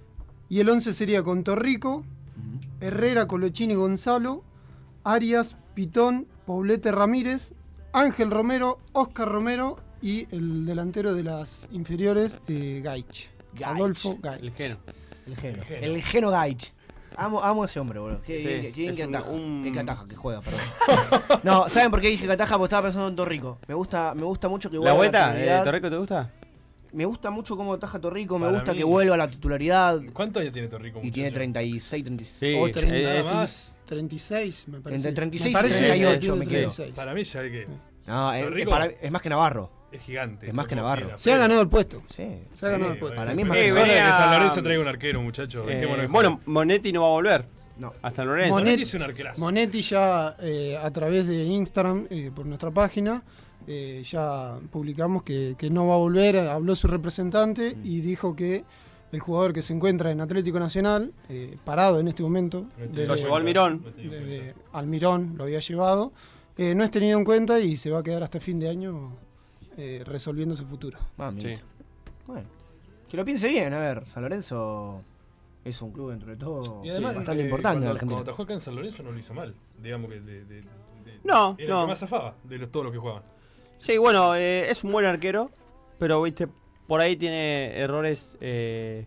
y el once sería con Torrico, Herrera, Colochini, Gonzalo, Arias, Pitón, Poblete, Ramírez, Ángel Romero, Oscar Romero y el delantero de las inferiores, eh, Gaich. Gaich. Adolfo Gaich. El Geno. El Geno. El Geno. El Geno Gaich. Amo, amo a ese hombre, boludo. Qué, Sí, qué- qué bien es que un- ataja. un- Qué que ataja, que juega, perdón. No, ¿saben por qué dije que ataja? Porque estaba pensando en Torrico. Me gusta, me gusta mucho que ¿La vuelva a vuelta? titularidad. ¿Eh, ¿Torrico te gusta? Me gusta mucho cómo ataja Torrico, me Para gusta mí- que vuelva a la titularidad. ¿Cuántos años tiene Torrico? Y tiene muchacho? treinta y seis, treinta y Sí, siete. treinta, es- nada es- más, treinta y seis, me parece. Entre treinta y seis Me y parece treinta y que ocho tiene me quedo. treinta y seis. Para mí ya hay que. No, es, Torrico- para- es más que Navarro. Es gigante. Es más que como Navarro. quiera, Se ha pero- ganado el puesto. Sí. Se ha ganado el Sí, puesto. Para mí es más Eh, que venía venía- que San Lorenzo traiga un arquero, muchacho. Eh, dejémonos de bueno, joder. Monetti no va a volver. No. A San Lorenzo. Monet- Monetti es un arquerazo. Monetti ya eh, a través de Instagram, eh, por nuestra página, eh, ya publicamos que, que no va a volver, habló su representante y dijo que el jugador que se encuentra en Atlético Nacional, eh, parado en este momento, No te desde- Lo llevó Almirón. No te digo desde cuenta. Almirón lo había llevado, eh, no es tenido en cuenta y se va a quedar hasta fin de año eh, resolviendo su futuro. Mamita. Sí. Bueno, que lo piense bien, a ver, San Lorenzo es un club dentro de todo Y además, bastante eh, importante en cuando, Argentina. cuando atajó acá en San Lorenzo no lo hizo mal. Digamos que de, de- de- No, era no. el que más zafaba de los, todos los que jugaban. Sí, bueno, eh, es un buen arquero, pero viste, por ahí tiene errores eh,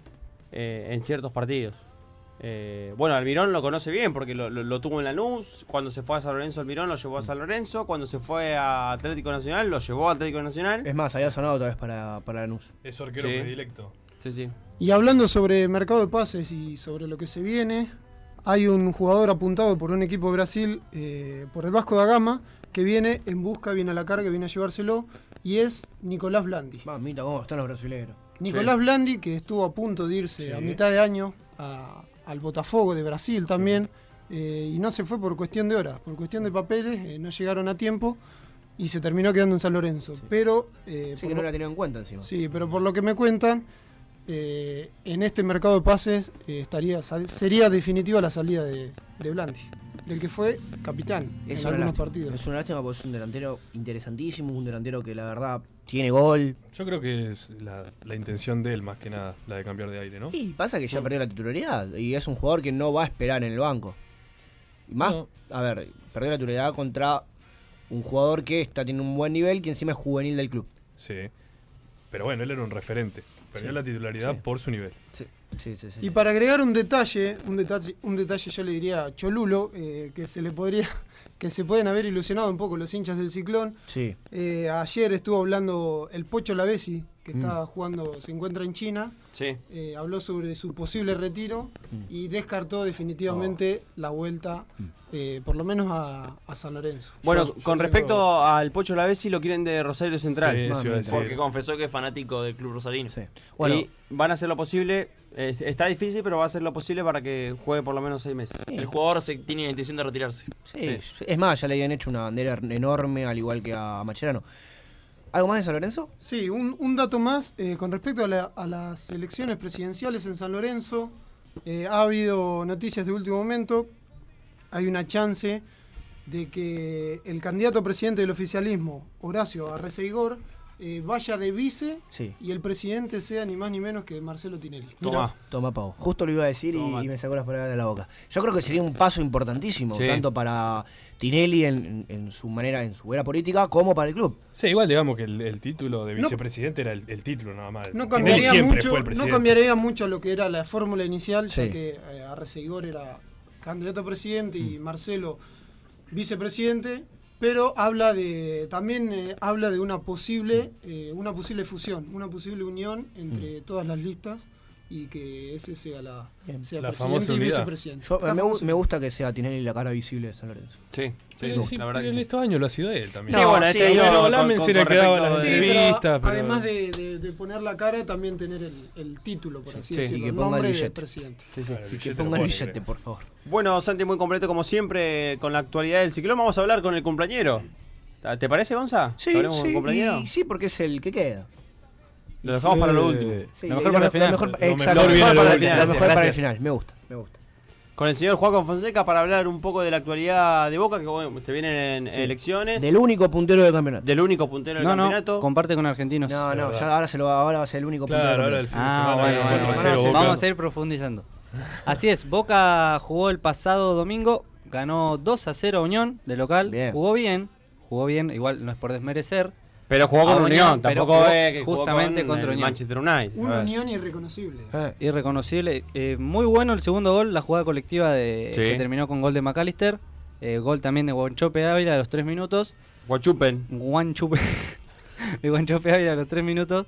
eh, en ciertos partidos. Eh, bueno, Almirón lo conoce bien porque lo, lo- lo tuvo en Lanús. Cuando se fue a San Lorenzo, Almirón lo llevó a San Lorenzo. Cuando se fue a Atlético Nacional, lo llevó a Atlético Nacional. Es más, había sonado otra vez para, para Lanús. Es su arquero Sí. predilecto. Sí, sí. Y hablando sobre mercado de pases y sobre lo que se viene, hay un jugador apuntado por un equipo de Brasil, eh, por el Vasco da Gama, que viene en busca, viene a la carga, viene a llevárselo, y es Nicolás Blandi. Mamita, cómo están los brasileños. Nicolás Blandi, que estuvo a punto de irse Sí. a mitad de año a- al Botafogo de Brasil también, eh, y no se fue por cuestión de horas, por cuestión de papeles, eh, no llegaron a tiempo y se terminó quedando en San Lorenzo. Pero, eh, Sí, por que no lo- la tenido en cuenta encima. sí, pero por lo que me cuentan, eh, en este mercado de pases eh, estaría sal- sería definitiva la salida de, de Blandi, del que fue capitán Es en una algunos lástima. partidos. Es una lástima porque es un delantero interesantísimo, un delantero que la verdad tiene gol. Yo creo que es la, la intención de él más que nada, la de cambiar de aire, ¿no? Y pasa que ya perdió la titularidad y es un jugador que no va a esperar en el banco. Y más, No. a ver, perdió la titularidad contra un jugador que está teniendo un buen nivel, que encima es juvenil del club. Sí. Pero bueno, él era un referente. Perdió Sí. la titularidad Sí. por su nivel. Sí, sí, sí. sí. Y para agregar un detalle, un detalle, un detalle yo le diría a Cholulo, eh, que se le podría, que se pueden haber ilusionado un poco los hinchas del Ciclón. Sí. Eh, ayer estuvo hablando el Pocho Lavesi, que Mm. está jugando, se encuentra en China. Sí. Eh, habló sobre su posible retiro y descartó definitivamente la vuelta, eh, por lo menos a, a San Lorenzo. Bueno, Yo- yo con creo- respecto al Pocho Lavezzi, lo quieren de Rosario Central. Sí, eso iba a decir. Porque confesó que es fanático del club rosarino. Bueno, y van a hacer lo posible. eh, está difícil, pero va a hacer lo posible para que juegue por lo menos seis meses. El jugador se tiene la intención de retirarse. Sí, es más, ya le habían hecho una bandera enorme, al igual que a Macherano. ¿Algo más de San Lorenzo? Sí, un, un dato más eh, con respecto a, la- a las elecciones presidenciales en San Lorenzo. eh, ha habido noticias de último momento. Hay una chance de que el candidato a presidente del oficialismo, Horacio Arreceigor, eh, vaya de vice Sí. y el presidente sea ni más ni menos que Marcelo Tinelli. Toma, toma, Pau. Justo lo iba a decir y, y me sacó las palabras de la boca. Yo creo que sería un paso importantísimo, Sí. tanto para Tinelli en, en- en su manera, en su era política, como para el club. Sí, igual digamos que el, el título de No- vicepresidente era el, el título nada más. No Tinelli cambiaría, siempre mucho, fue el no presidente. cambiaría mucho lo que era la fórmula inicial, ya Sí. que eh, Arreceigor era candidato a presidente y Marcelo vicepresidente, pero habla de también eh, habla de una posible eh, una posible fusión, una posible unión entre todas las listas y que ese sea la sea La presidente famosa y unidad. vicepresidente. Yo, La me, gu- famosa me gusta que sea Tinelli la cara visible de San Lorenzo. Sí, Pero sí, pero en estos años lo ha sido él también. Sí, bueno, este año pero con- Lamen con- se le con quedaba respecto la de- Sí, pero entrevista, pero... además de, de- de poner la cara, también tener el, el título, por así Sí. decirlo, Y que el ponga el nombre de billete. presidente. Sí, sí. Y que ponga el billete, por favor. Bueno, Santi, muy completo como siempre con la actualidad del ciclón. Vamos a hablar con el cumpleañero. ¿Te parece, Gonza? Sí, ¿Hablemos con el sí, cumpleañero? y, sí, porque es el que queda. Lo dejamos para lo último. Sí, Lo lo mejor para el lo final. mejor- Lo exacto, mejor lo viene mejor lo para el último. final. Lo mejor Gracias. para el final. Me gusta, me gusta. Con el señor Joaquín Fonseca para hablar un poco de la actualidad de Boca, que bueno, se vienen Sí. elecciones. Del único puntero del campeonato. Del único puntero del No, no, campeonato. comparte con Argentinos. No, no, ya ahora, se lo va, ahora va a ser el único Claro, puntero ahora del el campeonato. fin de semana Ah, bueno, bueno, bueno. Vamos a ir profundizando. Así es, Boca jugó el pasado domingo, ganó dos a cero a Unión de local, jugó bien, jugó bien, igual no es por desmerecer. Pero jugó a con Unión, pero tampoco jugó es que jugó justamente con contra el Unión. Manchester United. Una A ver. unión irreconocible. Irreconocible. Eh, muy bueno el segundo gol, la jugada colectiva de, Sí. que terminó con gol de McAllister. Eh, gol también de Guanchope Ávila a los tres minutos. Guanchupen. Guanchupe. de Guanchope Ávila a los tres minutos.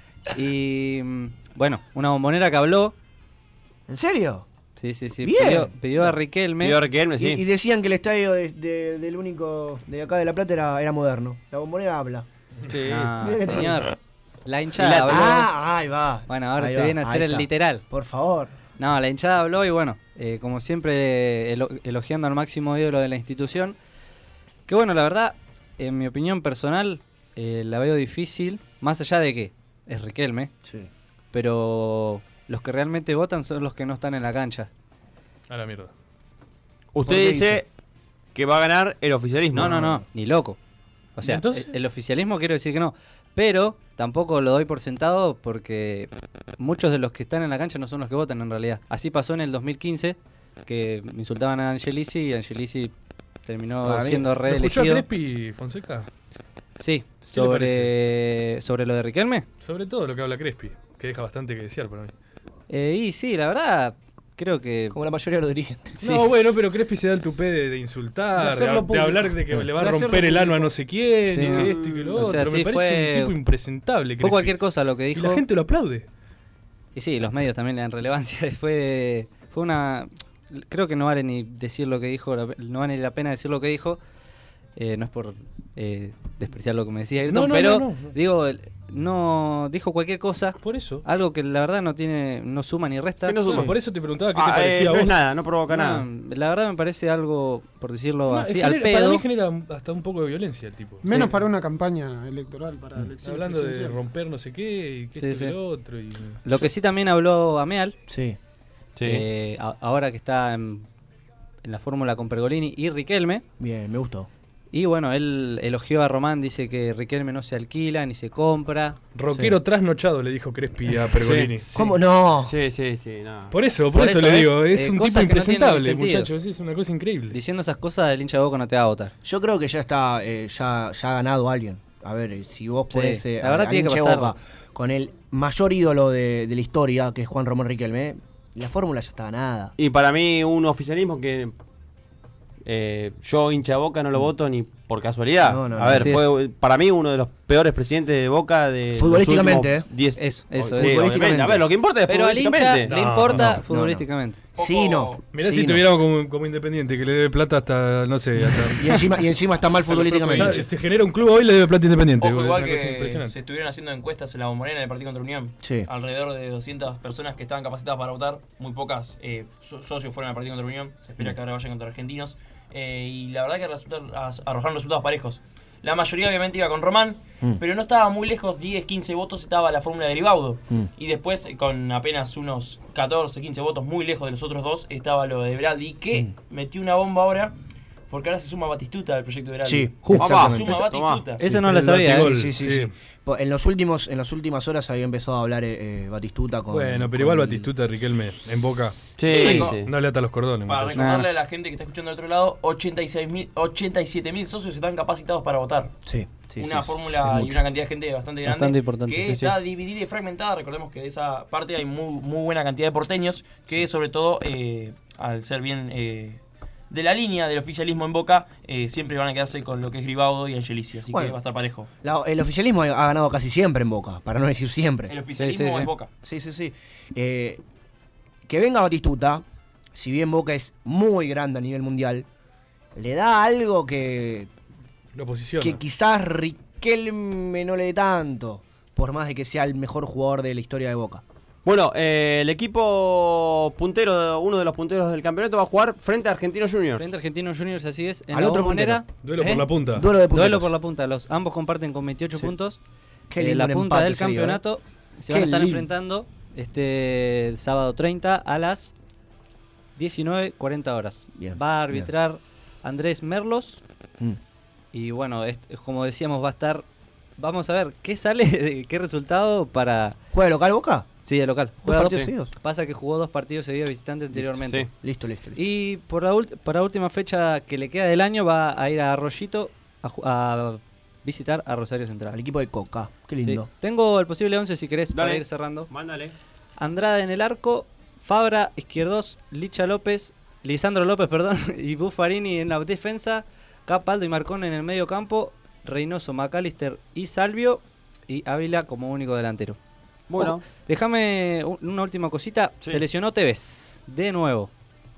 Y mm, bueno, una bombonera que habló. ¿En serio? Sí, sí, sí. Bien. Pidió, pidió a Riquelme. Pidió a Riquelme, sí. Y, y decían que el estadio de- de- del único de acá de La Plata era, era moderno. La bombonera habla. Sí. Ah, Mirá que señor. tremendo. La hinchada Y la- habló. Ah, ahí va. Bueno, ahora Ahí se va, viene a ahí hacer el está. literal. Por favor. No, la hinchada habló y bueno, eh, como siempre, elo- elogiando al máximo ídolo de la institución. Que bueno, la verdad, en mi opinión personal, eh, la veo difícil, más allá de que es Riquelme. Sí. Pero los que realmente votan son los que no están en la cancha. A la mierda. Usted qué dice dice? que va a ganar el oficialismo. No, no, no, ni loco. O sea, ¿Entonces? el, el oficialismo quiero decir que no. Pero tampoco lo doy por sentado porque muchos de los que están en la cancha no son los que votan en realidad. Así pasó en el dos mil quince, que insultaban a Angelici y Angelici terminó Para mí- siendo ¿Lo escuchó a reelegido. Crespi, Fonseca? Sí, ¿Qué le sobre, sobre lo de Riquelme. Sobre todo lo que habla Crespi, que deja bastante que desear para mí. Eh, y sí, la verdad, creo que... Como la mayoría de los dirigentes. Sí. No, bueno, pero Crespi se da el tupé de, de insultar, De de, hacerlo de público. hablar de que le va a De hacerlo romper el ano a público. no sé quién, Sí, y no. que esto y que lo O sea, otro. Me sí, parece fue- un tipo impresentable. Fue Crespi. cualquier cosa lo que dijo. Y la gente lo aplaude. Y sí, los medios también le dan relevancia. Fue, fue una... Creo que no vale ni decir lo que dijo, la- no vale la pena decir lo que dijo. Eh, no es por eh, despreciar lo que me decía Ayrton, No, no, pero no, no, no. digo, el- no dijo cualquier cosa. Por eso. Algo que la verdad no tiene, no suma ni resta. ¿Qué no suma? Por eso te preguntaba qué Ah, te parecía eh, a no vos. es nada, no provoca nada. La verdad me parece algo, por decirlo No, así, genera- al pedo. Para mí genera hasta un poco de violencia el tipo. Menos Sí. para una campaña electoral, para elecciones Hablando de presidenciales. romper no sé qué y que Sí, esto y sí. lo otro. Y... Lo que sí también habló Ameal. Sí. Sí. eh, a- ahora que está en, en la fórmula con Pergolini y Riquelme. Bien, me gustó. Y bueno, él elogió a Román, dice que Riquelme no se alquila ni se compra. Rockero Sí. trasnochado, le dijo Crespi a Pergolini. Sí. ¿Cómo no? Sí, sí, sí. No. Por eso, por, Por eso, eso le es, digo, es eh, un cosas tipo que no tienen impresentable, sentido. muchachos, es una cosa increíble. Diciendo esas cosas, el hincha de Boca no te va a votar. Yo creo que ya está, eh, ya, ya ha ganado alguien. A ver, eh, si vos Sí, ponés eh, la verdad a- tiene al que hincha de pasarlo. Boca con el mayor ídolo de, de la historia, que es Juan Román Riquelme, la fórmula ya está ganada. Y para mí un oficialismo que eh, yo hincha de Boca no lo voto ni por casualidad. No, no, a no, ver, así fue para mí uno de los peores presidentes de Boca de Futbolísticamente, los últimos diez. Eso, eso, Sí, eso. obviamente. A ver, lo que importa es Pero al hincha futbolísticamente. le No, importa no, no, futbolísticamente. Sí, no. Mirá Sí, si no. tuviéramos como, como Independiente, que le debe plata hasta, no sé, hasta... Y encima, y encima está mal futbolísticamente. Ya se genera un club hoy y le debe plata a Independiente. Ojo, boludo, igual es una cosa que impresionante. se estuvieron haciendo encuestas en la Bombonera en el partido contra Unión. Sí. Alrededor de doscientas personas que estaban capacitadas para votar. Muy pocas eh, so- socios fueron al partido contra Unión. Se espera que ahora vayan contra Argentinos. Eh, y la verdad que resulta- as- arrojaron resultados parejos. La mayoría obviamente iba con Román, Mm. pero no estaba muy lejos, diez, quince votos estaba la fórmula de Gribaudo. Mm. Y después, eh, con apenas unos catorce, quince votos muy lejos de los otros dos, estaba lo de Beraldi, que Mm. metió una bomba ahora, porque ahora se suma Batistuta al proyecto de Beraldi. Sí, Se exactamente. suma Batistuta. Esa no la sabía, ¿eh? Sí, sí, sí, sí. Po- En los últimos, en las últimas horas había empezado a hablar eh, eh, Batistuta con. Bueno, pero con igual el- Batistuta, Riquelme, en Boca. Sí, sí. No le ata los cordones. Para muchacho. recordarle a la gente que está escuchando del otro lado, ochenta y seis mil, ochenta y siete mil socios están capacitados para votar. Sí, sí, Una sí, fórmula es y mucho. una cantidad de gente bastante grande. Bastante importante, Que sí, está sí. dividida y fragmentada. Recordemos que de esa parte hay muy, muy buena cantidad de porteños que, sobre todo, eh, al ser bien eh, de la línea del oficialismo en Boca, eh, siempre van a quedarse con lo que es Gribaudo y Angelici. Así Bueno. que va a estar parejo. La- el oficialismo ha ganado casi siempre en Boca, para no decir siempre. El oficialismo Sí, sí, sí. es Boca. Sí, sí, sí. Eh, que venga Batistuta, si bien Boca es muy grande a nivel mundial, le da algo que, Lo posiciona. que quizás Riquelme no le dé tanto, por más de que sea el mejor jugador de la historia de Boca. Bueno, eh, el equipo puntero, uno de los punteros del campeonato, va a jugar frente a Argentinos Juniors. Frente a Argentinos Juniors, así es. En Al la otro Bombonera. Duelo ¿Eh? por la punta. Duelo de punteros. Duelo por la punta. Los, ambos comparten con veintiocho Sí. puntos. Qué Eh, lindo la un punta empate del sería, campeonato se Qué van a estar lindo. enfrentando este sábado treinta a las diecinueve cuarenta horas. Bien, Va a arbitrar Andrés Merlos. Mm. Y bueno, es- como decíamos, va a estar. Vamos a ver qué sale, de qué resultado para. ¿Juega de local Boca? Sí, de local. ¿Dos Juega partidos dos- seguidos? Pasa que jugó dos partidos seguidos visitante anteriormente. Sí. Listo, listo, listo. Y por la ult- para la última fecha que le queda del año va a ir a Arroyito a, ju- a visitar a Rosario Central. Al equipo de Coca. Qué Sí. lindo. Tengo el posible once si querés para Dale. ir cerrando. Mándale. Andrade en el arco, Fabra, Izquierdos, Licha López, Lisandro López, perdón, y Buffarini en la defensa, Capaldo y Marcón en el medio campo, Reynoso, McAllister y Salvio, y Ávila como único delantero. Bueno. Oh, déjame un- una última cosita. Sí. Se lesionó Tevez, de nuevo.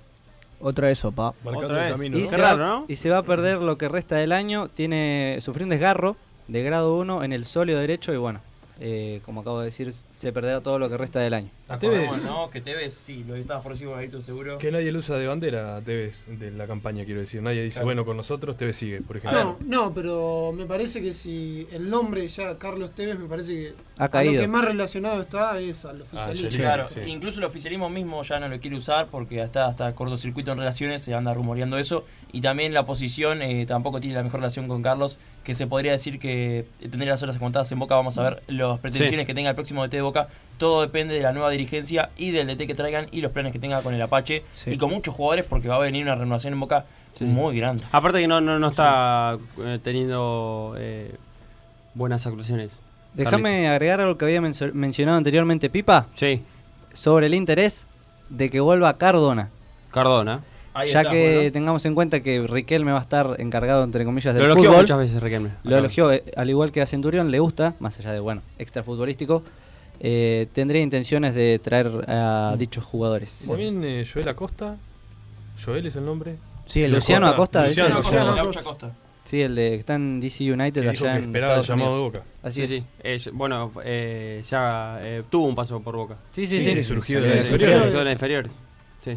Otra vez, sopa. Marcando Otra el vez. camino, Y, ¿no? se Qué va, raro, ¿no? y se va a perder lo que resta del año. Tiene sufrió un desgarro de grado uno en el sóleo derecho y bueno, eh, como acabo de decir, se perderá todo lo que resta del año. A Tevez, Acordemos, ¿no? Que Tevez, sí, lo estabas por decir, Gaito, seguro. que nadie lo usa de bandera a Tevez de la campaña, quiero decir. Nadie dice, Claro. bueno, con nosotros Tevez sigue, por ejemplo. No, no, pero me parece que si el nombre ya Carlos Tevez me parece que Ha a caído. lo que más relacionado está es al oficialismo. Angelici. Claro, Sí. incluso el oficialismo mismo ya no lo quiere usar porque hasta hasta cortocircuito en relaciones se anda rumoreando eso y también la oposición eh, tampoco tiene la mejor relación con Carlos, que se podría decir que eh, tendría las horas contadas en Boca. Vamos a ver las pretensiones Sí. que tenga el próximo D T de Boca. Todo depende de la nueva dirigencia y del D T que traigan y los planes que tenga con el Apache Sí. y con muchos jugadores porque va a venir una renovación en Boca Sí, sí. muy grande. Aparte que no, no, no está eh, teniendo eh, buenas actuaciones. Déjame agregar algo que había menso- mencionado anteriormente Pipa Sí, sobre el interés de que vuelva Cardona. Cardona. Ahí ya está, que bueno. tengamos en cuenta que Riquelme va a estar encargado, entre comillas, del Lo elogió fútbol. muchas veces Riquelme. Lo elogió, eh, al igual que a Centurión, le gusta, más allá de, bueno, extra futbolístico, eh, tendría intenciones de traer a dichos jugadores. También eh, Joel Acosta. Joel es el nombre. Sí, el Luciano Acosta, Luciano, ese- Luciano Luciano. Gaucho Acosta. Sí, el de que está en D C United Que dijo allá que en esperaba el Estados llamado de Unidos. Boca. Así Sí, es. sí. Eh, ya- bueno, eh, ya eh, tuvo un paso por Boca. Sí, sí, Sí, sí. sí, surgió Sí, de las sí, inferiores. surgió de las inferiores. Sí.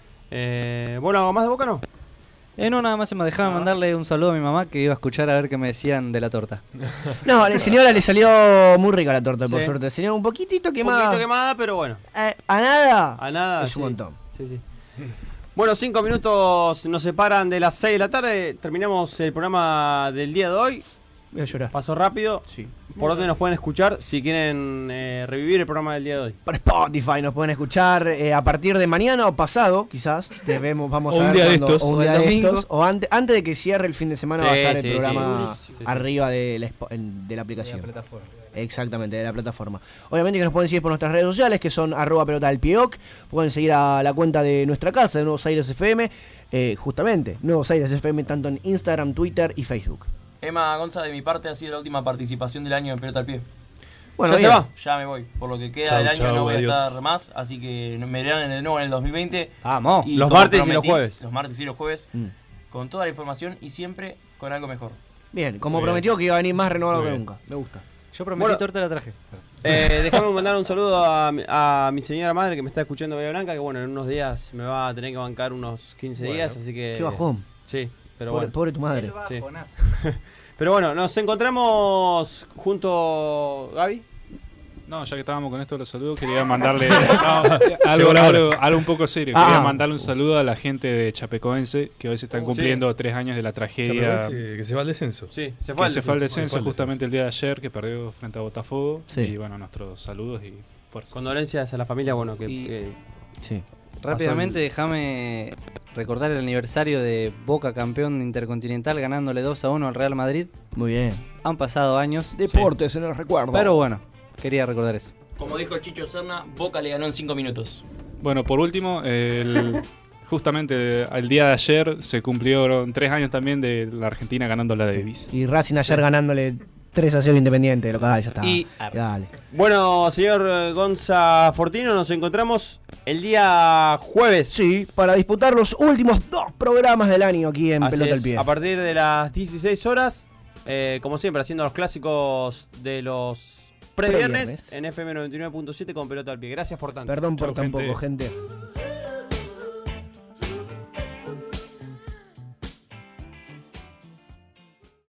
Eh, bueno, ¿algo más de Boca no? Eh, no, nada más se me dejaba mandarle un saludo a mi mamá que iba a escuchar a ver qué me decían de la torta. No, a la señora le salió muy rica la torta, por Sí. suerte. Sería un poquitito Un quemada. poquito quemada, pero bueno. Eh, a nada. A nada. Es sí. un montón. Sí, sí. Bueno, cinco minutos nos separan de las seis de la tarde. Terminamos el programa del día de hoy. Voy a llorar. Pasó rápido. Sí. ¿Por dónde nos pueden escuchar si quieren eh, revivir el programa del día de hoy? Por Spotify nos pueden escuchar eh, a partir de mañana o pasado, quizás. Debemos, vamos O a un ver día de cuándo- estos. O un O día el de domingo. estos. O antes, antes de que cierre el fin de semana va a Sí, estar el sí, programa sí. Sí, sí. arriba de la, expo- en- de la aplicación. De la plataforma. Exactamente, de la plataforma. Obviamente que nos pueden seguir por nuestras redes sociales, que son arroba pelota del pioc. Pueden seguir a la cuenta de nuestra casa, de Nuevos Aires F M. eh, justamente, Nuevos Aires F M, tanto en Instagram, Twitter y Facebook. Emma Gonza, de mi parte, ha sido la última participación del año en Pelota al Pie. Bueno, ¿Ya bien. se va? Ya me voy. Por lo que queda Chau, del año chau, no voy adiós. a estar más, así que me verán de nuevo en el dos mil veinte. Vamos. Y Los como martes y los prometí, jueves. Los martes y los jueves, Mm. con toda la información y siempre con algo mejor. Bien, como Muy bien. prometió que iba a venir más renovado Muy que bien. nunca. Me gusta. Yo prometí Bueno. torta, la traje. Eh, déjame mandar un saludo a, mi- a mi señora madre que me está escuchando Bahía Blanca, que bueno, en unos días me va a tener que bancar unos quince Bueno. días, así que... Qué bajón. Sí, pero Pobre- bueno. pobre tu madre. El Sí. bajonazo. Pero bueno, nos encontramos junto Gaby. No, ya que estábamos con esto de los saludos, quería mandarle no, Llegó algo, la hora. algo, algo un poco serio. Ah. Quería mandarle un saludo a la gente de Chapecoense, que hoy se están Oh, cumpliendo sí. tres años de la tragedia. Chapecoense, que se va al descenso. Sí, se Que fue al se fue al descenso. descenso Se fue al justamente el día de ayer, que perdió frente a Botafogo. Sí. Y bueno, nuestros saludos y fuerza. Condolencias a la familia, bueno, que... Y- que sí. Rápidamente, déjame recordar el aniversario de Boca campeón intercontinental ganándole dos a uno al Real Madrid. Muy bien. Han pasado años. Deportes en el recuerdo. Pero bueno, quería recordar eso. Como dijo Chicho Serna, Boca le ganó en cinco minutos. Bueno, por último, el- justamente el día de ayer se cumplieron tres años también de la Argentina ganando la Davis. Y Racing ayer ganándole tres a cero Independiente, local, ya está. Y- Dale. Bueno, señor eh, Gonza Fortino, nos encontramos el día jueves. Sí, para disputar los últimos dos programas del año aquí en Así Pelota es, al Pie. a partir de las dieciséis horas, eh, como siempre, haciendo los clásicos de los previernes Previernes. en F M noventa y nueve punto siete con Pelota al Pie. Gracias por tanto. Perdón por Chau, tan gente. poco, gente.